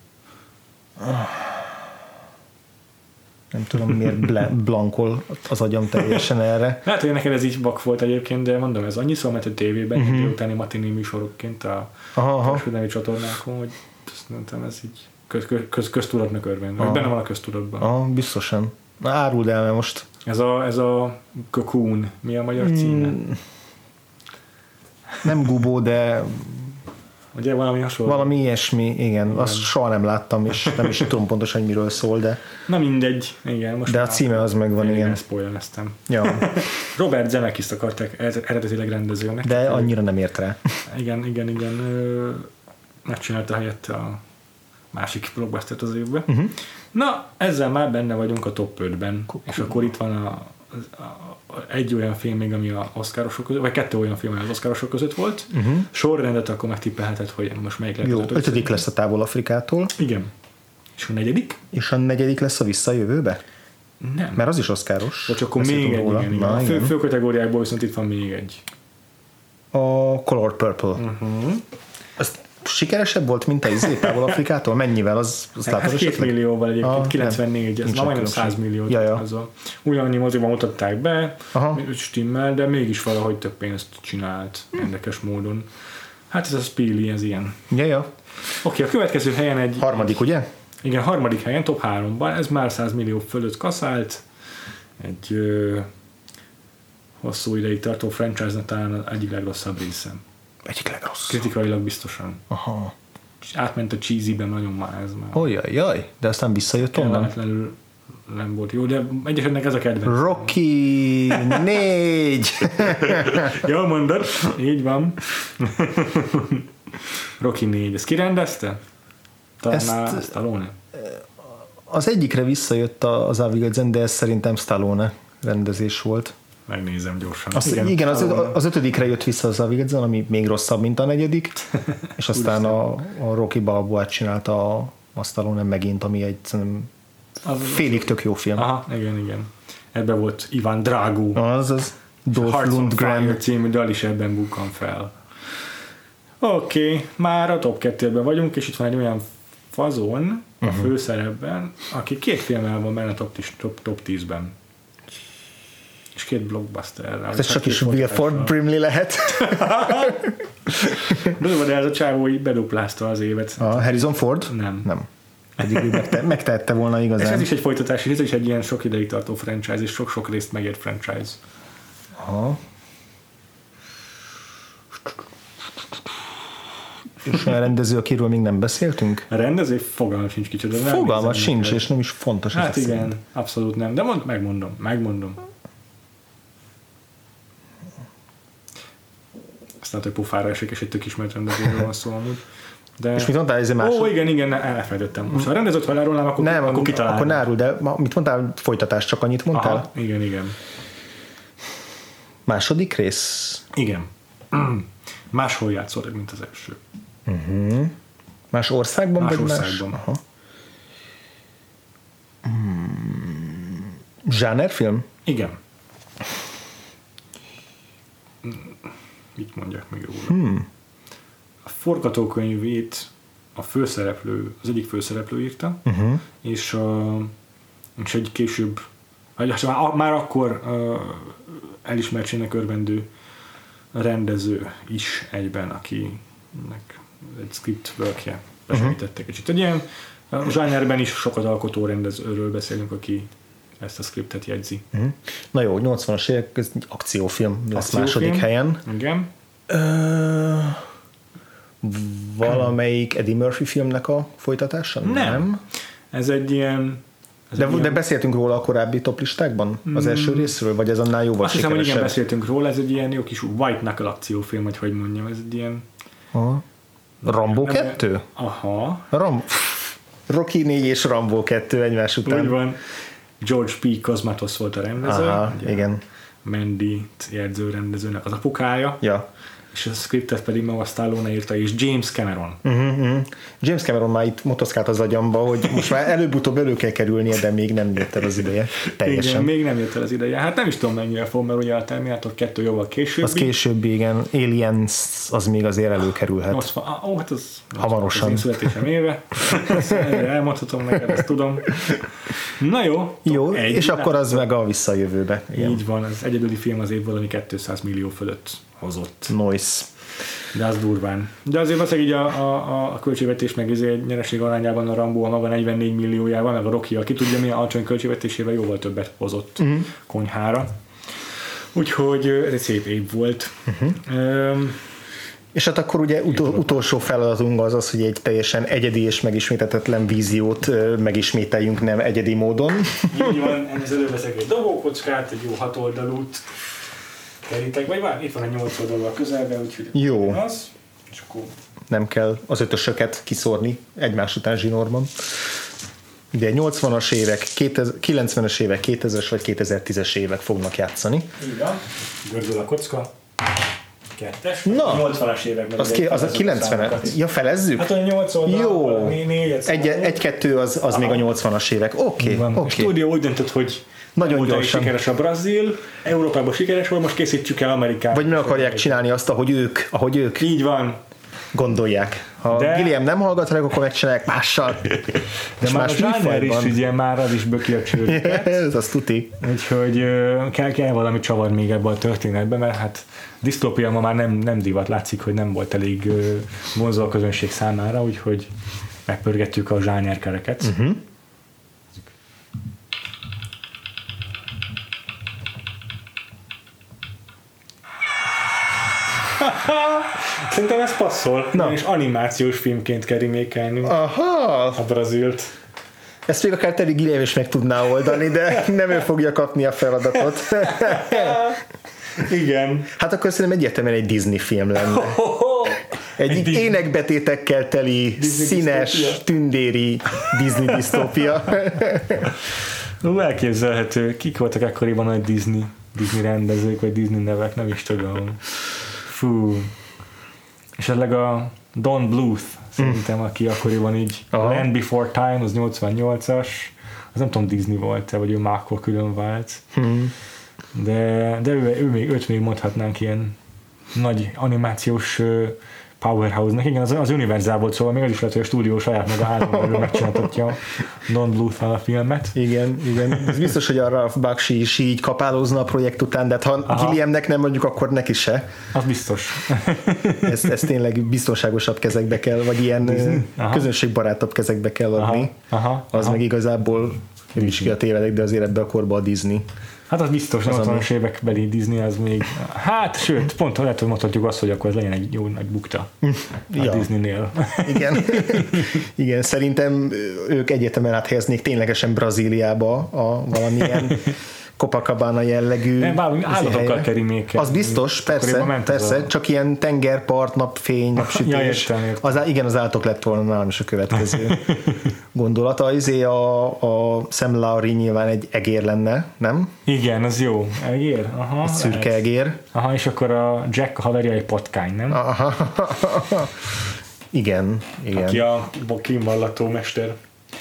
Nem tudom, miért blankol az agyam teljesen erre. Lehet, hogy neked ez így vak volt egyébként, de mondom, ez annyiszor ment a tévében, uh-huh. délutáni matiné műsorokként a kereskedelmi csatornákon, hogy szerintem ez így köz, köz, köztudatnak örvend. Vagy benne van a köztudatban. Aha, biztosan. Na, áruld el most. Ez a, ez a Cocoon. Mi a magyar címe? Hmm. Nem Gubó, de ugye valami hasonló. Valami ilyesmi, igen. igen. Azt soha nem láttam, és nem is tudom pontosan, hogy miről szól, de... Na mindegy, igen. Most de a címe az megvan, igen. Igen, spoilereztem. Ja. Robert Zemeckis-t akarták eredetileg rendezőnek. De annyira nem ért rá. Igen, igen, igen. Megcsinálta helyette a másik blockbustert az évben. Uh-huh. Na, ezzel már benne vagyunk a top ötben. Cool. És akkor itt van a, a, a, egy olyan film még, ami a Oscarosok között, vagy kettő olyan film, ami az Oscarosok között volt. Uh-huh. Sorrendet akkor megtippelheted, hogy most melyik lesz. Jó, ötödik lesz a Távol-Afrikától. Igen. És a negyedik? És a negyedik lesz a Visszajövőbe? Nem. Mert az is oszkáros. Vagy akkor még egy, igen, igen. Na, a fő, fő kategóriákból viszont itt van még egy. A Color Purple. Uh-huh. Azt sikeresebb volt, mint a izé Távol-Afrikától? Mennyivel? Az, az hát két millióval egyébként, ah, kilencvennégy, ez ma majdnem száz milliót. Ja, ja. Ugyanannyi moziban mutatták be, stimmel, de mégis valahogy több pénzt csinált hm. érdekes módon. Hát ez a Spielberg, ez ilyen. Ja, ja. Oké, okay, a következő helyen egy... Harmadik, ugye? Igen, harmadik helyen, top háromban, ez már száz millió fölött kaszált. Egy ö, hosszú ideig tartó franchise-nak talán egyik legrosszabb része. Egyik legrosszabb. Kritikailag biztosan. Aha. És átment a cheesy-ben nagyon már ez már. Ojjaj, jaj, de aztán visszajött onnan. Kellemetlenül nem volt jó, de egyeseknek ez a kedvenc. Rocky négy! Jól mondod, így van. Rocky négy, ezt kirendezte? Talán Stallone? Az egyikre visszajött az Avigadzen, de ez szerintem Stallone rendezés volt. Megnézem gyorsan. Azt, igen, igen az, az ötödikre jött vissza az Avigadzen, ami még rosszabb, mint a negyedik, és aztán a, a Rocky Balboát csinálta a, a Stallone megint, ami egy félig tök jó film. Aha, igen, igen. Ebben volt Ivan Drago. Az, az Dolph Lundgren című dal is ebben bukkan fel. Oké, okay, már a top kettőben vagyunk, és itt van egy olyan fazon a uh-huh. főszerepben, aki két filmmel van benne a top, top, top tízben. És két blockbuster. Ez csak is Wilford Brimley lehet. Durva, de ez a csávó így beduplázta az évet. A Harrison Ford? Nem. Nem. Pedig ő megte- megtehette volna igazán. És ez is egy folytatás, ez is egy ilyen sok ideig tartó franchise, és sok-sok részt megért franchise. Aha. És olyan rendező, akiről még nem beszéltünk? A rendező fogalma sincs kicsoda. Fogalma sincs, neked. És nem is fontos. Hát igen, szerint. Abszolút nem. De mond, megmondom, megmondom. Aztán, hogy pofára esik, és egy tök ismert rendezőről van szó amúgy. De... És mit mondtál, ez más? Ó, igen, igen, elfelejtettem. Most ha a rendezőt felárulnám, akkor, nem, akkor kitalálnám. Akkor ne árul, de mit mondtál, folytatás, csak annyit mondtál? Aha, igen, igen. Második rész? Igen. Máshol játszódik, mint az első. Uh-huh. Más országban? Más vagy országban. Más? Aha. Hmm. Zsánerfilm? Igen. mit mondjak még róla? Hmm. A forgatókönyvét a főszereplő, az egyik főszereplő írta, uh-huh. és, a, és egy később, vagy már, már akkor uh, elismertségnek örvendő rendező is egyben, akinek egy script workje besegítette kicsit. Egy ilyen zsánerben is sokat alkotó rendezőről beszélünk, aki ezt a scriptet jegyzi. Uh-huh. Na jó, nyolcvanas évek, ez egy akciófilm lesz akciófilm. Második helyen. Igen. Uh, valamelyik Eddie Murphy filmnek a folytatása? Nem. Nem. Ez egy ilyen... Ez de, egy de ilyen... beszéltünk róla a korábbi toplistákban? Az első részről? Vagy ez annál jóval Azt hiszem, hogy igen, beszéltünk róla. Ez egy ilyen jó kis White Knuckle akciófilm, vagy hogy mondjam. Ez egy ilyen... Aha. Rambo kettő? Aha. Ram... Rocky négy és Rambo kettő egymás után. Úgy van. George P. Cosmatos volt a rendező. Aha, igen. Mandy jegyző rendezőnek az apukája. Ja. És a scriptet pedig maga Stallone írta, és James Cameron. Uh-huh, uh-huh. James Cameron már itt motoszkált az agyamba, hogy most már előbb-utóbb elő kell kerülnie, de még nem jött el az ideje. Teljesen. Igen, még nem jött el az ideje. Hát nem is tudom mennyire fog, mert ugye a Terminator kettő jóval később. Az később, igen. Aliens az még azért előkerülhet. nyolcvan, ó, hát az hamarosan. Az én születésem éve. Ezt elmondhatom neked, ezt tudom. Na jó. Jó, egy, és akkor az meg a visszajövőbe. Igen. Így van, az egyedüli film az év valami kétszáz millió fölött hozott. Nice. De az durván. De azért valószínűleg így a, a, a költségvetés meg egy nyereség arányában a Rambo a maga negyvennégy milliójával, meg a Rocky, aki tudja milyen alacsony költségvetésével jóval többet hozott uh-huh. konyhára. Úgyhogy ez egy szép év volt. Uh-huh. Um, és hát akkor ugye utol, utolsó feladatunk az az, hogy egy teljesen egyedi és megismételhetetlen víziót megismételjünk nem egyedi módon. Így van, ehhez előveszek egy dobókockát, egy jó hatoldalút. Kerítek, vagy vár, itt van egy nyolc oldalú a közelben, úgyhogy jó. Az, és akkor... Nem kell az ötösöket kiszórni egymás után zsinórban. Ugye nyolcvanas évek, kilencvenes évek, kétezres vagy kétezer-tízes évek fognak játszani. Így van, gördül a kocka. Kettes. Na, nyolcvanas években. Az, az a kilencvenes. Ja, felezzük? Hát olyan nyolc oldal. Jó. négyet egy, egy-kettő az, az még a nyolcvanas évek. Oké, okay, oké. Okay. A stúdió úgy döntött, hogy nagyon gyorsan. Sikeres a Brazil, Európában sikeres volt, most készítjük el Amerikát. Vagy meg akarják csinálni azt, ahogy ők, ahogy ők így van. Gondolják. Ha de... Gilliam nem hallgat rá, akkor megcsinálják mással. De már más a zsáner is, ugye már az is böki a csőrüket. Ez az tuti. Úgyhogy kell, kell valami csavar még ebben a történetben, mert hát disztópia ma már nem, nem divat, látszik, hogy nem volt elég vonzó a közönség számára, úgyhogy megpörgettük a zsánerkereket. Uh-huh. Szerintem ez passzol, és animációs filmként kell remake-elni a Brazilt. Ezt még akár Terry Gilliam is meg tudná oldani, de nem ő fogja kapni a feladatot. Igen. Hát akkor szerintem egyértelműen egy Disney film lenne. Egy, egy Disney. Énekbetétekkel teli, Disney színes, disztópia. Tündéri Disney disztópia. Elképzelhető. Kik voltak akkoriban nagy Disney, Disney rendezők, vagy Disney nevek, nem is tudom. Fú. És esetleg a Don Bluth, szerintem, aki akkoriban így Aha. Land Before Time, az nyolcvannyolcas, az nem tudom Disney volt-e, vagy ő már akkor külön vált. Hmm. De, de ő, ő még, őt még mondhatnánk ilyen nagy animációs powerhouse-nak. Igen, az, az Universal volt, szóval még az is lehet, hogy a stúdió saját maga államban megcsináltatja Don Bluth-val a filmet. Igen, igen. Ez biztos, hogy a Ralph Bakshi is így kapálózna a projekt után, de hát ha Aha. Gilliamnek nem mondjuk, akkor neki se. Az biztos. Ez, ez tényleg biztonságosabb kezekbe kell, vagy ilyen közönségbarátabb kezekbe kell adni. Aha. Aha. Az Aha. meg igazából is ki a tévedek, de azért ebbe a korba a Disney. Hát az biztos, nyolcvanas évekbeli Disney az még, hát sőt, pont lehet, hogy mondhatjuk azt, hogy akkor ez legyen egy jó nagy bukta a ja. Disneynél. Igen. Igen, szerintem ők egyetemen áthelyeznék ténylegesen Brazíliába a valamilyen Copacabana jellegű nem, bár állatokkal keriméket. Az biztos, persze, persze a... csak ilyen tengerpart, napfény, napsütés. Ja, értem, értem. Az, igen, az állatok lett volna nálam is a következő gondolata. Azért a, a Sam Lowry nyilván egy egér lenne, nem? Igen, az jó. Egér? Aha, egy szürke lehet. Egér. Aha, és akkor a Jack a haverja egy patkány, nem? Aha. Igen, igen. Aki a kínvallató mester.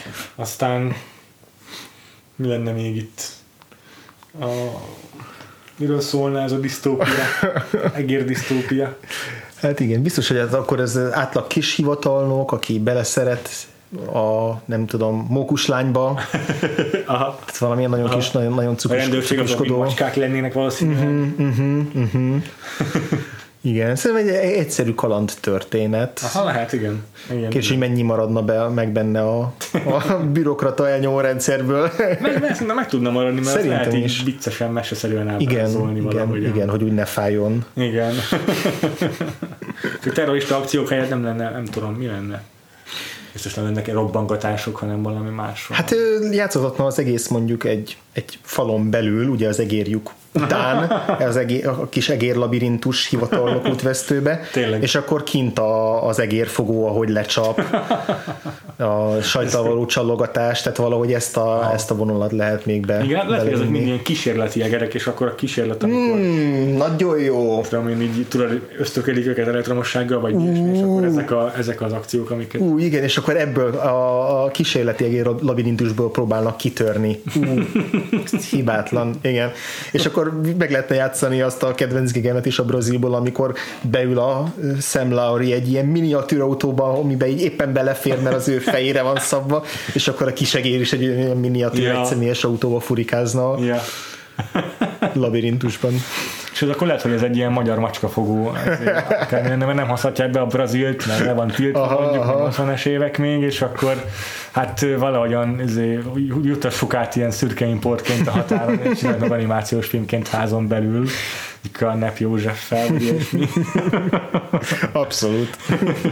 Aztán mi lenne még itt? A miről szólna ez a disztópia, egér disztópia. Hát igen, biztos, hogy ez akkor ez átlag kis hivatalnok, aki beleszeret a, nem tudom, mókuslányba. Aha. Tehát valamilyen nagyon Aha. kis, nagyon, nagyon cukros, a rendőrség azok, mint macskák lennének valószínűleg. Uh-huh, uh-huh, uh-huh. Igen, szerintem egy egyszerű kaland történet. Aha, lehet, igen. igen Kérdés, hogy mennyi maradna be, meg benne a, a bürokrata elnyomó rendszerből. Meg, meg, meg tudna maradni, mert szerintem lehet is. így viccesen, meseszerűen elperszolni valahogy. Igen, igen, hogy úgy ne fájjon. Igen. Terrorista akciók helyett nem lenne, nem tudom, mi lenne? Biztos nem lennek robbangatások, hanem valami más. Hát játszhatna az egész mondjuk egy, egy falon belül, ugye az egérjük után, az egér, a kis egérlabirintus hivatalnok útvesztőbe, Tényleg. És akkor kint a, az egérfogó, ahogy lecsap, a sajttal való csalogatás, tehát valahogy ezt a, ah. ezt a vonalat lehet még be. Igen, lehet, hogy ezek mind ilyen kísérleti egerek, és akkor a kísérlet, amikor mm, nagyon jó. Tudom, így tudod, ösztökélik őket elektromossággal, vagy ilyesmi, és akkor ezek, a, ezek az akciók, amiket... Ú, igen, és akkor ebből a, a kísérleti egérlabirintusból próbálnak kitörni. Ú, hibátlan, igen. És akkor meg lehetne játszani azt a kedvenc gigemet is a Brazilból, amikor beül a Sam Lowry egy ilyen miniatűrautóba, amiben így éppen belefér, mert az ő fejére van szabva, és akkor a kisegér is egy ilyen miniatűr ja. egyszemélyes autóba furikázna a ja. labirintusban. És ez akkor lehet, hogy ez egy ilyen magyar macskafogó, mert nem hozhatják be a Brazilt, mert le van tiltva mondjuk a nyolcvanas évek még, és akkor hát valahogyan jutassuk át ilyen szürke importként a határon, és csináljuk meg animációs filmként házon belül, a Nep Józseffel, vagy ilyesmi. Abszolút.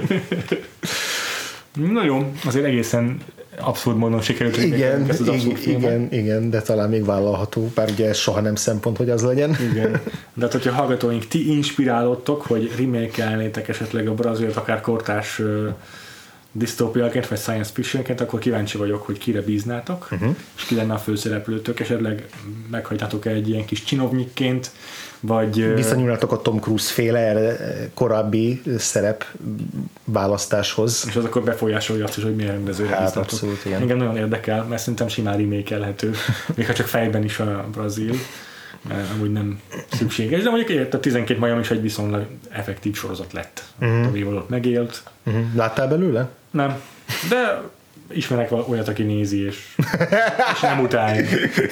Na jó, azért egészen abszurd módon sikerült, hogy igen, ezt az abszurd igen, igen, igen, de talán még vállalható, bár ugye ez soha nem szempont, hogy az legyen. Igen. De hát, hogyha hallgatóink, ti inspirálódtok, hogy remake-elnétek esetleg a Brazilt, akár kortárs uh, disztópiaként, vagy science fictionként, akkor kíváncsi vagyok, hogy kire bíznátok, uh-huh. és ki lenne a főszereplőtök, esetleg meghagynátok egy ilyen kis csinovnyikként, vagy... Visszanyúlnátok a Tom Cruise féle korábbi szerep választáshoz. És az akkor befolyásolja azt is, hogy milyen rendezőre hát, bíznátok. Abszolút, igen. Engem nagyon érdekel, mert szerintem simán remake-elhető, még ha csak fejben is a Brazil, mert amúgy nem szükséges, de mondjuk a tizenkét majom is egy viszonylag effektív sorozat lett. Uh-huh. A évadot megélt. Uh-huh. Láttál belőle? Nem, de ismerek olyat, aki nézi, és, és nem utálja.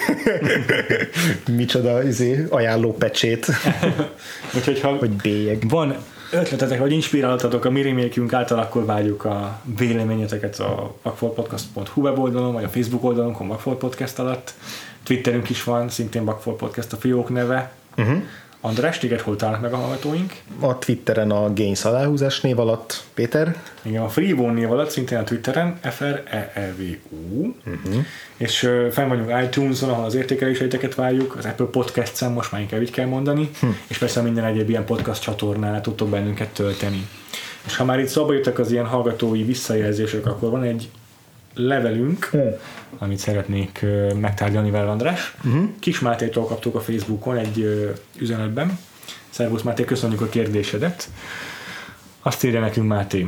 Micsoda izé, ajánló pecsét. Úgyhogy ha vagy bélyeg. Van ötletetek, vagy inspiráltatok a mi remékünk által, akkor várjuk a véleményeteket a vagfolt pont hu weboldalon, vagy a Facebook oldalunkon Vagfolt Podcast alatt. Twitterünk is van, szintén Vagfolt Podcast a fiók neve. Uh-huh. András, téged hol találnak meg a hallgatóink? A Twitteren a Gains aláhúzás név alatt. Péter? Igen, a Freevone név alatt, szintén a Twitteren, F R E E V U. Uh-huh. És uh, fenn vagyunk iTunes-on, ahol az értékeléseiteket várjuk, az Apple Podcast-en, most már inkább így kell mondani, hm. és persze minden egyéb ilyen podcast csatornán tudtok bennünket tölteni. És ha már itt szóba jöttek az ilyen hallgatói visszajelzések, akkor van egy levelünk, hm. amit szeretnék uh, megtárgyalni vele, András. Uh-huh. Kis Mátétól kaptuk a Facebookon egy uh, üzenetben. Szervusz Máté, köszönjük a kérdésedet. Azt írja nekünk Máté.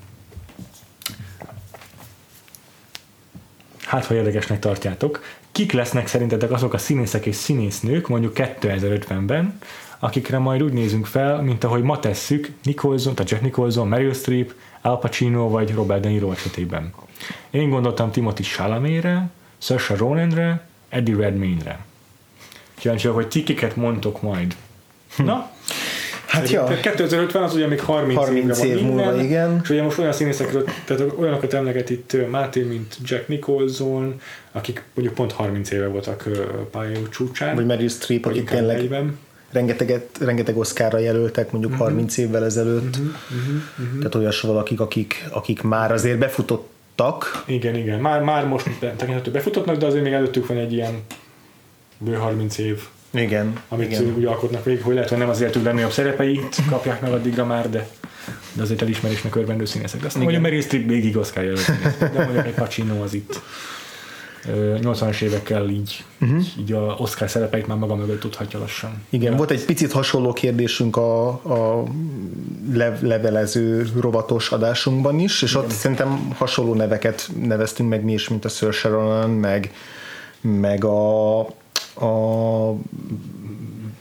Hát, ha érdekesnek tartjátok, kik lesznek szerintetek azok a színészek és színésznők mondjuk kétezer-ötvenben, akikre majd úgy nézünk fel, mint ahogy ma tesszük Nicholson, tehát Jack Nicholson, Meryl Streep, Al Pacino vagy Robert De Niro esetében. Én gondoltam Timothy Chalametre, Saoirse Ronanre, Eddie Redmayne-re. Kíváncsi, hogy ti kiket mondtok majd. Hm. Na? Hát ja. kétezer-ötven az ugye még harminc, harminc év múlva, igen. És ugye most olyan színészekről, tehát olyanokat emleget itt Máté, mint Jack Nicholson, akik mondjuk pont harminc éve voltak pályájuk csúcsán. Vagy Meryl Streep, akik tényleg rengeteget, rengeteg Oscarra jelöltek mondjuk uh-huh. harminc évvel ezelőtt. Uh-huh. Uh-huh. Uh-huh. Tehát olyas valakik, akik, akik már azért befutottak. Igen, igen. Már, már most tekinthető befutottnak, de azért még előttük van egy ilyen bő harminc év. Igen. Amit igen. úgy alkotnak végig, hogy lehet, hogy nem az életük legnagyobb szerepeit kapják meg addigra már, de, de azért elismerésnek örvendő színészek. De azt mondja, Meryl Streep végig Oscar jelölt színész. De mondjuk egy Pacino az itt nyolcvanas évekkel így, uh-huh. így a Oscar szerepeit már maga mögött tudhatja lassan. Igen, ja. Volt egy picit hasonló kérdésünk a, a levelező rovatos adásunkban is, és igen. Ott szerintem hasonló neveket neveztünk meg mi is, mint a Saoirse Ronan, meg, meg a, a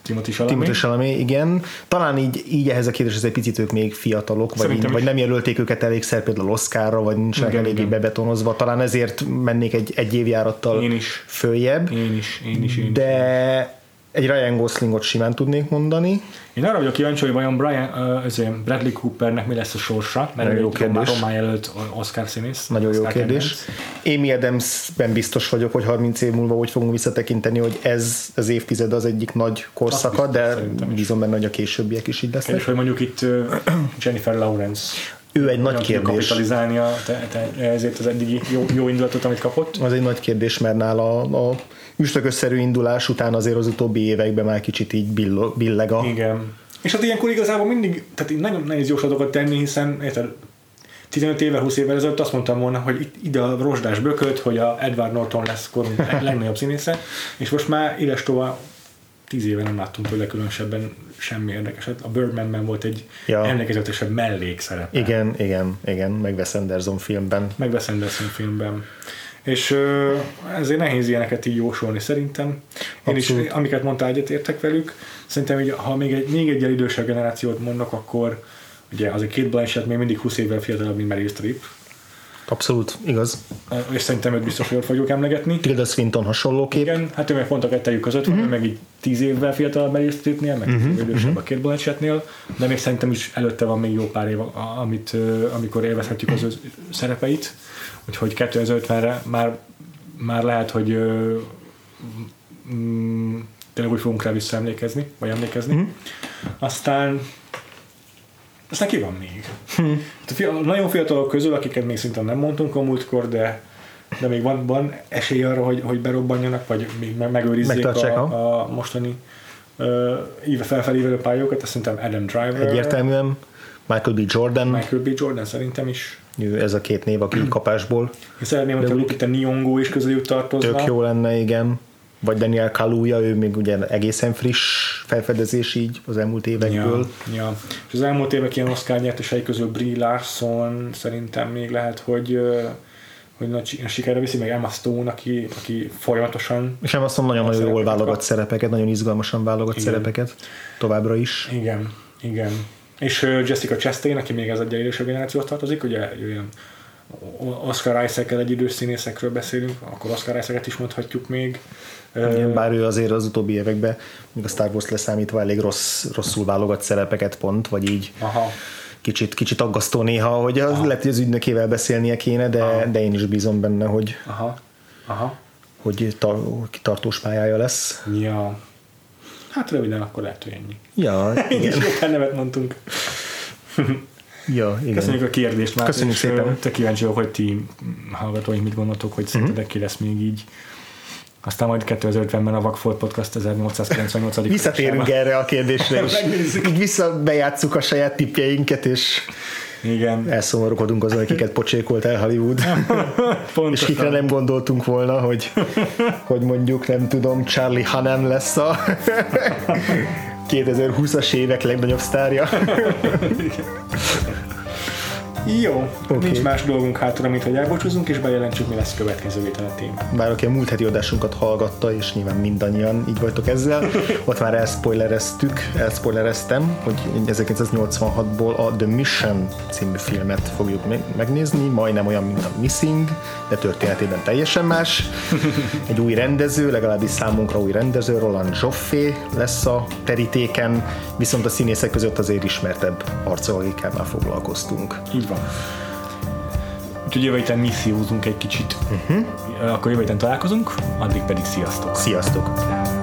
Timothy Chalamet. Timothy Chalamet, igen. Talán így, így ehhez a kérdéshez egy picit ők még fiatalok, vagy, így, vagy nem jelölték őket elégszer például Oscarra, vagy nincsenek eléggé bebetonozva. Talán ezért mennék egy, egy évjárattal én is. följebb. Én is, én is, én is. De egy Ryan Goslingot simán tudnék mondani. Én arra vagyok kíváncsi, hogy vajon Brian, uh, Bradley Coopernek mi lesz a sorsa, mert nagyon jó kérdés. Már jelölt Oscar színész. Nagyon Oscar jó kérdés. Kedvenc. Amy Adamsben biztos vagyok, hogy harminc év múlva úgy fogunk visszatekinteni, hogy ez az évtized az egyik nagy korszaka, de bízom benne, hogy a későbbiek is így lesznek. És hogy mondjuk itt uh, Jennifer Lawrence. Ő egy nagy kérdés. Kapitalizálni a, te, te, ezért az eddigi jó, jó indulatot, amit kapott. Az egy nagy kérdés, mert nála a, a üstökösszerű indulás után azért az utóbbi években már kicsit így billeg a... Igen. És hát ilyenkor igazából mindig, tehát így nagyon nehéz jóslatokat tenni, hiszen érted, tizenöt éve, húsz évvel ezelőtt azt mondtam volna, hogy itt, ide a rozsdás bököt, hogy a Edward Norton lesz korunk legnagyobb színésze, és most már Ilestóval tíz éve nem láttunk tőle különösebben semmi érdekeset. A Birdmanben volt egy ja. emlékezetesebb mellékszerepe. Igen, igen, igen, meg Wes Anderson filmben. Meg Wes Anderson filmben. És ezért nehéz ilyeneket így jósolni szerintem. Én Abszolút. Is, amiket mondtál, egyetértek velük. Szerintem, hogy ha még egy, még egy idősebb generációt mondok, akkor ugye azért Kate Blanchett még mindig húsz évvel fiatalabb, mint Meryl Streep. Abszolút, igaz. És szerintem őt biztos, hogy ott fogjuk emlegetni. Tilda Swinton hasonlóképp. Igen, hát ő meg pont a kettejük között van, uh-huh. meg így tíz évvel fiatalabb Meryl Streepnél, meg uh-huh. idősebb uh-huh. a Kate Blanchettnél, de még szerintem is előtte van még jó pár év, amit, amikor élvezhetjük az ő szerepeit. Úgyhogy kétezer-ötvenre már, már lehet, hogy mm, tényleg úgy fogunk rá visszaemlékezni, vagy emlékezni. Mm. Aztán aztán ki van még? Mm. A nagyon fiatalok közül, akiket még szintén nem mondtunk a múltkor, de, de még van, van esély arra, hogy, hogy berobbanjanak, vagy még megőrizzék a, a mostani uh, felfelévelő pályókat. Azt szerintem Adam Driver. Egyértelműen. Michael B. Jordan. Michael B. Jordan szerintem is. Ez a két név, aki kapásból. Én szeretném, hogyha Lupita Nyong'o is közéjük tartozna. Tök jó lenne, igen. Vagy Daniel Kaluuya, ő még ugye egészen friss felfedezés így az elmúlt évekből. Ja, ja. És az elmúlt évek ilyen Oscar nyertesei közül Brie Larson szerintem még lehet, hogy, hogy nagy sikerre viszi, meg Emma Stone, aki, aki folyamatosan... És Emma Stone nagyon-nagyon jól válogat szerepeket, nagyon izgalmasan válogat igen. szerepeket továbbra is. Igen, igen. És Jessica Chastain, aki még ez egy idősebb generációhoz tartozik, ugye olyan Oscar Isaac-el egy idős színészekről beszélünk, akkor Oscar Isaac-et is mondhatjuk még. Igen, bár ő azért az utóbbi években, még a Star Wars leszámítva elég rossz, rosszul válogat szerepeket pont, vagy így Aha. Kicsit, kicsit aggasztó néha, hogy az Aha. lehet, hogy az ügynökével beszélnie kéne, de, de én is bízom benne, hogy, Aha. Aha. hogy tar- tartós pályája lesz. Ja. Hát röviden akkor lehet, hogy ennyi. Ja, igen. Így is nevet mondtunk. Ja, igen. Köszönjük a kérdést már. Köszönjük szépen. Te kíváncsi vagyok, hogy ti hallgatóink mit gondoltok, hogy szerintetek uh-huh. ki lesz még így. Aztán majd kétezer-ötvenben a Vagfolt Podcast ezernyolcszázkilencvennyolc. Visszatérünk erre a kérdésre, és így visszabejátsszuk a saját tippjeinket, és igen. elszomorúkodunk azon, akiket pocsékolt el Hollywood. És kikre nem gondoltunk volna, hogy, hogy mondjuk, nem tudom, Charlie Hunnam lesz a kétezer-húszas évek legnagyobb sztárja. Jó, okay. Nincs más dolgunk hátra, mint hogy elbúcsúzunk, és bejelentsük, mi lesz következő héten a téma. Bár aki a múlt heti adásunkat hallgatta, és nyilván mindannyian így vagytok ezzel, ott már elspoilereztük, elspoilereztem, hogy ezerkilencszáznyolcvanhatból a The Mission című filmet fogjuk megnézni, majdnem olyan, mint a Missing, de történetében teljesen más. Egy új rendező, legalábbis számunkra új rendező, Roland Joffé lesz a terítéken, viszont a színészek között azért ismertebb arcok, akikkel már foglalkoztunk. Így van. Úgyhogy jövő héten missziózunk egy kicsit. Uh-huh. Akkor jövő héten találkozunk, addig pedig sziasztok! Sziasztok!